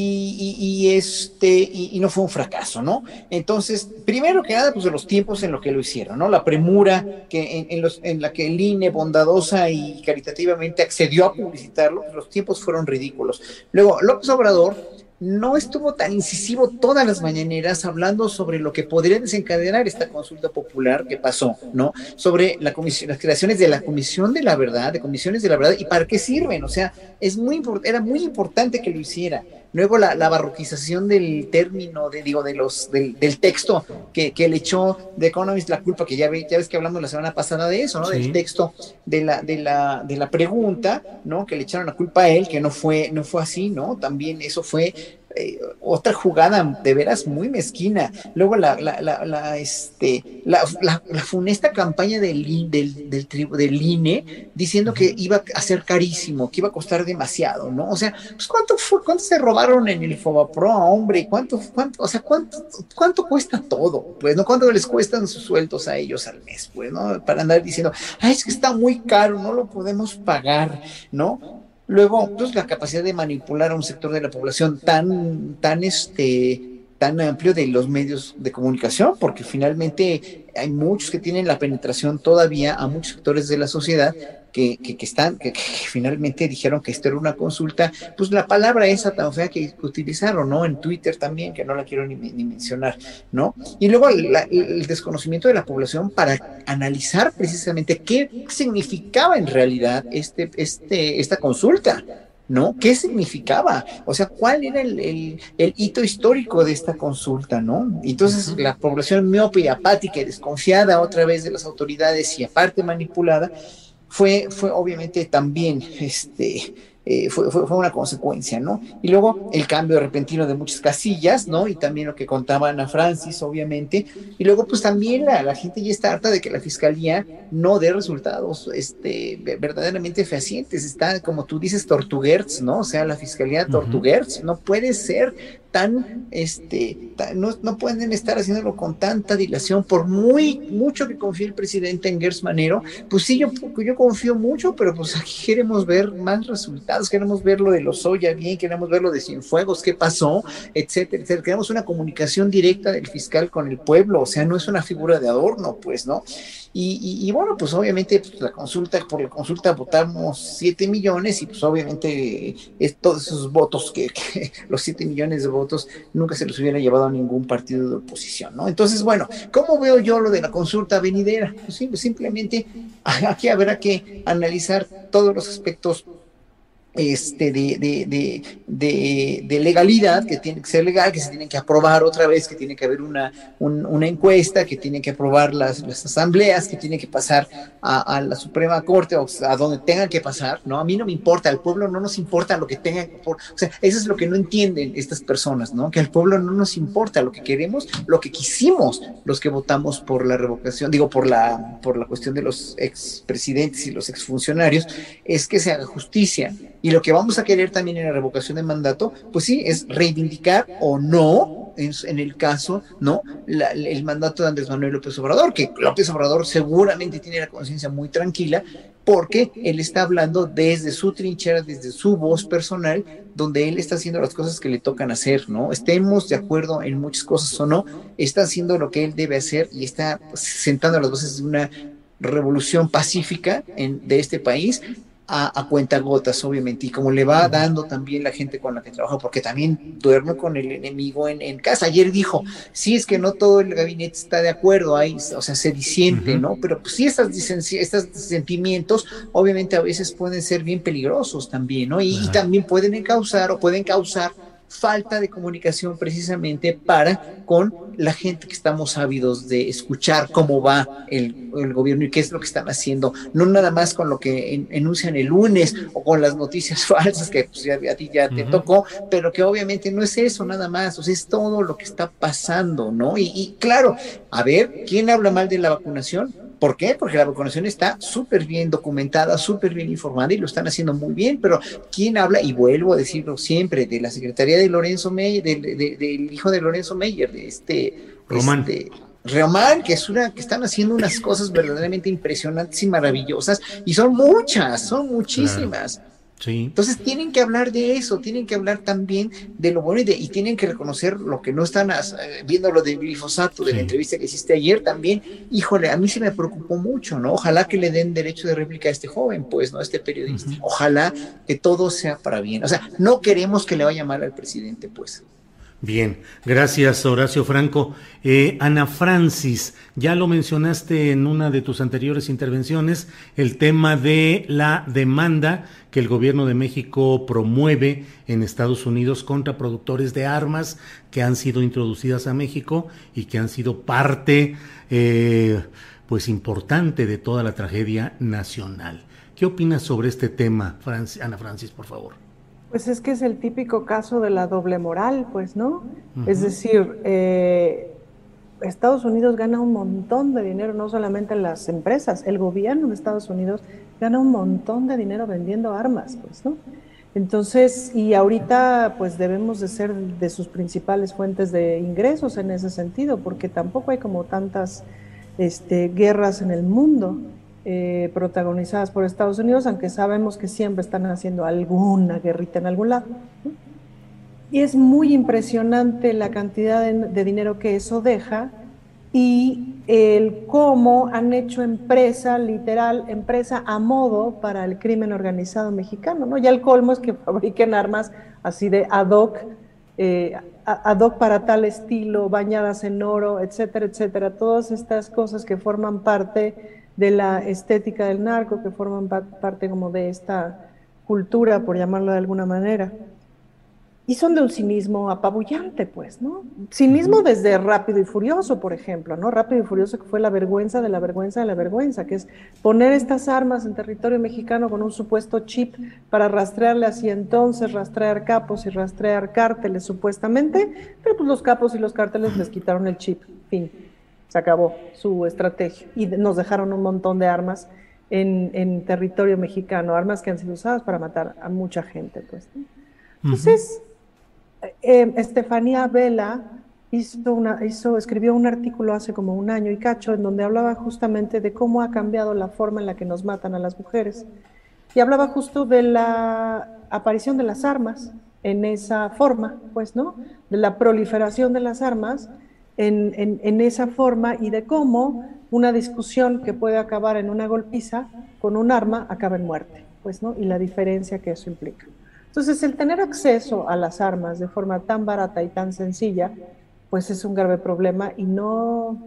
y, y, y este, y, y no fue un fracaso, ¿no? Entonces, primero que nada, pues de los tiempos en los que lo hicieron, ¿no? La premura que en, en, los, en la que el I N E bondadosa y caritativamente accedió a publicitarlo, pues los tiempos fueron ridículos. Luego, López Obrador no estuvo tan incisivo todas las mañaneras hablando sobre lo que podría desencadenar esta consulta popular que pasó, ¿no? Sobre la comisión, las creaciones de la Comisión de la Verdad, de comisiones de la verdad, y para qué sirven. O sea, es muy era muy importante que lo hiciera. Luego la, la barroquización del término, de, digo, de los, del, del texto que, que le echó The Economist la culpa, que ya, ve, ya ves que hablamos la semana pasada de eso, ¿no? Sí. Del texto de la, de la, de la pregunta, ¿no? Que le echaron la culpa a él, que no fue, no fue así, ¿no? También eso fue eh, otra jugada de veras muy mezquina. Luego la, la, la, la este, la, la, la funesta campaña del, del, del, del, del I N E diciendo que iba a ser carísimo, que iba a costar demasiado, ¿no? O sea, pues ¿cuánto fue, cuánto se robaron en el Fobapro, hombre? ¿Cuánto, cuánto, o sea, cuánto, cuánto cuesta todo? Pues, ¿no? ¿Cuánto les cuestan sus sueldos a ellos al mes? Pues, ¿no? Para andar diciendo, ay, es que está muy caro, no lo podemos pagar, ¿no? Luego, pues, la capacidad de manipular a un sector de la población tan, tan, este, tan amplio de los medios de comunicación, porque finalmente hay muchos que tienen la penetración todavía a muchos sectores de la sociedad que, que, que están, que, que finalmente dijeron que esto era una consulta, pues la palabra esa tan fea que utilizaron, ¿no? En Twitter también, que no la quiero ni, ni mencionar, ¿no? Y luego la, el desconocimiento de la población para analizar precisamente qué significaba en realidad este, este, esta consulta, ¿no? ¿Qué significaba? O sea, ¿cuál era el, el, el hito histórico de esta consulta, ¿no? Entonces, uh-huh. la población miope y apática y desconfiada otra vez de las autoridades y aparte manipulada, fue, fue obviamente también, este... Eh, fue, fue, fue una consecuencia, ¿no? Y luego el cambio repentino de muchas casillas, ¿no? Y también lo que contaba Ana Francis, obviamente. Y luego, pues también la, la gente ya está harta de que la fiscalía no dé resultados este, verdaderamente fehacientes. Está, como tú dices, tortuguerz, ¿no? O sea, la fiscalía tortuguerz, uh-huh. no puede ser tan, este, tan, no, no pueden estar haciéndolo con tanta dilación, por muy mucho que confíe el presidente en Gertz Manero. Pues sí, yo, yo confío mucho, pero pues aquí queremos ver más resultados, queremos ver lo de Lozoya bien, queremos ver lo de Cienfuegos, qué pasó, etcétera, etcétera. Queremos una comunicación directa del fiscal con el pueblo, o sea, no es una figura de adorno, pues, ¿no? Y, y, y bueno, pues obviamente pues, la consulta, por la consulta votamos siete millones y pues obviamente es todos esos votos que, que los siete millones de votos nunca se los hubiera llevado a ningún partido de oposición, ¿no? Entonces, bueno, ¿cómo veo yo lo de la consulta venidera? Pues sí, simplemente aquí habrá que analizar todos los aspectos este de, de, de, de, de legalidad, que tiene que ser legal, que se tienen que aprobar otra vez, que tiene que haber una, un, una encuesta, que tiene que aprobar las, las asambleas, que tiene que pasar a, a la Suprema Corte, o a donde tengan que pasar, ¿no? A mí no me importa, al pueblo no nos importa lo que tengan que, por, o sea, eso es lo que no entienden estas personas, ¿no? Que al pueblo no nos importa lo que queremos, lo que quisimos los que votamos por la revocación, digo, por la, por la cuestión de los expresidentes y los exfuncionarios, es que se haga justicia. Y lo que vamos a querer también en la revocación de mandato, pues sí, es reivindicar o no, en, en el caso, ¿no? La, el mandato de Andrés Manuel López Obrador, que López Obrador seguramente tiene la conciencia muy tranquila, porque él está hablando desde su trinchera, desde su voz personal, donde él está haciendo las cosas que le tocan hacer, ¿no? Estemos de acuerdo en muchas cosas o no, está haciendo lo que él debe hacer y está sentando las bases de una revolución pacífica en, de este país, A, a cuentagotas, obviamente, y como le va dando también la gente con la que trabaja, porque también duerme con el enemigo en, en casa. Ayer dijo, sí, es que no todo el gabinete está de acuerdo, ahí, o sea, se disiente, uh-huh. ¿no? Pero pues sí, estas, estos sentimientos, obviamente, a veces pueden ser bien peligrosos también, ¿no? Y, uh-huh. y también pueden causar, o pueden causar falta de comunicación precisamente para con la gente que estamos ávidos de escuchar cómo va el, el gobierno y qué es lo que están haciendo, no nada más con lo que en, enuncian el lunes o con las noticias falsas que pues, ya, a ti ya te uh-huh. tocó, pero que obviamente no es eso nada más, o sea, es todo lo que está pasando, ¿no? Y, y claro, a ver, ¿quién habla mal de la vacunación? ¿Por qué? Porque la vacunación está súper bien documentada, súper bien informada y lo están haciendo muy bien, pero ¿quién habla? Y vuelvo a decirlo siempre, de la Secretaría de Lorenzo Meyer, del de, de, de, hijo de Lorenzo Meyer, de este... Román. Este, Román, que es una, que están haciendo unas cosas verdaderamente impresionantes y maravillosas, y son muchas, son muchísimas. Claro. Sí. Entonces tienen que hablar de eso, tienen que hablar también de lo bueno y, de, y tienen que reconocer lo que no están as, viendo lo del glifosato, de sí. la entrevista que hiciste ayer también. Híjole, a mí sí me preocupó mucho, ¿no? Ojalá que le den derecho de réplica a este joven, pues, ¿no? A este periodista. Uh-huh. Ojalá que todo sea para bien. O sea, no queremos que le vaya mal al presidente, pues. Bien, gracias Horacio Franco. Eh, Ana Francis, ya lo mencionaste en una de tus anteriores intervenciones, el tema de la demanda que el gobierno de México promueve en Estados Unidos contra productores de armas que han sido introducidas a México y que han sido parte eh, pues importante de toda la tragedia nacional. ¿Qué opinas sobre este tema, Francis, Ana Francis, por favor? Pues es que es el típico caso de la doble moral, pues, ¿no? Uh-huh. Es decir, eh, Estados Unidos gana un montón de dinero, no solamente las empresas, el gobierno de Estados Unidos gana un montón de dinero vendiendo armas, pues, ¿no? Entonces, y ahorita, pues, debemos de ser de sus principales fuentes de ingresos en ese sentido, porque tampoco hay como tantas este, guerras en el mundo. Eh, protagonizadas por Estados Unidos, aunque sabemos que siempre están haciendo alguna guerrita en algún lado, ¿no? Y es muy impresionante la cantidad de, de dinero que eso deja y el cómo han hecho empresa, literal, empresa a modo para el crimen organizado mexicano, ¿no? Ya el colmo es que fabriquen armas así de ad hoc, eh, ad hoc para tal estilo, bañadas en oro, etcétera, etcétera, todas estas cosas que forman parte de la estética del narco, que forman parte como de esta cultura, por llamarlo de alguna manera. Y son de un cinismo apabullante, pues, ¿no? Cinismo desde Rápido y Furioso, por ejemplo, ¿no? Rápido y Furioso, que fue la vergüenza de la vergüenza de la vergüenza, que es poner estas armas en territorio mexicano con un supuesto chip para rastrearlas y entonces rastrear capos y rastrear cárteles, supuestamente, pero pues los capos y los cárteles les quitaron el chip, fin, se acabó su estrategia y nos dejaron un montón de armas en, en territorio mexicano, armas que han sido usadas para matar a mucha gente, pues, ¿no? Entonces... Uh-huh. Eh, Estefanía Vela hizo una, hizo, escribió un artículo hace como un año y cacho en donde hablaba justamente de cómo ha cambiado la forma en la que nos matan a las mujeres y hablaba justo de la aparición de las armas en esa forma, pues, ¿no? De la proliferación de las armas en, en, en esa forma y de cómo una discusión que puede acabar en una golpiza con un arma acaba en muerte, pues, ¿no? Y la diferencia que eso implica. Entonces, el tener acceso a las armas de forma tan barata y tan sencilla, pues es un grave problema y no,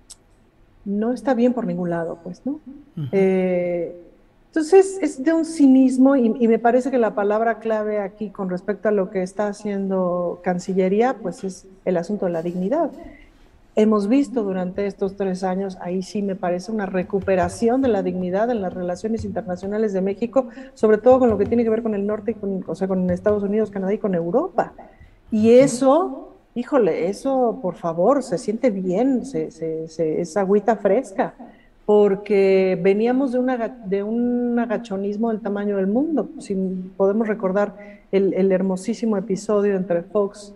no está bien por ningún lado, pues, ¿no? Uh-huh. Eh, entonces, es de un cinismo y, y me parece que la palabra clave aquí con respecto a lo que está haciendo Cancillería, pues es el asunto de la dignidad. Hemos visto durante estos tres años, ahí sí me parece una recuperación de la dignidad en las relaciones internacionales de México, sobre todo con lo que tiene que ver con el norte, y con, o sea, con Estados Unidos, Canadá y con Europa. Y eso, híjole, eso por favor, se siente bien, se, se, se, es agüita fresca, porque veníamos de, una, de un agachonismo del tamaño del mundo. Si podemos recordar el, el hermosísimo episodio entre Fox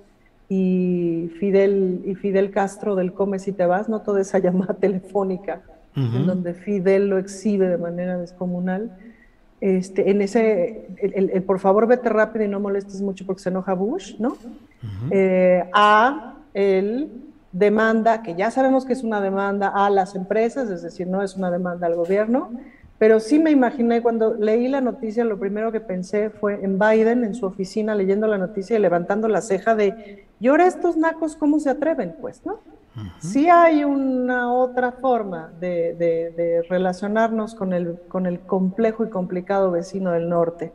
y Fidel, y Fidel Castro del Come si te vas, ¿no? Toda esa llamada telefónica, uh-huh. en donde Fidel lo exhibe de manera descomunal. Este, en ese, el, el, el por favor vete rápido y no molestes mucho porque se enoja Bush, ¿no? Uh-huh. Eh, a el demanda, que ya sabemos que es una demanda a las empresas, es decir, no es una demanda al gobierno, pero sí me imaginé, cuando leí la noticia, lo primero que pensé fue en Biden, en su oficina, leyendo la noticia y levantando la ceja de, ¿y ahora estos nacos cómo se atreven? Pues, ¿no? Uh-huh. Sí hay una otra forma de, de, de relacionarnos con el, con el complejo y complicado vecino del norte.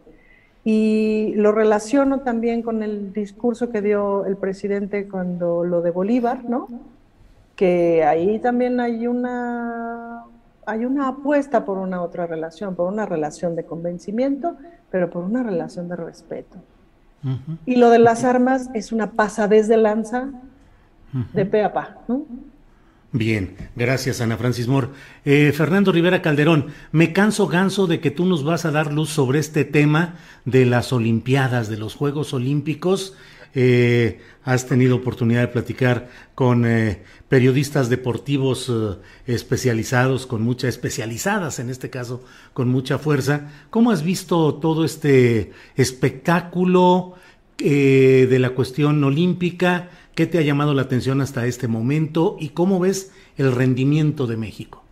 Y lo relaciono también con el discurso que dio el presidente cuando lo de Bolívar, ¿no? Que ahí también hay una... hay una apuesta por una otra relación, por una relación de convencimiento, pero por una relación de respeto. Uh-huh. Y lo de las armas es una pasadez de lanza uh-huh. de pe a pa, ¿no? Bien, gracias Ana Francis Moore. Eh, Fernando Rivera Calderón, me canso ganso de que tú nos vas a dar luz sobre este tema de las Olimpiadas, de los Juegos Olímpicos. Eh, has tenido oportunidad de platicar con eh, periodistas deportivos eh, especializados, con mucha, especializadas en este caso, con mucha fuerza. ¿Cómo has visto todo este espectáculo eh, de la cuestión olímpica? ¿Qué te ha llamado la atención hasta este momento? ¿Y cómo ves el rendimiento de México?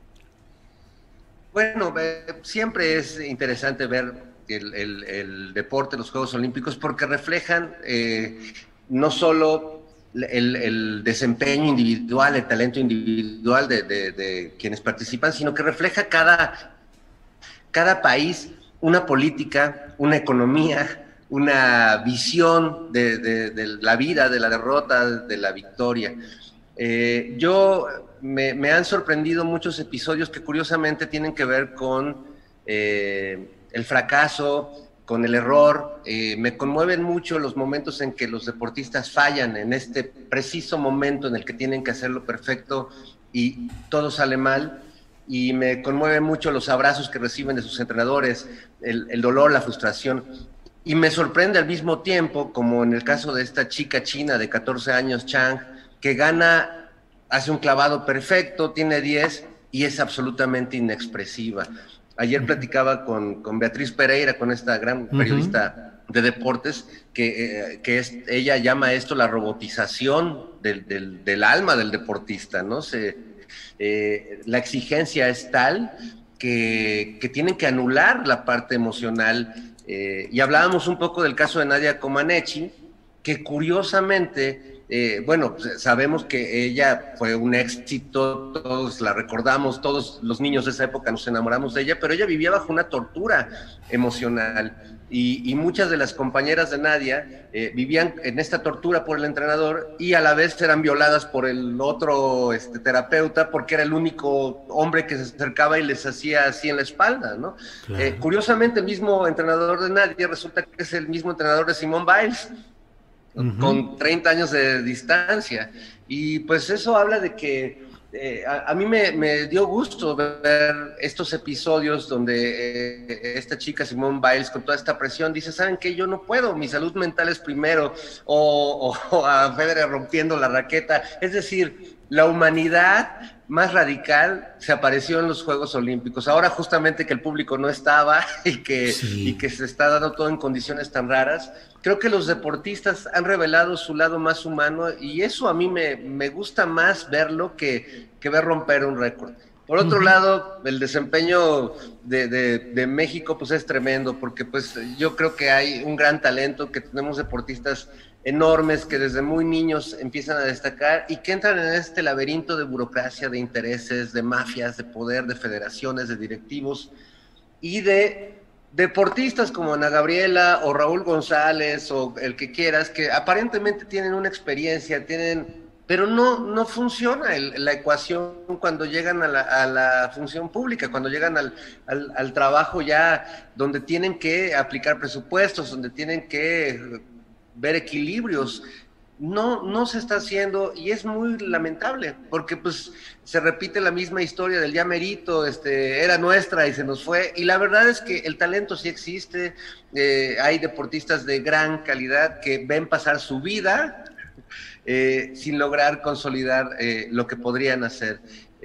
Bueno, eh, siempre es interesante ver El, el, el deporte, los Juegos Olímpicos, porque reflejan eh, no solo el, el desempeño individual, el talento individual de, de, de quienes participan, sino que refleja cada, cada país una política, una economía, una visión de, de, de la vida, de la derrota, de la victoria. Eh, yo me, me han sorprendido muchos episodios que curiosamente tienen que ver con eh, el fracaso, con el error. Eh, me conmueven mucho los momentos en que los deportistas fallan, en este preciso momento en el que tienen que hacerlo perfecto y todo sale mal. Y me conmueven mucho los abrazos que reciben de sus entrenadores, el, el dolor, la frustración. Y me sorprende al mismo tiempo, como en el caso de esta chica china de catorce años, Chang, que gana, hace un clavado perfecto, tiene diez y es absolutamente inexpresiva. Ayer platicaba con, con Beatriz Pereira, con esta gran periodista uh-huh. de deportes, que, eh, que es, ella llama esto la robotización del, del, del alma del deportista, ¿no? Se, eh, la exigencia es tal que, que tienen que anular la parte emocional. Eh, y hablábamos un poco del caso de Nadia Comaneci, que curiosamente Eh, bueno, pues, sabemos que ella fue un éxito, todos la recordamos, todos los niños de esa época nos enamoramos de ella, pero ella vivía bajo una tortura emocional. Y, y muchas de las compañeras de Nadia eh, vivían en esta tortura por el entrenador y a la vez eran violadas por el otro este, terapeuta, porque era el único hombre que se acercaba y les hacía así en la espalda, ¿no? Claro. Eh, curiosamente, el mismo entrenador de Nadia resulta que es el mismo entrenador de Simone Biles, uh-huh. con treinta años de distancia. Y pues eso habla de que Eh, a, a mí me, me dio gusto ver estos episodios donde eh, esta chica Simone Biles con toda esta presión dice, ¿saben qué? Yo no puedo, mi salud mental es primero, o, o, o a Federer rompiendo la raqueta, es decir, la humanidad más radical se apareció en los Juegos Olímpicos, ahora justamente que el público no estaba y que, sí. y que se está dando todo en condiciones tan raras. Creo que los deportistas han revelado su lado más humano y eso a mí me, me gusta más verlo que, que ver romper un récord. Por otro uh-huh. lado, el desempeño de, de, de México pues es tremendo, porque pues yo creo que hay un gran talento, que tenemos deportistas enormes que desde muy niños empiezan a destacar y que entran en este laberinto de burocracia, de intereses, de mafias, de poder, de federaciones, de directivos y de deportistas como Ana Gabriela o Raúl González o el que quieras, que aparentemente tienen una experiencia, tienen, pero no, no funciona el, la ecuación cuando llegan a la, a la función pública, cuando llegan al, al, al trabajo ya donde tienen que aplicar presupuestos, donde tienen que ver equilibrios. No, no se está haciendo y es muy lamentable porque pues se repite la misma historia del ya merito, este, era nuestra y se nos fue, y la verdad es que el talento sí existe, eh, hay deportistas de gran calidad que ven pasar su vida eh, sin lograr consolidar eh, lo que podrían hacer.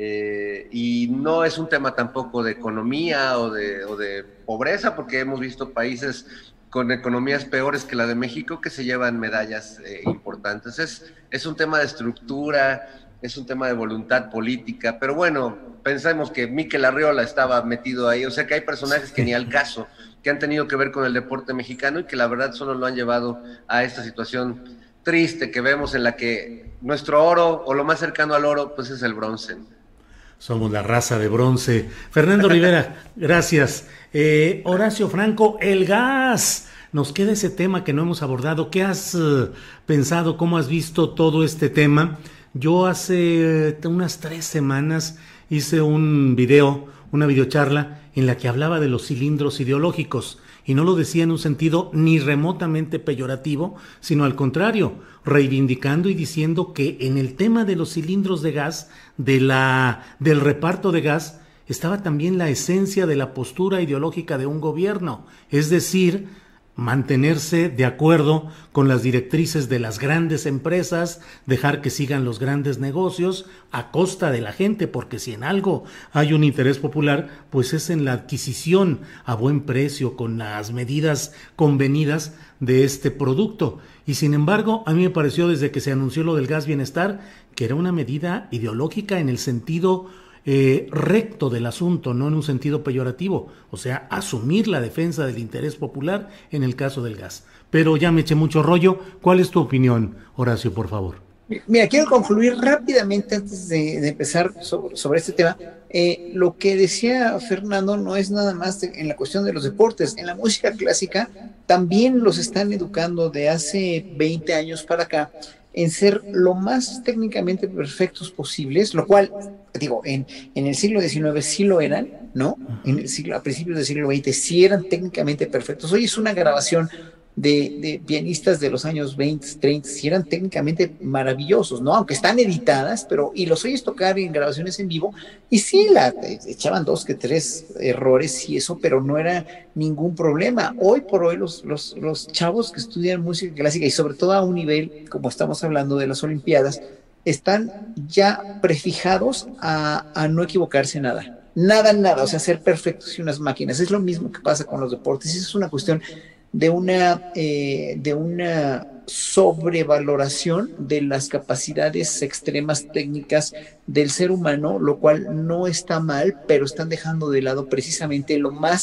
Eh, y no es un tema tampoco de economía o de, o de pobreza, porque hemos visto países con economías peores que la de México que se llevan medallas eh, importantes. Es, es un tema de estructura, es un tema de voluntad política, pero bueno, pensemos que Mikel Arriola estaba metido ahí, o sea que hay personajes que ni al caso, que han tenido que ver con el deporte mexicano y que la verdad solo lo han llevado a esta situación triste que vemos en la que nuestro oro, o lo más cercano al oro, pues es el bronce. Somos la raza de bronce. Fernando Rivera, gracias. Eh, Horacio Franco, el gas. Nos queda ese tema que no hemos abordado. ¿Qué has uh, pensado? ¿Cómo has visto todo este tema? Yo hace uh, unas tres semanas hice un video, una videocharla en la que hablaba de los cilindros ideológicos. Y no lo decía en un sentido ni remotamente peyorativo, sino al contrario, reivindicando y diciendo que en el tema de los cilindros de gas, de la, del reparto de gas, estaba también la esencia de la postura ideológica de un gobierno, es decir, mantenerse de acuerdo con las directrices de las grandes empresas, dejar que sigan los grandes negocios a costa de la gente, porque si en algo hay un interés popular, pues es en la adquisición a buen precio, con las medidas convenidas de este producto. Y sin embargo, a mí me pareció desde que se anunció lo del gas bienestar, que era una medida ideológica en el sentido Eh, recto del asunto, no en un sentido peyorativo, o sea, asumir la defensa del interés popular en el caso del gas. Pero ya me eché mucho rollo. ¿Cuál es tu opinión, Horacio, por favor? Mira, quiero concluir rápidamente antes de, de empezar sobre, sobre este tema. Eh, lo que decía Fernando no es nada más de, en la cuestión de los deportes. En la música clásica también los están educando de hace veinte años para acá en ser lo más técnicamente perfectos posibles, lo cual, digo, en, en el siglo diecinueve sí lo eran, ¿no? En el siglo, a principios del siglo veinte sí eran técnicamente perfectos. Hoy es una grabación de, de pianistas de los años veinte, treinta, sí eran técnicamente maravillosos, ¿no? Aunque están editadas, pero, y los oyes tocar en grabaciones en vivo, y sí, la, echaban dos que tres errores y eso, pero no era ningún problema. Hoy por hoy los, los, los chavos que estudian música clásica, y sobre todo a un nivel, como estamos hablando de las Olimpiadas, están ya prefijados a, a no equivocarse nada. Nada, nada, o sea, ser perfectos y unas máquinas. Es lo mismo que pasa con los deportes, es una cuestión de una, eh, de una sobrevaloración de las capacidades extremas técnicas del ser humano, lo cual no está mal, pero están dejando de lado precisamente lo más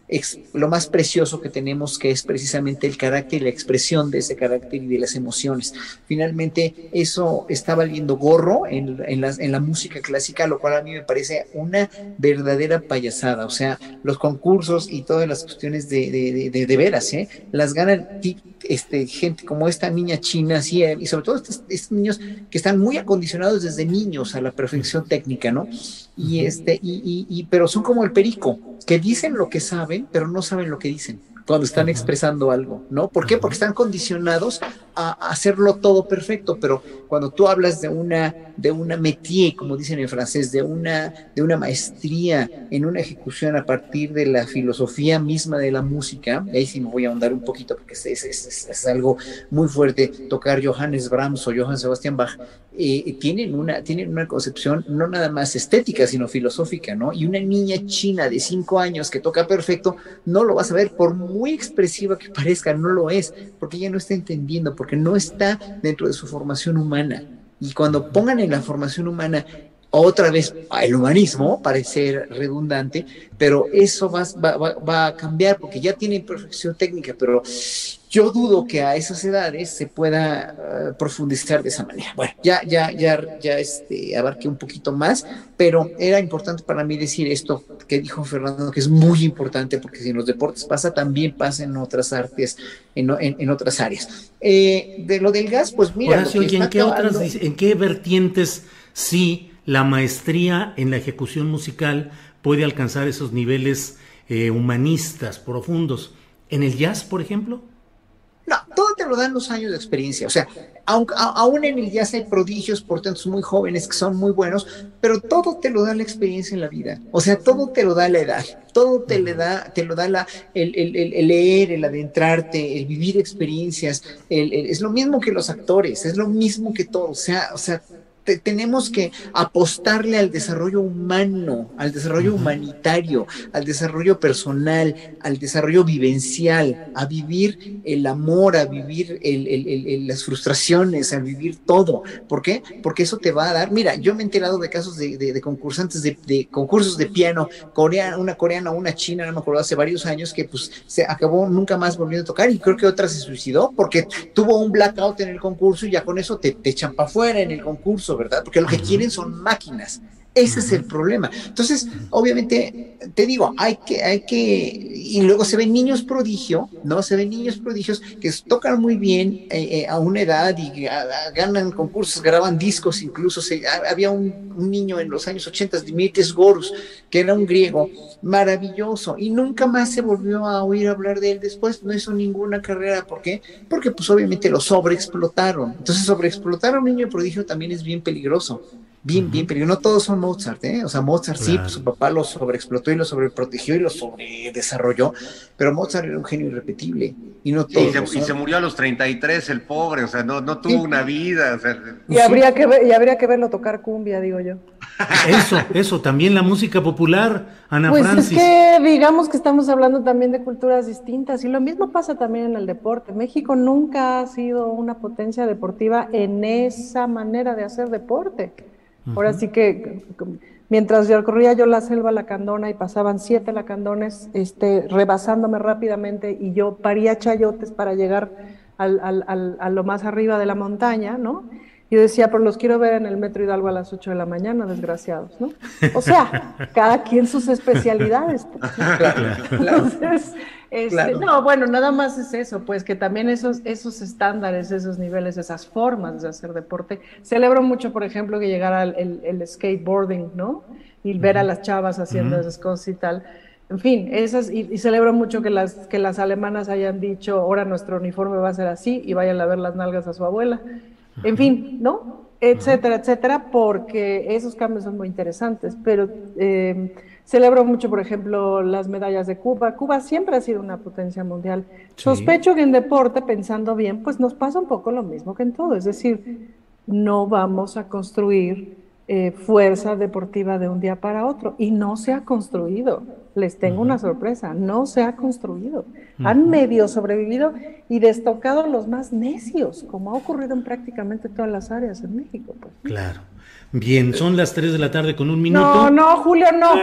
ex, lo más precioso que tenemos, que es precisamente el carácter y la expresión de ese carácter y de las emociones. Finalmente, eso está valiendo gorro en, en, la, en la música clásica, lo cual a mí me parece una verdadera payasada. O sea, los concursos y todas las cuestiones de, de, de, de, de veras, ¿eh? Las ganan este, gente como esta niña china, así, ¿eh? Y sobre todo estos, estos niños que están muy acondicionados desde niños a la perfección técnica, ¿no? Y este, y, y, y, pero son como el perico, que dicen lo que saben, pero no saben lo que dicen cuando están expresando algo, ¿no? ¿Por qué? Porque están condicionados a, a hacerlo todo perfecto, pero cuando tú hablas de una, de una métier, como dicen en francés, de una, de una maestría en una ejecución a partir de la filosofía misma de la música, ahí sí me voy a ahondar un poquito porque es, es, es, es algo muy fuerte, tocar Johannes Brahms o Johann Sebastian Bach, eh, tienen, una, tienen una concepción no nada más estética, sino filosófica, ¿no? Y una niña china de cinco años que toca perfecto, no lo vas a ver, por muy expresiva que parezca, no lo es, porque ella no está entendiendo, porque no está dentro de su formación humana. Y cuando pongan en la formación humana otra vez el humanismo, parece redundante, pero eso va, va, va a cambiar porque ya tiene perfección técnica, pero yo dudo que a esas edades se pueda uh, profundizar de esa manera. Bueno, ya, ya, ya, ya este, abarqué un poquito más, pero era importante para mí decir esto que dijo Fernando, que es muy importante, porque si en los deportes pasa, también pasa en otras artes, en, en, en otras áreas. Eh, de lo del gas, pues mira... Horacio, lo que ¿y en qué, acabando... otras, en qué vertientes sí la maestría en la ejecución musical puede alcanzar esos niveles eh, humanistas profundos? ¿En el jazz, por ejemplo? No, todo te lo dan los años de experiencia. O sea, aun, a, aún en el jazz hay prodigios, portentos muy jóvenes que son muy buenos, pero todo te lo da la experiencia en la vida. O sea, todo te lo da la edad, todo te le da, te lo da la, el, el, el, el leer, el adentrarte, el vivir experiencias. El, el, es lo mismo que los actores, es lo mismo que todo. O sea, o sea. Te, tenemos que apostarle al desarrollo humano, al desarrollo humanitario, al desarrollo personal, al desarrollo vivencial, a vivir el amor, a vivir el, el, el, el, las frustraciones, a vivir todo. ¿Por qué? Porque eso te va a dar... Mira, yo me he enterado de casos de, de, de concursantes de, de concursos de piano, coreana, una coreana, una china, no me acuerdo, hace varios años, que pues se acabó nunca más volviendo a tocar, y creo que otra se suicidó porque tuvo un blackout en el concurso y ya con eso te, te echan para afuera en el concurso, ¿verdad? Porque lo que quieren son máquinas. Ese es el problema. Entonces, obviamente, te digo, hay que, hay que, y luego se ven niños prodigio, ¿no? Se ven niños prodigios que tocan muy bien eh, eh, a una edad y a, a, ganan concursos, graban discos, incluso se, a, había un, un niño en los años ochenta, Dimitris Gorus, que era un griego maravilloso, y nunca más se volvió a oír hablar de él después, no hizo ninguna carrera. ¿Por qué? Porque pues obviamente lo sobreexplotaron. Entonces, sobreexplotar a un niño prodigio también es bien peligroso. Bien, bien, pero no todos son Mozart, ¿eh? O sea, Mozart claro. Sí, pues, su papá lo sobreexplotó y lo sobreprotegió y lo sobredesarrolló, pero Mozart era un genio irrepetible y no todos. Sí, y, se, y se murió a los treinta y tres, el pobre, o sea, no, no tuvo sí. una vida. O sea, y, habría que ver, y habría que verlo tocar cumbia, digo yo. Eso, eso, también la música popular, Ana pues Francis. Pues es que digamos que estamos hablando también de culturas distintas, y lo mismo pasa también en el deporte. México nunca ha sido una potencia deportiva en esa manera de hacer deporte. Ahora sí que mientras yo corría yo la selva lacandona y pasaban siete lacandones este, rebasándome rápidamente, y yo paría chayotes para llegar al, al, al, a lo más arriba de la montaña, ¿no? Yo decía, pero los quiero ver en el Metro Hidalgo a las ocho de la mañana, desgraciados, ¿no? O sea, cada quien sus especialidades. Pues. Claro, Entonces, este, claro. no, bueno, nada más es eso, pues que también esos, esos estándares, esos niveles, esas formas de hacer deporte. Celebro mucho, por ejemplo, que llegara el, el, el skateboarding, ¿no? Y ver a las chavas haciendo uh-huh. esas cosas y tal. En fin, esas, y, y celebro mucho que las, que las alemanas hayan dicho, ahora nuestro uniforme va a ser así, y vayan a ver las nalgas a su abuela. En fin, ¿no? Etcétera, etcétera, porque esos cambios son muy interesantes, pero eh, celebro mucho, por ejemplo, las medallas de Cuba. Cuba siempre ha sido una potencia mundial. Sí. Sospecho que en deporte, pensando bien, pues nos pasa un poco lo mismo que en todo, es decir, no vamos a construir eh, fuerza deportiva de un día para otro, y no se ha construido. Les tengo uh-huh. una sorpresa, no se ha construido. Uh-huh. Han medio sobrevivido y destocado los más necios, como ha ocurrido en prácticamente todas las áreas en México. Pues. Claro. Bien, son las tres de la tarde con un minuto. No, no, Julio, no. Eh,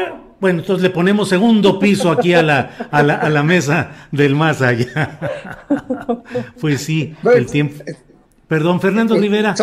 Bueno, entonces le ponemos segundo piso aquí a la, a la, a la mesa del más allá. Pues sí, el tiempo. Perdón, Fernando Rivera.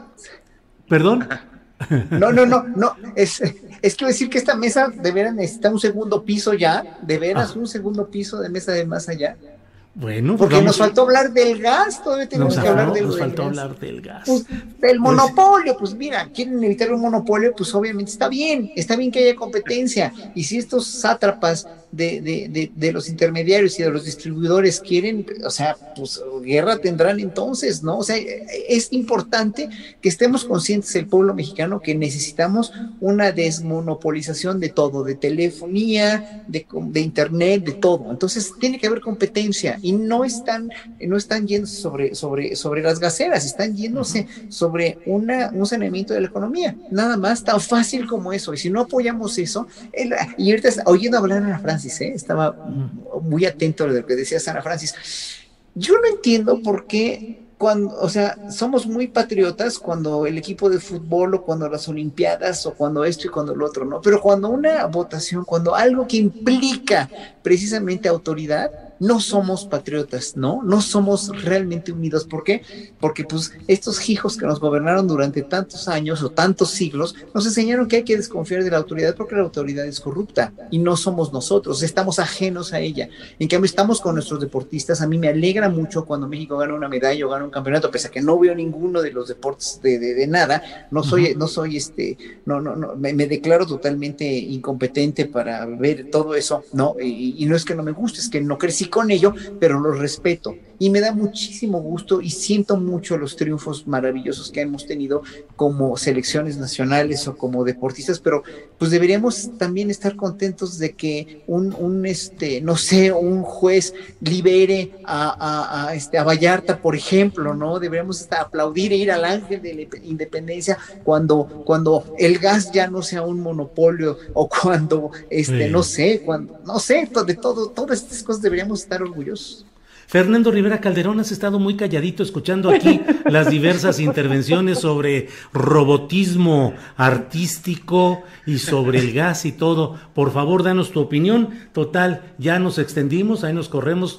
¿Perdón? No, no, no, no. Es, es que decir que esta mesa de veras necesita un segundo piso ya, de veras ah. un segundo piso de mesa de más allá. Bueno, porque nos faltó hablar del gas, todavía tenemos nos que hablar no, del, nos del faltó gas. hablar del gas. Pues, del monopolio, pues mira, quieren evitar un monopolio, pues obviamente está bien, está bien que haya competencia. Y si estos sátrapas de, de, de, de los intermediarios y de los distribuidores quieren, o sea, pues guerra tendrán entonces, ¿no? O sea, es importante que estemos conscientes el pueblo mexicano que necesitamos una desmonopolización de todo, de telefonía, de, de internet, de todo. Entonces tiene que haber competencia. Y no están, no están yéndose sobre, sobre, sobre las gaseras, están yéndose uh-huh. sobre una, un saneamiento de la economía. Nada más tan fácil como eso. Y si no apoyamos eso, el, y ahorita oyendo hablar a Ana Francis, ¿eh? estaba uh-huh. muy atento a lo que decía Ana Francis. Yo no entiendo por qué cuando, o sea, somos muy patriotas cuando el equipo de fútbol o cuando las olimpiadas o cuando esto y cuando lo otro, ¿no? Pero cuando una votación, cuando algo que implica precisamente autoridad, no somos patriotas, ¿no? No somos realmente unidos. ¿Por qué? Porque pues estos hijos que nos gobernaron durante tantos años o tantos siglos nos enseñaron que hay que desconfiar de la autoridad porque la autoridad es corrupta y no somos nosotros, estamos ajenos a ella. En cambio estamos con nuestros deportistas. A mí me alegra mucho cuando México gana una medalla o gana un campeonato, pese a que no veo ninguno de los deportes de, de, de nada. No soy, uh-huh. no soy este, no, no, no, me, me declaro totalmente incompetente para ver todo eso, ¿no? Y, y no es que no me guste, es que no crecí con ello, pero lo respeto y me da muchísimo gusto y siento mucho los triunfos maravillosos que hemos tenido como selecciones nacionales o como deportistas, pero pues deberíamos también estar contentos de que un, un este, no sé, un juez libere a, a, a, este, a Vallarta, por ejemplo, ¿no? Deberíamos hasta aplaudir e ir al ángel de la independencia cuando, cuando el gas ya no sea un monopolio o cuando, este, sí. no sé, cuando, no sé, de todo, todas estas cosas deberíamos estar orgullosos. Fernando Rivera Calderón, has estado muy calladito escuchando aquí las diversas intervenciones sobre robotismo artístico y sobre el gas y todo. Por favor, danos tu opinión. Total, ya nos extendimos, ahí nos corremos,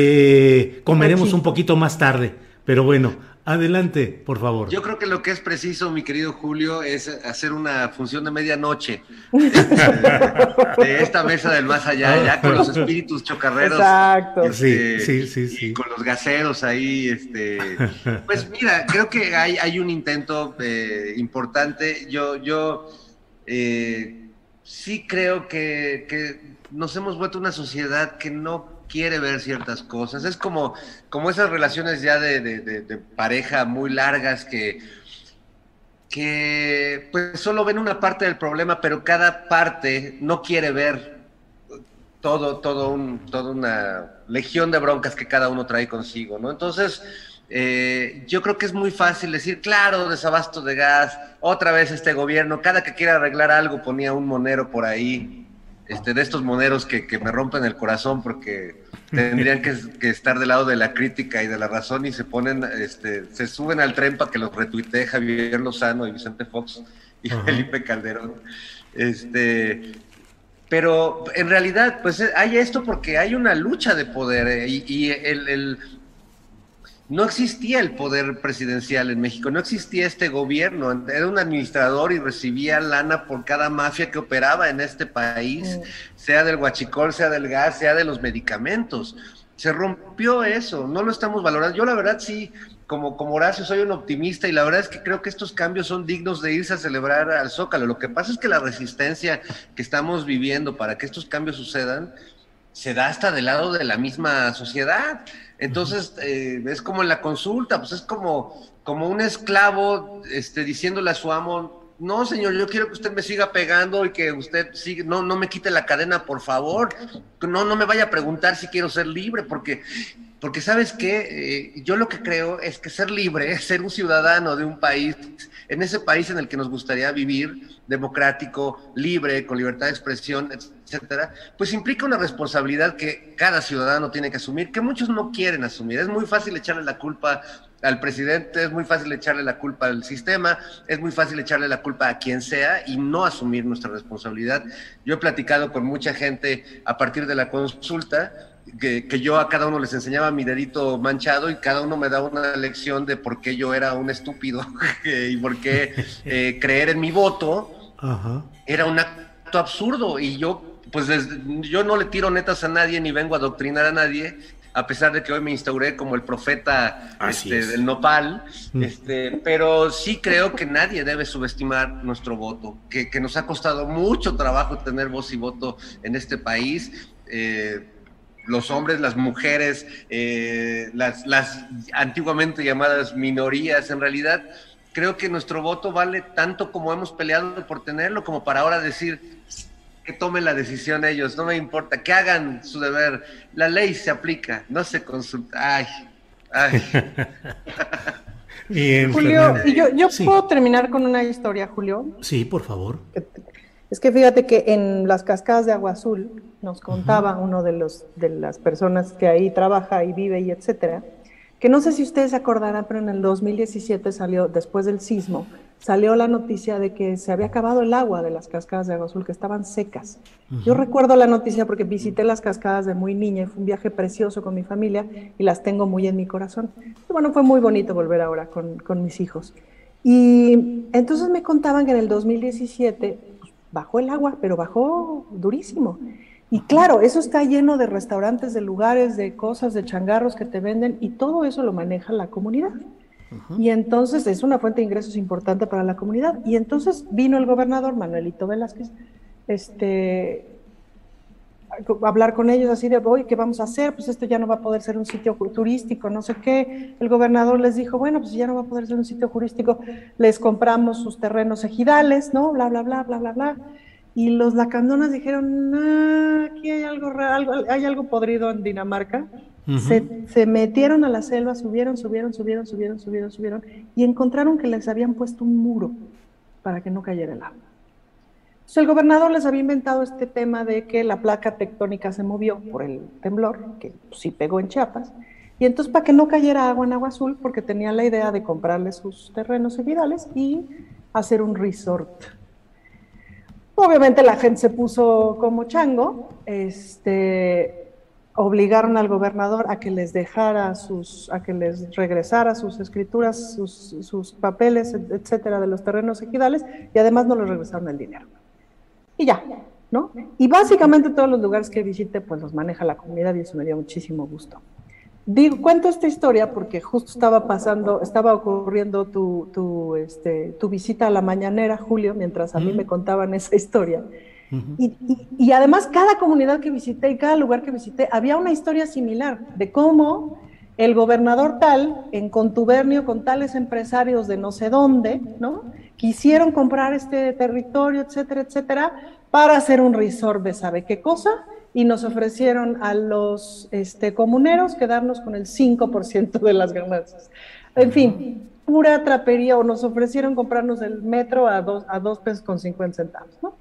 eh, comeremos un poquito más tarde, pero bueno. Adelante, por favor. Yo creo que lo que es preciso, mi querido Julio, es hacer una función de medianoche de, de esta mesa del más allá, ya con los espíritus chocarreros. Exacto. Este, sí, sí, sí, sí. Y con los gaseros ahí. Este, pues mira, creo que hay, hay un intento eh, importante. Yo, yo eh, sí creo que, que nos hemos vuelto una sociedad que no quiere ver ciertas cosas. Es como, como esas relaciones ya de, de, de, de pareja muy largas que, que pues solo ven una parte del problema, pero cada parte no quiere ver todo, todo un, toda una legión de broncas que cada uno trae consigo, ¿no? Entonces, eh, yo creo que es muy fácil decir, claro, desabasto de gas, otra vez este gobierno, cada que quiera arreglar algo ponía un monero por ahí. Este, de estos moneros que, que me rompen el corazón porque tendrían que, que estar del lado de la crítica y de la razón y se ponen, este, se suben al tren para que los retuitee Javier Lozano y Vicente Fox y uh-huh. Felipe Calderón. Este, pero en realidad, pues hay esto porque hay una lucha de poder eh, y, y el, el no existía el poder presidencial en México, no existía este gobierno, era un administrador y recibía lana por cada mafia que operaba en este país, sí. sea del huachicol, sea del gas, sea de los medicamentos. Se rompió eso, no lo estamos valorando. Yo la verdad sí, como, como Horacio, soy un optimista y la verdad es que creo que estos cambios son dignos de irse a celebrar al Zócalo. Lo que pasa es que la resistencia que estamos viviendo para que estos cambios sucedan se da hasta del lado de la misma sociedad. Entonces, eh, es como en la consulta, pues es como, como un esclavo este, diciéndole a su amo, no señor, yo quiero que usted me siga pegando y que usted siga, no, no me quite la cadena, por favor, no, no me vaya a preguntar si quiero ser libre, porque Porque sabes qué, eh, yo lo que creo es que ser libre, ser un ciudadano de un país, en ese país en el que nos gustaría vivir, democrático, libre, con libertad de expresión, etcétera, pues implica una responsabilidad que cada ciudadano tiene que asumir, que muchos no quieren asumir. Es muy fácil echarle la culpa al presidente, es muy fácil echarle la culpa al sistema, es muy fácil echarle la culpa a quien sea y no asumir nuestra responsabilidad. Yo he platicado con mucha gente a partir de la consulta, que, que yo a cada uno les enseñaba mi dedito manchado y cada uno me daba una lección de por qué yo era un estúpido y por qué eh, creer en mi voto Ajá. era un acto absurdo. Y yo, pues desde, yo no le tiro netas a nadie ni vengo a adoctrinar a nadie, a pesar de que hoy me instauré como el profeta este, del nopal, este, pero sí creo que nadie debe subestimar nuestro voto, que, que nos ha costado mucho trabajo tener voz y voto en este país. Eh, los hombres, las mujeres, eh, las, las antiguamente llamadas minorías, en realidad creo que nuestro voto vale tanto como hemos peleado por tenerlo, como para ahora decir que tomen la decisión ellos, no me importa, que hagan su deber, la ley se aplica, no se consulta. Ay, ay. Bien, Julio, Fernanda. y yo, yo Sí. puedo terminar con una historia, Julio. Sí, por favor. Es que fíjate que en las cascadas de Agua Azul nos contaba uno de los de las personas que ahí trabaja y vive y etcétera, que no sé si ustedes se acordarán, pero en el dos mil diecisiete salió, después del sismo, salió la noticia de que se había acabado el agua de las cascadas de Agua Azul, que estaban secas. Uh-huh. Yo recuerdo la noticia porque visité las cascadas de muy niña y fue un viaje precioso con mi familia y las tengo muy en mi corazón. Y bueno, fue muy bonito volver ahora con, con mis hijos. Y entonces me contaban que en el dos mil diecisiete pues, bajó el agua, pero bajó durísimo. Y claro, eso está lleno de restaurantes, de lugares, de cosas, de changarros que te venden y todo eso lo maneja la comunidad. Uh-huh. Y entonces es una fuente de ingresos importante para la comunidad. Y entonces vino el gobernador Manuelito Velázquez este, a hablar con ellos así de, oye, ¿qué vamos a hacer? Pues esto ya no va a poder ser un sitio turístico, no sé qué. El gobernador les dijo, bueno, pues ya no va a poder ser un sitio turístico, les compramos sus terrenos ejidales, ¿no? Bla, bla, bla, bla, bla, bla. Y los lacandonas dijeron, nah, aquí hay algo, algo, hay algo podrido en Dinamarca. Uh-huh. Se, se metieron a la selva, subieron, subieron, subieron, subieron, subieron, subieron, y encontraron que les habían puesto un muro para que no cayera el agua. Entonces el gobernador les había inventado este tema de que la placa tectónica se movió por el temblor, que sí pegó en Chiapas, y entonces para que no cayera agua en Agua Azul, porque tenían la idea de comprarle sus terrenos ejidales y hacer un resort. Obviamente la gente se puso como chango, este, obligaron al gobernador a que les dejara sus, a que les regresara sus escrituras, sus, sus papeles, etcétera, de los terrenos ejidales, y además no les regresaron el dinero. Y ya, ¿no? Y básicamente todos los lugares que visité, pues los maneja la comunidad y eso me dio muchísimo gusto. Digo, cuento esta historia porque justo estaba pasando, estaba ocurriendo tu, tu, este, tu visita a la mañanera, Julio, mientras a mí me contaban esa historia. Uh-huh. Y, y, y además cada comunidad que visité y cada lugar que visité había una historia similar de cómo el gobernador tal, en contubernio con tales empresarios de no sé dónde, ¿no? Quisieron comprar este territorio, etcétera, etcétera, para hacer un resort de sabe qué cosa, y nos ofrecieron a los este, comuneros quedarnos con el cinco por ciento de las ganancias. En fin, pura trapería, o nos ofrecieron comprarnos el metro a dos, a dos pesos con cincuenta centavos, ¿no?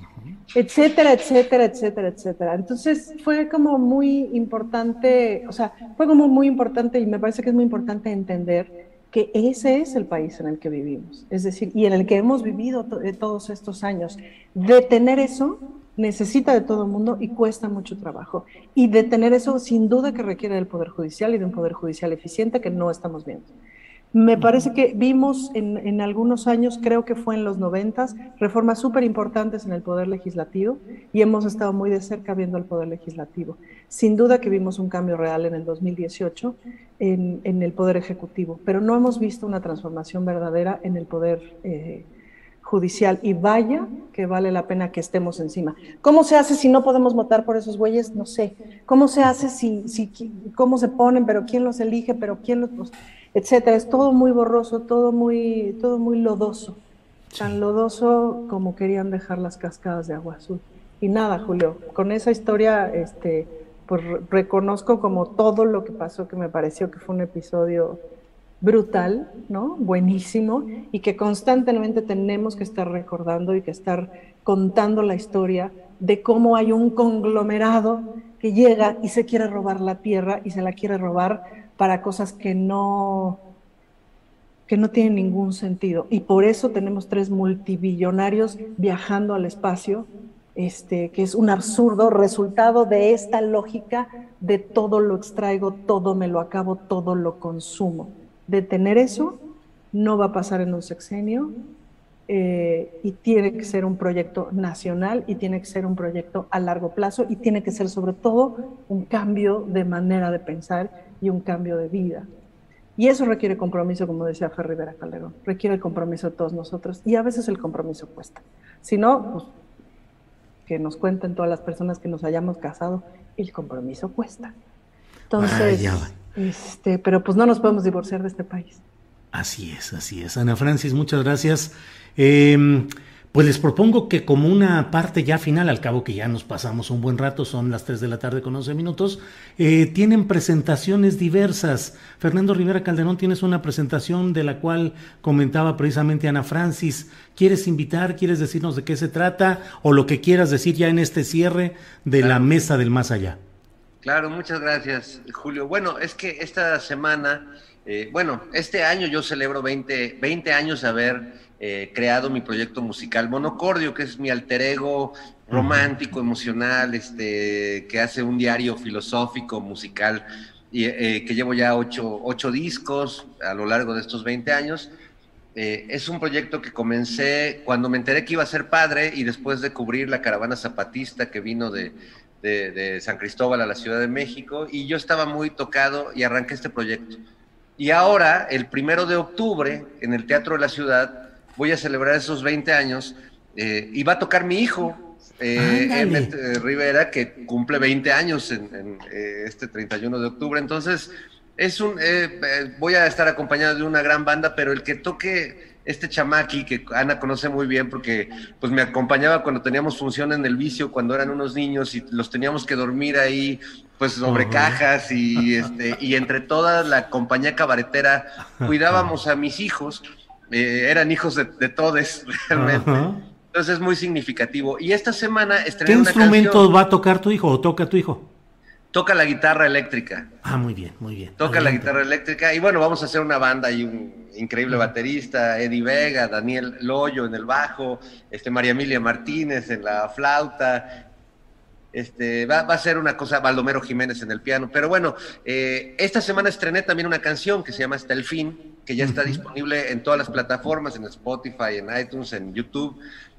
Etcétera, etcétera, etcétera, etcétera. Entonces fue como muy importante, o sea, fue como muy importante y me parece que es muy importante entender que ese es el país en el que vivimos, es decir, y en el que hemos vivido to- todos estos años. Detener eso necesita de todo el mundo y cuesta mucho trabajo. Y detener eso sin duda que requiere del Poder Judicial y de un Poder Judicial eficiente que no estamos viendo. Me parece que vimos en, en algunos años, creo que fue en los noventas, reformas súper importantes en el Poder Legislativo y hemos estado muy de cerca viendo el Poder Legislativo. Sin duda que vimos un cambio real en el dos mil dieciocho en, en el Poder Ejecutivo, pero no hemos visto una transformación verdadera en el Poder eh, Judicial y vaya que vale la pena que estemos encima. ¿Cómo se hace si no podemos votar por esos güeyes? No sé. ¿Cómo se hace si, si cómo se ponen, pero quién los elige, pero quién los... Pues, etcétera? Es todo muy borroso, todo muy, todo muy lodoso. Tan lodoso como querían dejar las cascadas de Agua Azul. Y nada, Julio, con esa historia, este, pues reconozco como todo lo que pasó, que me pareció que fue un episodio brutal, ¿no? Buenísimo, y que constantemente tenemos que estar recordando y que estar contando la historia de cómo hay un conglomerado que llega y se quiere robar la tierra y se la quiere robar para cosas que no, que no tienen ningún sentido. Y por eso tenemos tres multibillonarios viajando al espacio, este, que es un absurdo resultado de esta lógica de todo lo extraigo, todo me lo acabo, todo lo consumo. Detener eso no va a pasar en un sexenio, eh, y tiene que ser un proyecto nacional y tiene que ser un proyecto a largo plazo y tiene que ser sobre todo un cambio de manera de pensar y un cambio de vida. Y eso requiere compromiso, como decía Fer Rivera Calderón, requiere el compromiso de todos nosotros y a veces el compromiso cuesta. Si no, pues que nos cuenten todas las personas que nos hayamos casado, el compromiso cuesta. Entonces... Vaya. Este, pero pues no nos podemos divorciar de este país. Así es, así es. Ana Francis, muchas gracias. Eh, pues les propongo que como una parte ya final, al cabo que ya nos pasamos un buen rato, son las tres de la tarde con once minutos, eh, tienen presentaciones diversas. Fernando Rivera Calderón, tienes una presentación de la cual comentaba precisamente Ana Francis. ¿Quieres invitar, quieres decirnos de qué se trata o lo que quieras decir ya en este cierre de claro. la Mesa del Más Allá? Claro, muchas gracias, Julio. Bueno, es que esta semana, eh, bueno, este año yo celebro veinte, veinte años de haber eh, creado mi proyecto musical Monocordio, que es mi alter ego romántico, emocional, este, que hace un diario filosófico, musical, y eh, que llevo ya ocho, ocho discos a lo largo de estos veinte años. Eh, es un proyecto que comencé cuando me enteré que iba a ser padre y después de cubrir la caravana zapatista que vino de... De, de San Cristóbal a la Ciudad de México, y yo estaba muy tocado y arranqué este proyecto. Y ahora, el primero de octubre, en el Teatro de la Ciudad, voy a celebrar esos veinte años, eh, y va a tocar mi hijo, eh, Emmett eh, Rivera, que cumple veinte años en, en eh, este treinta y uno de octubre. Entonces, es un, eh, eh, voy a estar acompañado de una gran banda, pero el que toque... Este chamaqui, que Ana conoce muy bien porque pues me acompañaba cuando teníamos función en El Vicio, cuando eran unos niños y los teníamos que dormir ahí, pues sobre uh-huh. cajas y, este, y entre toda la compañía cabaretera cuidábamos a mis hijos, eh, eran hijos de, de todes realmente. Uh-huh. Entonces es muy significativo. Y esta semana estrené una canción. ¿Qué instrumento va a tocar tu hijo o toca tu hijo? Toca la guitarra eléctrica. Ah, muy bien, muy bien. Toca Adelante. la guitarra eléctrica y bueno, vamos a hacer una banda y un increíble baterista, Eddie Vega, Daniel Loyo en el bajo, este María Emilia Martínez en la flauta, este va, va a ser una cosa, Baldomero Jiménez en el piano, pero bueno, eh, esta semana estrené también una canción que se llama Hasta el Fin, que ya está uh-huh. disponible en todas las plataformas, en Spotify, en iTunes, en YouTube.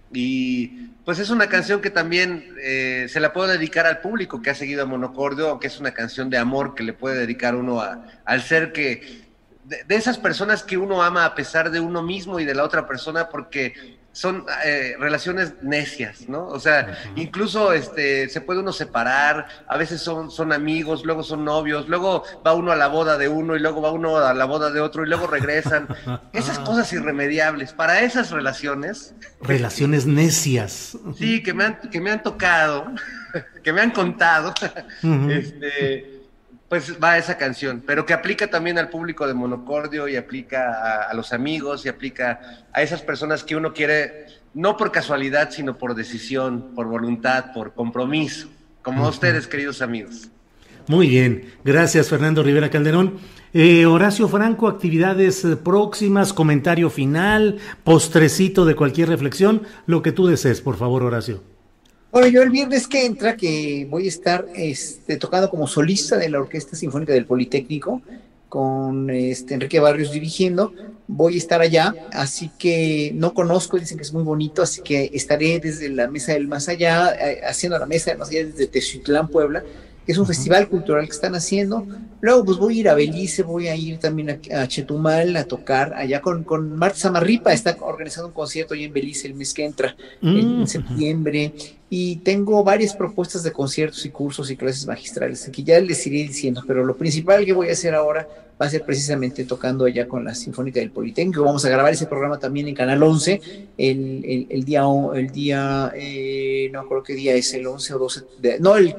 Y pues es una canción que también eh, se la puedo dedicar al público que ha seguido a Monocordio, aunque es una canción de amor que le puede dedicar uno a, al ser que, de, de esas personas que uno ama a pesar de uno mismo y de la otra persona, porque son eh, relaciones necias, ¿no? O sea, uh-huh. incluso este, se puede uno separar, a veces son, son amigos, luego son novios, luego va uno a la boda de uno y luego va uno a la boda de otro y luego regresan. Esas cosas irremediables, para esas relaciones... Relaciones necias. Sí, que me han, que me han tocado, que me han contado, uh-huh. este... pues va esa canción, pero que aplica también al público de Monocordio y aplica a, a los amigos y aplica a esas personas que uno quiere, no por casualidad, sino por decisión, por voluntad, por compromiso, como uh-huh. ustedes, queridos amigos. Muy bien, gracias Fernando Rivera Calderón. Eh, Horacio Franco, actividades próximas, comentario final, postrecito de cualquier reflexión, lo que tú desees, por favor, Horacio. Bueno, yo el viernes que entra, que voy a estar este, tocando como solista de la Orquesta Sinfónica del Politécnico, con este, Enrique Barrios dirigiendo, voy a estar allá, así que no conozco, dicen que es muy bonito, así que estaré desde la Mesa del Más Allá, eh, haciendo la Mesa del Más Allá desde Teziutlán, Puebla, que es un uh-huh. festival cultural que están haciendo. Luego pues voy a ir a Belice, voy a ir también a, a Chetumal a tocar allá con, con Marta Samarripa, está organizando un concierto allá en Belice el mes que entra, uh-huh. en septiembre, y tengo varias propuestas de conciertos y cursos y clases magistrales, que ya les iré diciendo, pero lo principal que voy a hacer ahora va a ser precisamente tocando allá con la Sinfónica del Politécnico. Vamos a grabar ese programa también en Canal once, el, el, el día, el día eh, no creo qué día es, el once o doce, de, no, el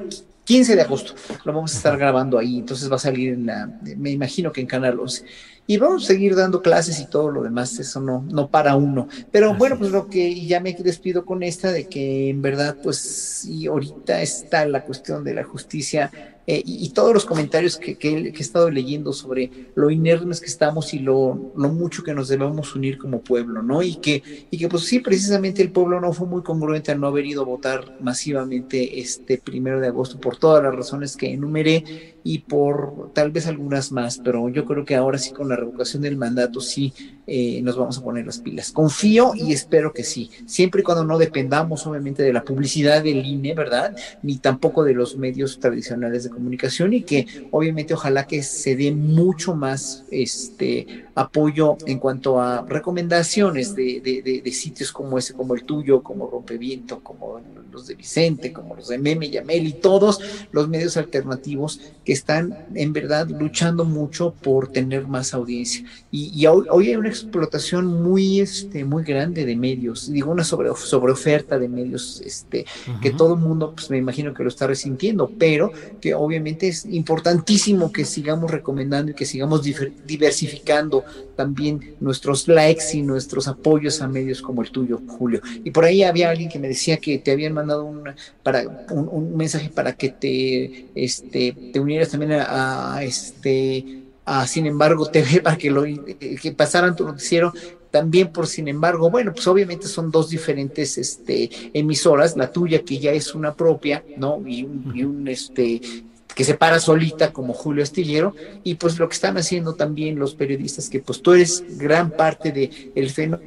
quince de agosto, lo vamos a estar grabando ahí, entonces va a salir en la, me imagino que en Canal once. Y vamos a seguir dando clases y todo lo demás, eso no, no para uno. Pero Así bueno, pues lo que ya me despido con esta, de que en verdad, pues, y ahorita está la cuestión de la justicia, eh, y, y todos los comentarios que, que, que he estado leyendo sobre lo inermes que estamos y lo, lo mucho que nos debemos unir como pueblo, ¿no? Y que, y que pues sí, precisamente el pueblo no fue muy congruente al no haber ido a votar masivamente este primero de agosto por todas las razones que enumeré y por tal vez algunas más, pero yo creo que ahora sí con la revocación del mandato sí eh, nos vamos a poner las pilas. Confío y espero que sí, siempre y cuando no dependamos obviamente de la publicidad del I N E, ¿verdad? Ni tampoco de los medios tradicionales de comunicación, y que obviamente ojalá que se dé mucho más este apoyo en cuanto a recomendaciones de, de, de, de sitios como ese, como el tuyo, como Rompeviento, como los de Vicente, como los de Meme y Amel y todos los medios alternativos que están en verdad luchando mucho por tener más audiencia. Y, y hoy, hoy hay una explotación muy, este, muy grande de medios, digo una sobre, sobre oferta de medios este, uh-huh. que todo el mundo, pues me imagino que lo está resintiendo, pero que obviamente es importantísimo que sigamos recomendando y que sigamos diversificando también nuestros likes y nuestros apoyos a medios como el tuyo, Julio. Y por ahí había alguien que me decía que te habían mandado una, para, un, un mensaje para que te, este, te unieras también a, a este a Sin Embargo T V, para que lo que pasaran tu noticiero también por Sin Embargo. Bueno, pues obviamente son dos diferentes este, emisoras, la tuya que ya es una propia, ¿no? Y un, y un este que se para solita como Julio Astillero, y pues lo que están haciendo también los periodistas, que pues tú eres gran parte de el fenómeno.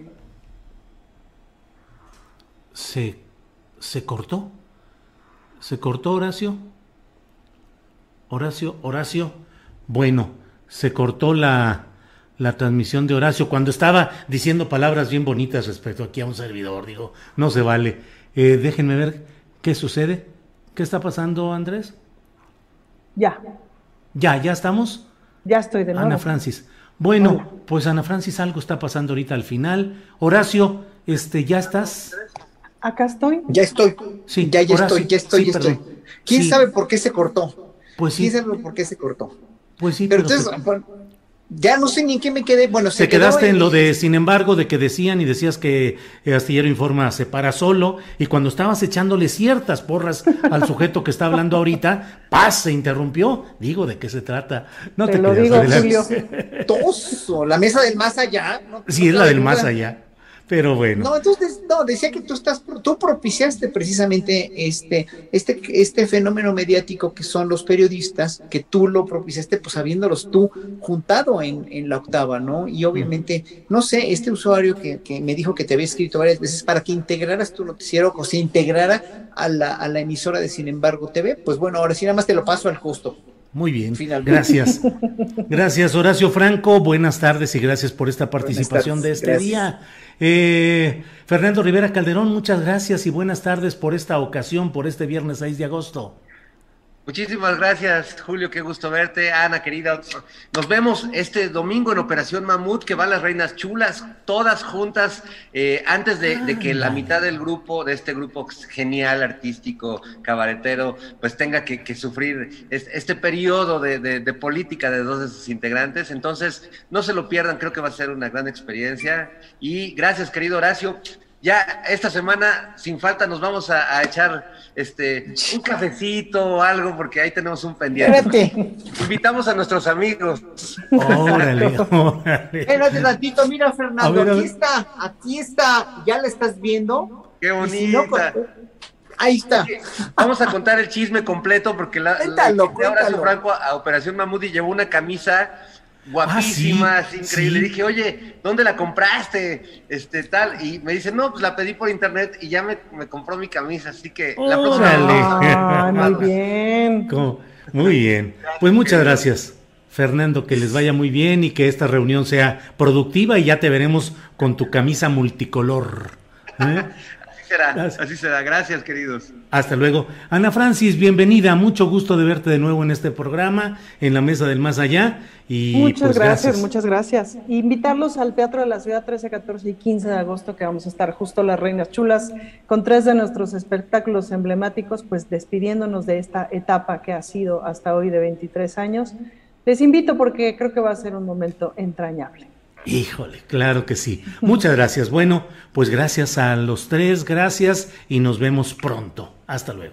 ¿Se, se cortó? ¿Se cortó, Horacio? Horacio, Horacio, bueno, se cortó la, la transmisión de Horacio cuando estaba diciendo palabras bien bonitas respecto aquí a un servidor, digo, no se vale. Eh, déjenme ver qué sucede. ¿Qué está pasando, Andrés? Ya. Ya, ¿ya estamos? Ya estoy de nuevo. Ana Francis. Bueno, Hola. Pues Ana Francis, algo está pasando ahorita al final. Horacio, este, ¿ya estás? Acá estoy. Ya estoy. Sí, ya, ya Horacio, estoy, ya estoy, sí, ya estoy. perdón. ¿Quién sí. sabe por qué se cortó? Pues sí. ¿Quién sabe por qué se cortó? Pues sí, pero, pero entonces, se... bueno, ya no sé ni en qué me quedé. Bueno, se te quedaste en... en lo de Sin Embargo, de que decían y decías que Astillero Informa se para solo, y cuando estabas echándole ciertas porras al sujeto que está hablando ahorita, ¡paz! Se interrumpió. Digo, ¿de qué se trata? No te, te lo digo, Julio. Toso, la mesa del más allá. No, sí, no es la del más allá. Pero bueno. No, entonces, no, decía que tú estás, tú propiciaste precisamente este, este, este fenómeno mediático que son los periodistas, que tú lo propiciaste, pues habiéndolos tú juntado en, en la octava, ¿no? Y obviamente, no sé, este usuario que, que me dijo que te había escrito varias veces para que integraras tu noticiero, o se integrara a la, a la emisora de Sin Embargo T V, pues bueno, ahora sí nada más te lo paso al costo. Muy bien, finalmente. Gracias. Gracias, Horacio Franco. Buenas tardes y gracias por esta participación de este gracias. día. Eh, Fernando Rivera Calderón, muchas gracias y buenas tardes por esta ocasión, por este viernes seis de agosto. Muchísimas gracias, Julio, qué gusto verte. Ana, querida, nos vemos este domingo en Operación Mamut, que van las Reinas Chulas, todas juntas, eh, antes de, de que la mitad del grupo, de este grupo genial, artístico, cabaretero, pues tenga que, que sufrir este periodo de, de, de política de dos de sus integrantes. Entonces, no se lo pierdan, creo que va a ser una gran experiencia. Y gracias, querido Horacio. Ya esta semana, sin falta, nos vamos a, a echar este un cafecito o algo, porque ahí tenemos un pendiente. Espérate. Invitamos a nuestros amigos. Órale, órale. Espérate tantito, mira, Fernando, ver, aquí está, aquí está, ¿ya la estás viendo? Qué bonita. Si no, pues, ahí está. Vamos a contar el chisme completo, porque la, cuéntalo, la Horacio Franco a Operación Mamut y llevó una camisa guapísima, ah, sí, increíble. Sí. Le dije, oye, ¿dónde la compraste? Este, tal, y me dice, no, pues la pedí por internet y ya me, me compró mi camisa, así que oh, la próxima. Ah, muy bien. ¿Cómo? Muy bien. Pues muchas gracias, Fernando, que les vaya muy bien y que esta reunión sea productiva y ya te veremos con tu camisa multicolor. ¿Eh? será, Gracias. así será. Gracias, queridos. Hasta luego. Ana Francis, bienvenida. Mucho gusto de verte de nuevo en este programa, en la Mesa del Más Allá. Y muchas pues, gracias, gracias, muchas gracias. Invitarlos al Teatro de la Ciudad trece, catorce y quince de agosto, que vamos a estar justo Las Reinas Chulas, con tres de nuestros espectáculos emblemáticos, pues despidiéndonos de esta etapa que ha sido hasta hoy de veintitrés años. Les invito porque creo que va a ser un momento entrañable. Híjole, claro que sí. Muchas gracias. Bueno, pues gracias a los tres, gracias y nos vemos pronto. Hasta luego.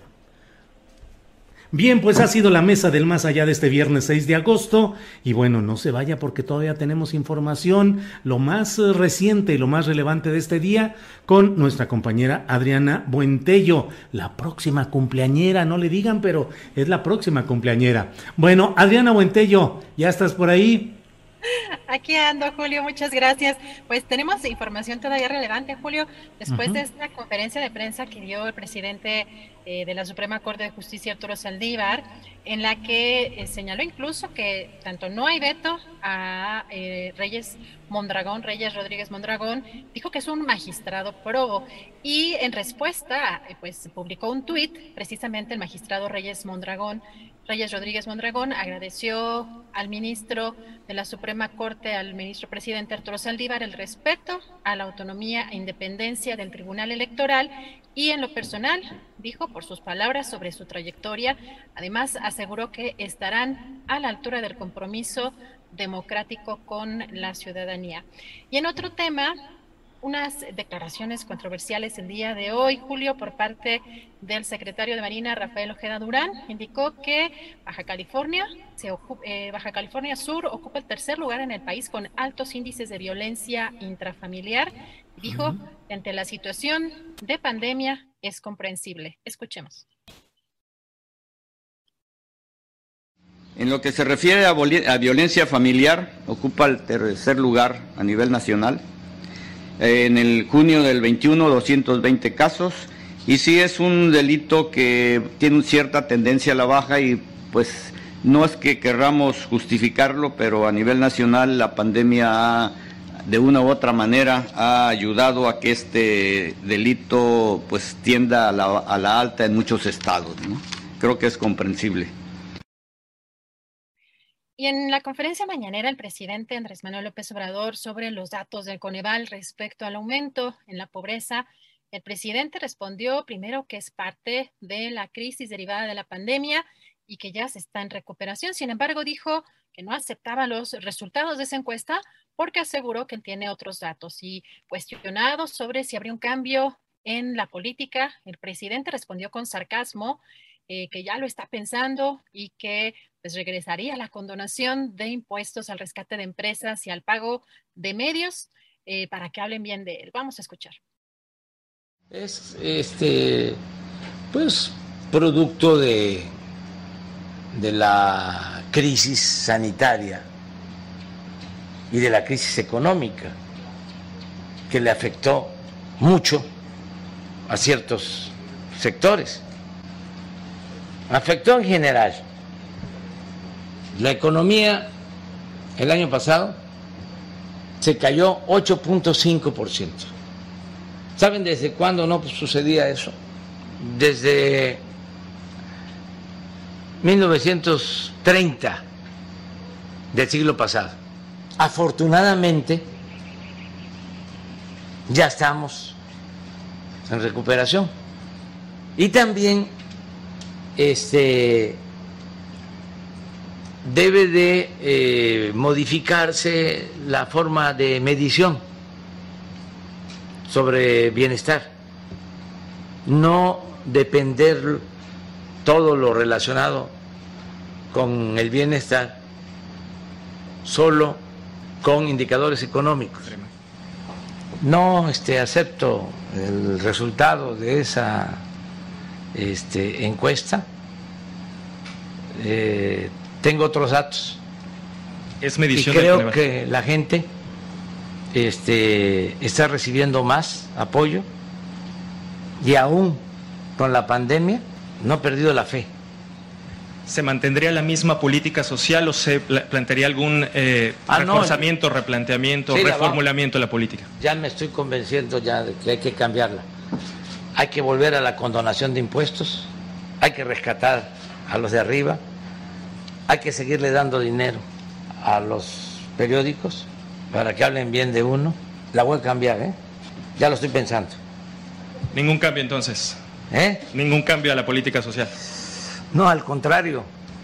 Bien, pues ha sido la Mesa del Más Allá de este viernes seis de agosto y bueno, no se vaya porque todavía tenemos información, lo más reciente y lo más relevante de este día con nuestra compañera Adriana Buentello, la próxima cumpleañera, no le digan, pero es la próxima cumpleañera. Bueno, Adriana Buentello, ¿ya estás por ahí? Aquí ando, Julio, muchas gracias. Pues tenemos información todavía relevante, Julio, después uh-huh. de esta conferencia de prensa que dio el presidente eh, de la Suprema Corte de Justicia, Arturo Saldívar, en la que eh, señaló incluso que tanto no hay veto a eh, Reyes Mondragón, Reyes Rodríguez Mondragón, dijo que es un magistrado probo y en respuesta, eh, pues publicó un tuit, precisamente el magistrado Reyes Mondragón, Reyes Rodríguez Mondragón agradeció al ministro de la Suprema Corte, al ministro presidente Arturo Saldívar, el respeto a la autonomía e independencia del Tribunal Electoral y en lo personal, dijo por sus palabras sobre su trayectoria, además aseguró que estarán a la altura del compromiso democrático con la ciudadanía. Y en otro tema, unas declaraciones controversiales el día de hoy, Julio, por parte del secretario de Marina, Rafael Ojeda Durán, indicó que Baja California, se ocupa, eh, Baja California Sur ocupa el tercer lugar en el país con altos índices de violencia intrafamiliar. Dijo, uh-huh. ante la situación de pandemia es comprensible. Escuchemos. En lo que se refiere a, a violencia familiar, ocupa el tercer lugar a nivel nacional. En el junio del veintiuno, doscientos veinte casos, y sí es un delito que tiene cierta tendencia a la baja y pues no es que querramos justificarlo, pero a nivel nacional la pandemia ha, de una u otra manera ha ayudado a que este delito pues tienda a la, a la alta en muchos estados, ¿no? Creo que es comprensible. Y en la conferencia mañanera, el presidente Andrés Manuel López Obrador sobre los datos del Coneval respecto al aumento en la pobreza, el presidente respondió primero que es parte de la crisis derivada de la pandemia y que ya se está en recuperación. Sin embargo, dijo que no aceptaba los resultados de esa encuesta porque aseguró que tiene otros datos. Y cuestionado sobre si habría un cambio en la política, el presidente respondió con sarcasmo eh, que ya lo está pensando y que pues regresaría a la condonación de impuestos al rescate de empresas y al pago de medios eh, para que hablen bien de él. Vamos a escuchar. Es este, pues, producto de, de la crisis sanitaria y de la crisis económica que le afectó mucho a ciertos sectores. Afectó en general. La economía el año pasado se cayó ocho punto cinco por ciento. ¿Saben desde cuándo no sucedía eso? Desde mil novecientos treinta del siglo pasado. Afortunadamente ya estamos en recuperación. Y también este debe de eh, modificarse la forma de medición sobre bienestar, no depender todo lo relacionado con el bienestar solo con indicadores económicos. No este, acepto el resultado de esa este, encuesta. Eh, tengo otros datos. Es medición y creo del que la gente este, está recibiendo más apoyo y aún con la pandemia no ha perdido la fe. ¿Se mantendría la misma política social o se plantearía algún eh, ah, reforzamiento, no. replanteamiento, sí, reformulamiento de la política? Ya me estoy convenciendo ya de que hay que cambiarla. hay que volver a la condonación de impuestos, hay que rescatar a los de arriba, hay que seguirle dando dinero a los periódicos para que hablen bien de uno. La voy a cambiar, ¿eh? Ya lo estoy pensando. Ningún cambio entonces. ¿Eh? Ningún cambio a la política social. No, al contrario.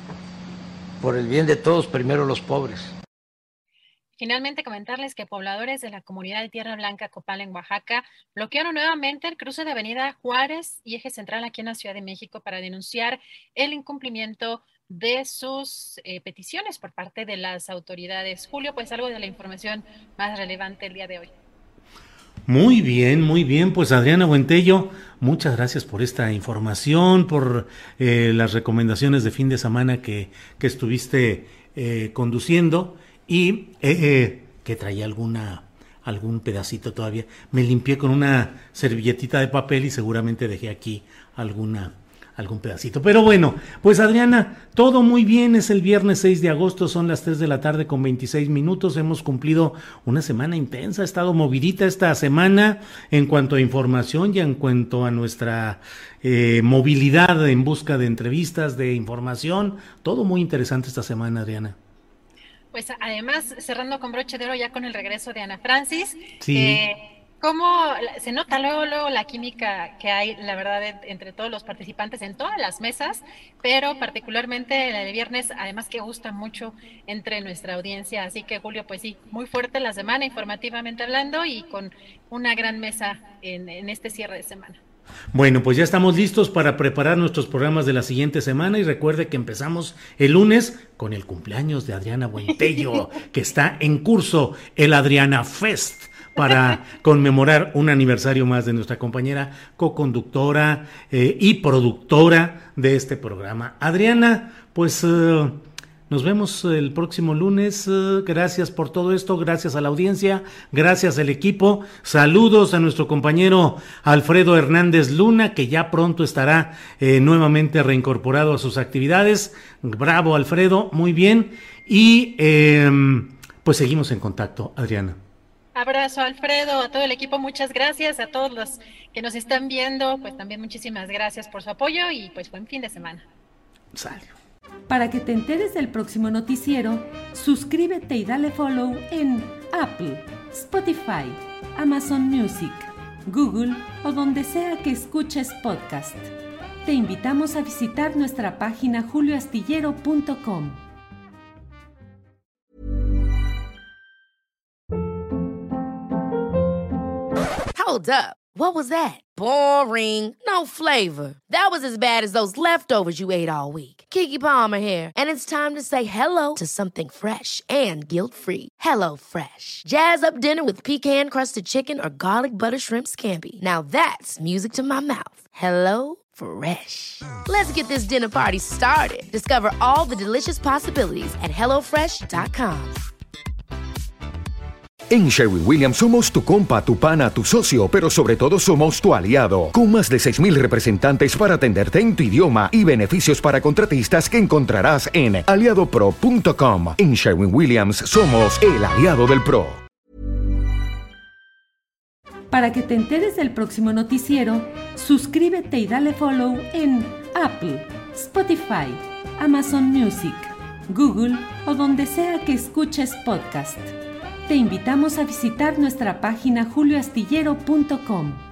Por el bien de todos, primero los pobres. Finalmente, comentarles que pobladores de la comunidad de Tierra Blanca, Copala, en Oaxaca, bloquearon nuevamente el cruce de Avenida Juárez y Eje Central aquí en la Ciudad de México para denunciar el incumplimiento de sus eh, peticiones por parte de las autoridades. Julio, pues algo de la información más relevante el día de hoy. Muy bien, muy bien. Pues Adriana Buentello, muchas gracias por esta información, por eh, las recomendaciones de fin de semana que, que estuviste eh, conduciendo. Y eh, eh, que traía alguna algún pedacito todavía. Me limpié con una servilletita de papel y seguramente dejé aquí alguna algún pedacito. Pero bueno, pues Adriana, todo muy bien. Es el viernes seis de agosto, son las tres de la tarde con veintiséis minutos. Hemos cumplido una semana intensa, ha estado movidita esta semana en cuanto a información y en cuanto a nuestra eh, movilidad en busca de entrevistas, de información. Todo muy interesante esta semana, Adriana. Pues además, cerrando con broche de oro ya con el regreso de Ana Francis, sí. eh, cómo se nota luego, luego la química que hay, la verdad, entre todos los participantes en todas las mesas, pero particularmente la de viernes, además que gusta mucho entre nuestra audiencia. Así que, Julio, pues sí, muy fuerte la semana informativamente hablando y con una gran mesa en, en este cierre de semana. Bueno, pues ya estamos listos para preparar nuestros programas de la siguiente semana y recuerde que empezamos el lunes con el cumpleaños de Adriana Buentello, que está en curso el Adriana Fest para conmemorar un aniversario más de nuestra compañera coconductora eh, y productora de este programa. Adriana, pues uh, nos vemos el próximo lunes. Uh, gracias por todo esto, gracias a la audiencia, gracias al equipo. Saludos a nuestro compañero Alfredo Hernández Luna, que ya pronto estará eh, nuevamente reincorporado a sus actividades. Bravo, Alfredo, muy bien. Y eh, pues seguimos en contacto, Adriana. Abrazo, Alfredo, a todo el equipo, muchas gracias, a todos los que nos están viendo, pues también muchísimas gracias por su apoyo y pues buen fin de semana. Sale. Para que te enteres del próximo noticiero, suscríbete y dale follow en Apple, Spotify, Amazon Music, Google o donde sea que escuches podcast. Te invitamos a visitar nuestra página julio astillero punto com. Hold up. What was that? Boring. No flavor. That was as bad as those leftovers you ate all week. Keke Palmer here, and it's time to say hello to something fresh and guilt-free. Hello Fresh. Jazz up dinner with pecan-crusted chicken or garlic butter shrimp scampi. Now that's music to my mouth. Hello Fresh. Let's get this dinner party started. Discover all the delicious possibilities at hello fresh dot com. En Sherwin-Williams somos tu compa, tu pana, tu socio, pero sobre todo somos tu aliado. Con más de seis mil representantes para atenderte en tu idioma y beneficios para contratistas que encontrarás en aliado pro punto com. En Sherwin-Williams somos el aliado del pro. Para que te enteres del próximo noticiero, suscríbete y dale follow en Apple, Spotify, Amazon Music, Google o donde sea que escuches podcast. Te invitamos a visitar nuestra página julio astillero punto com.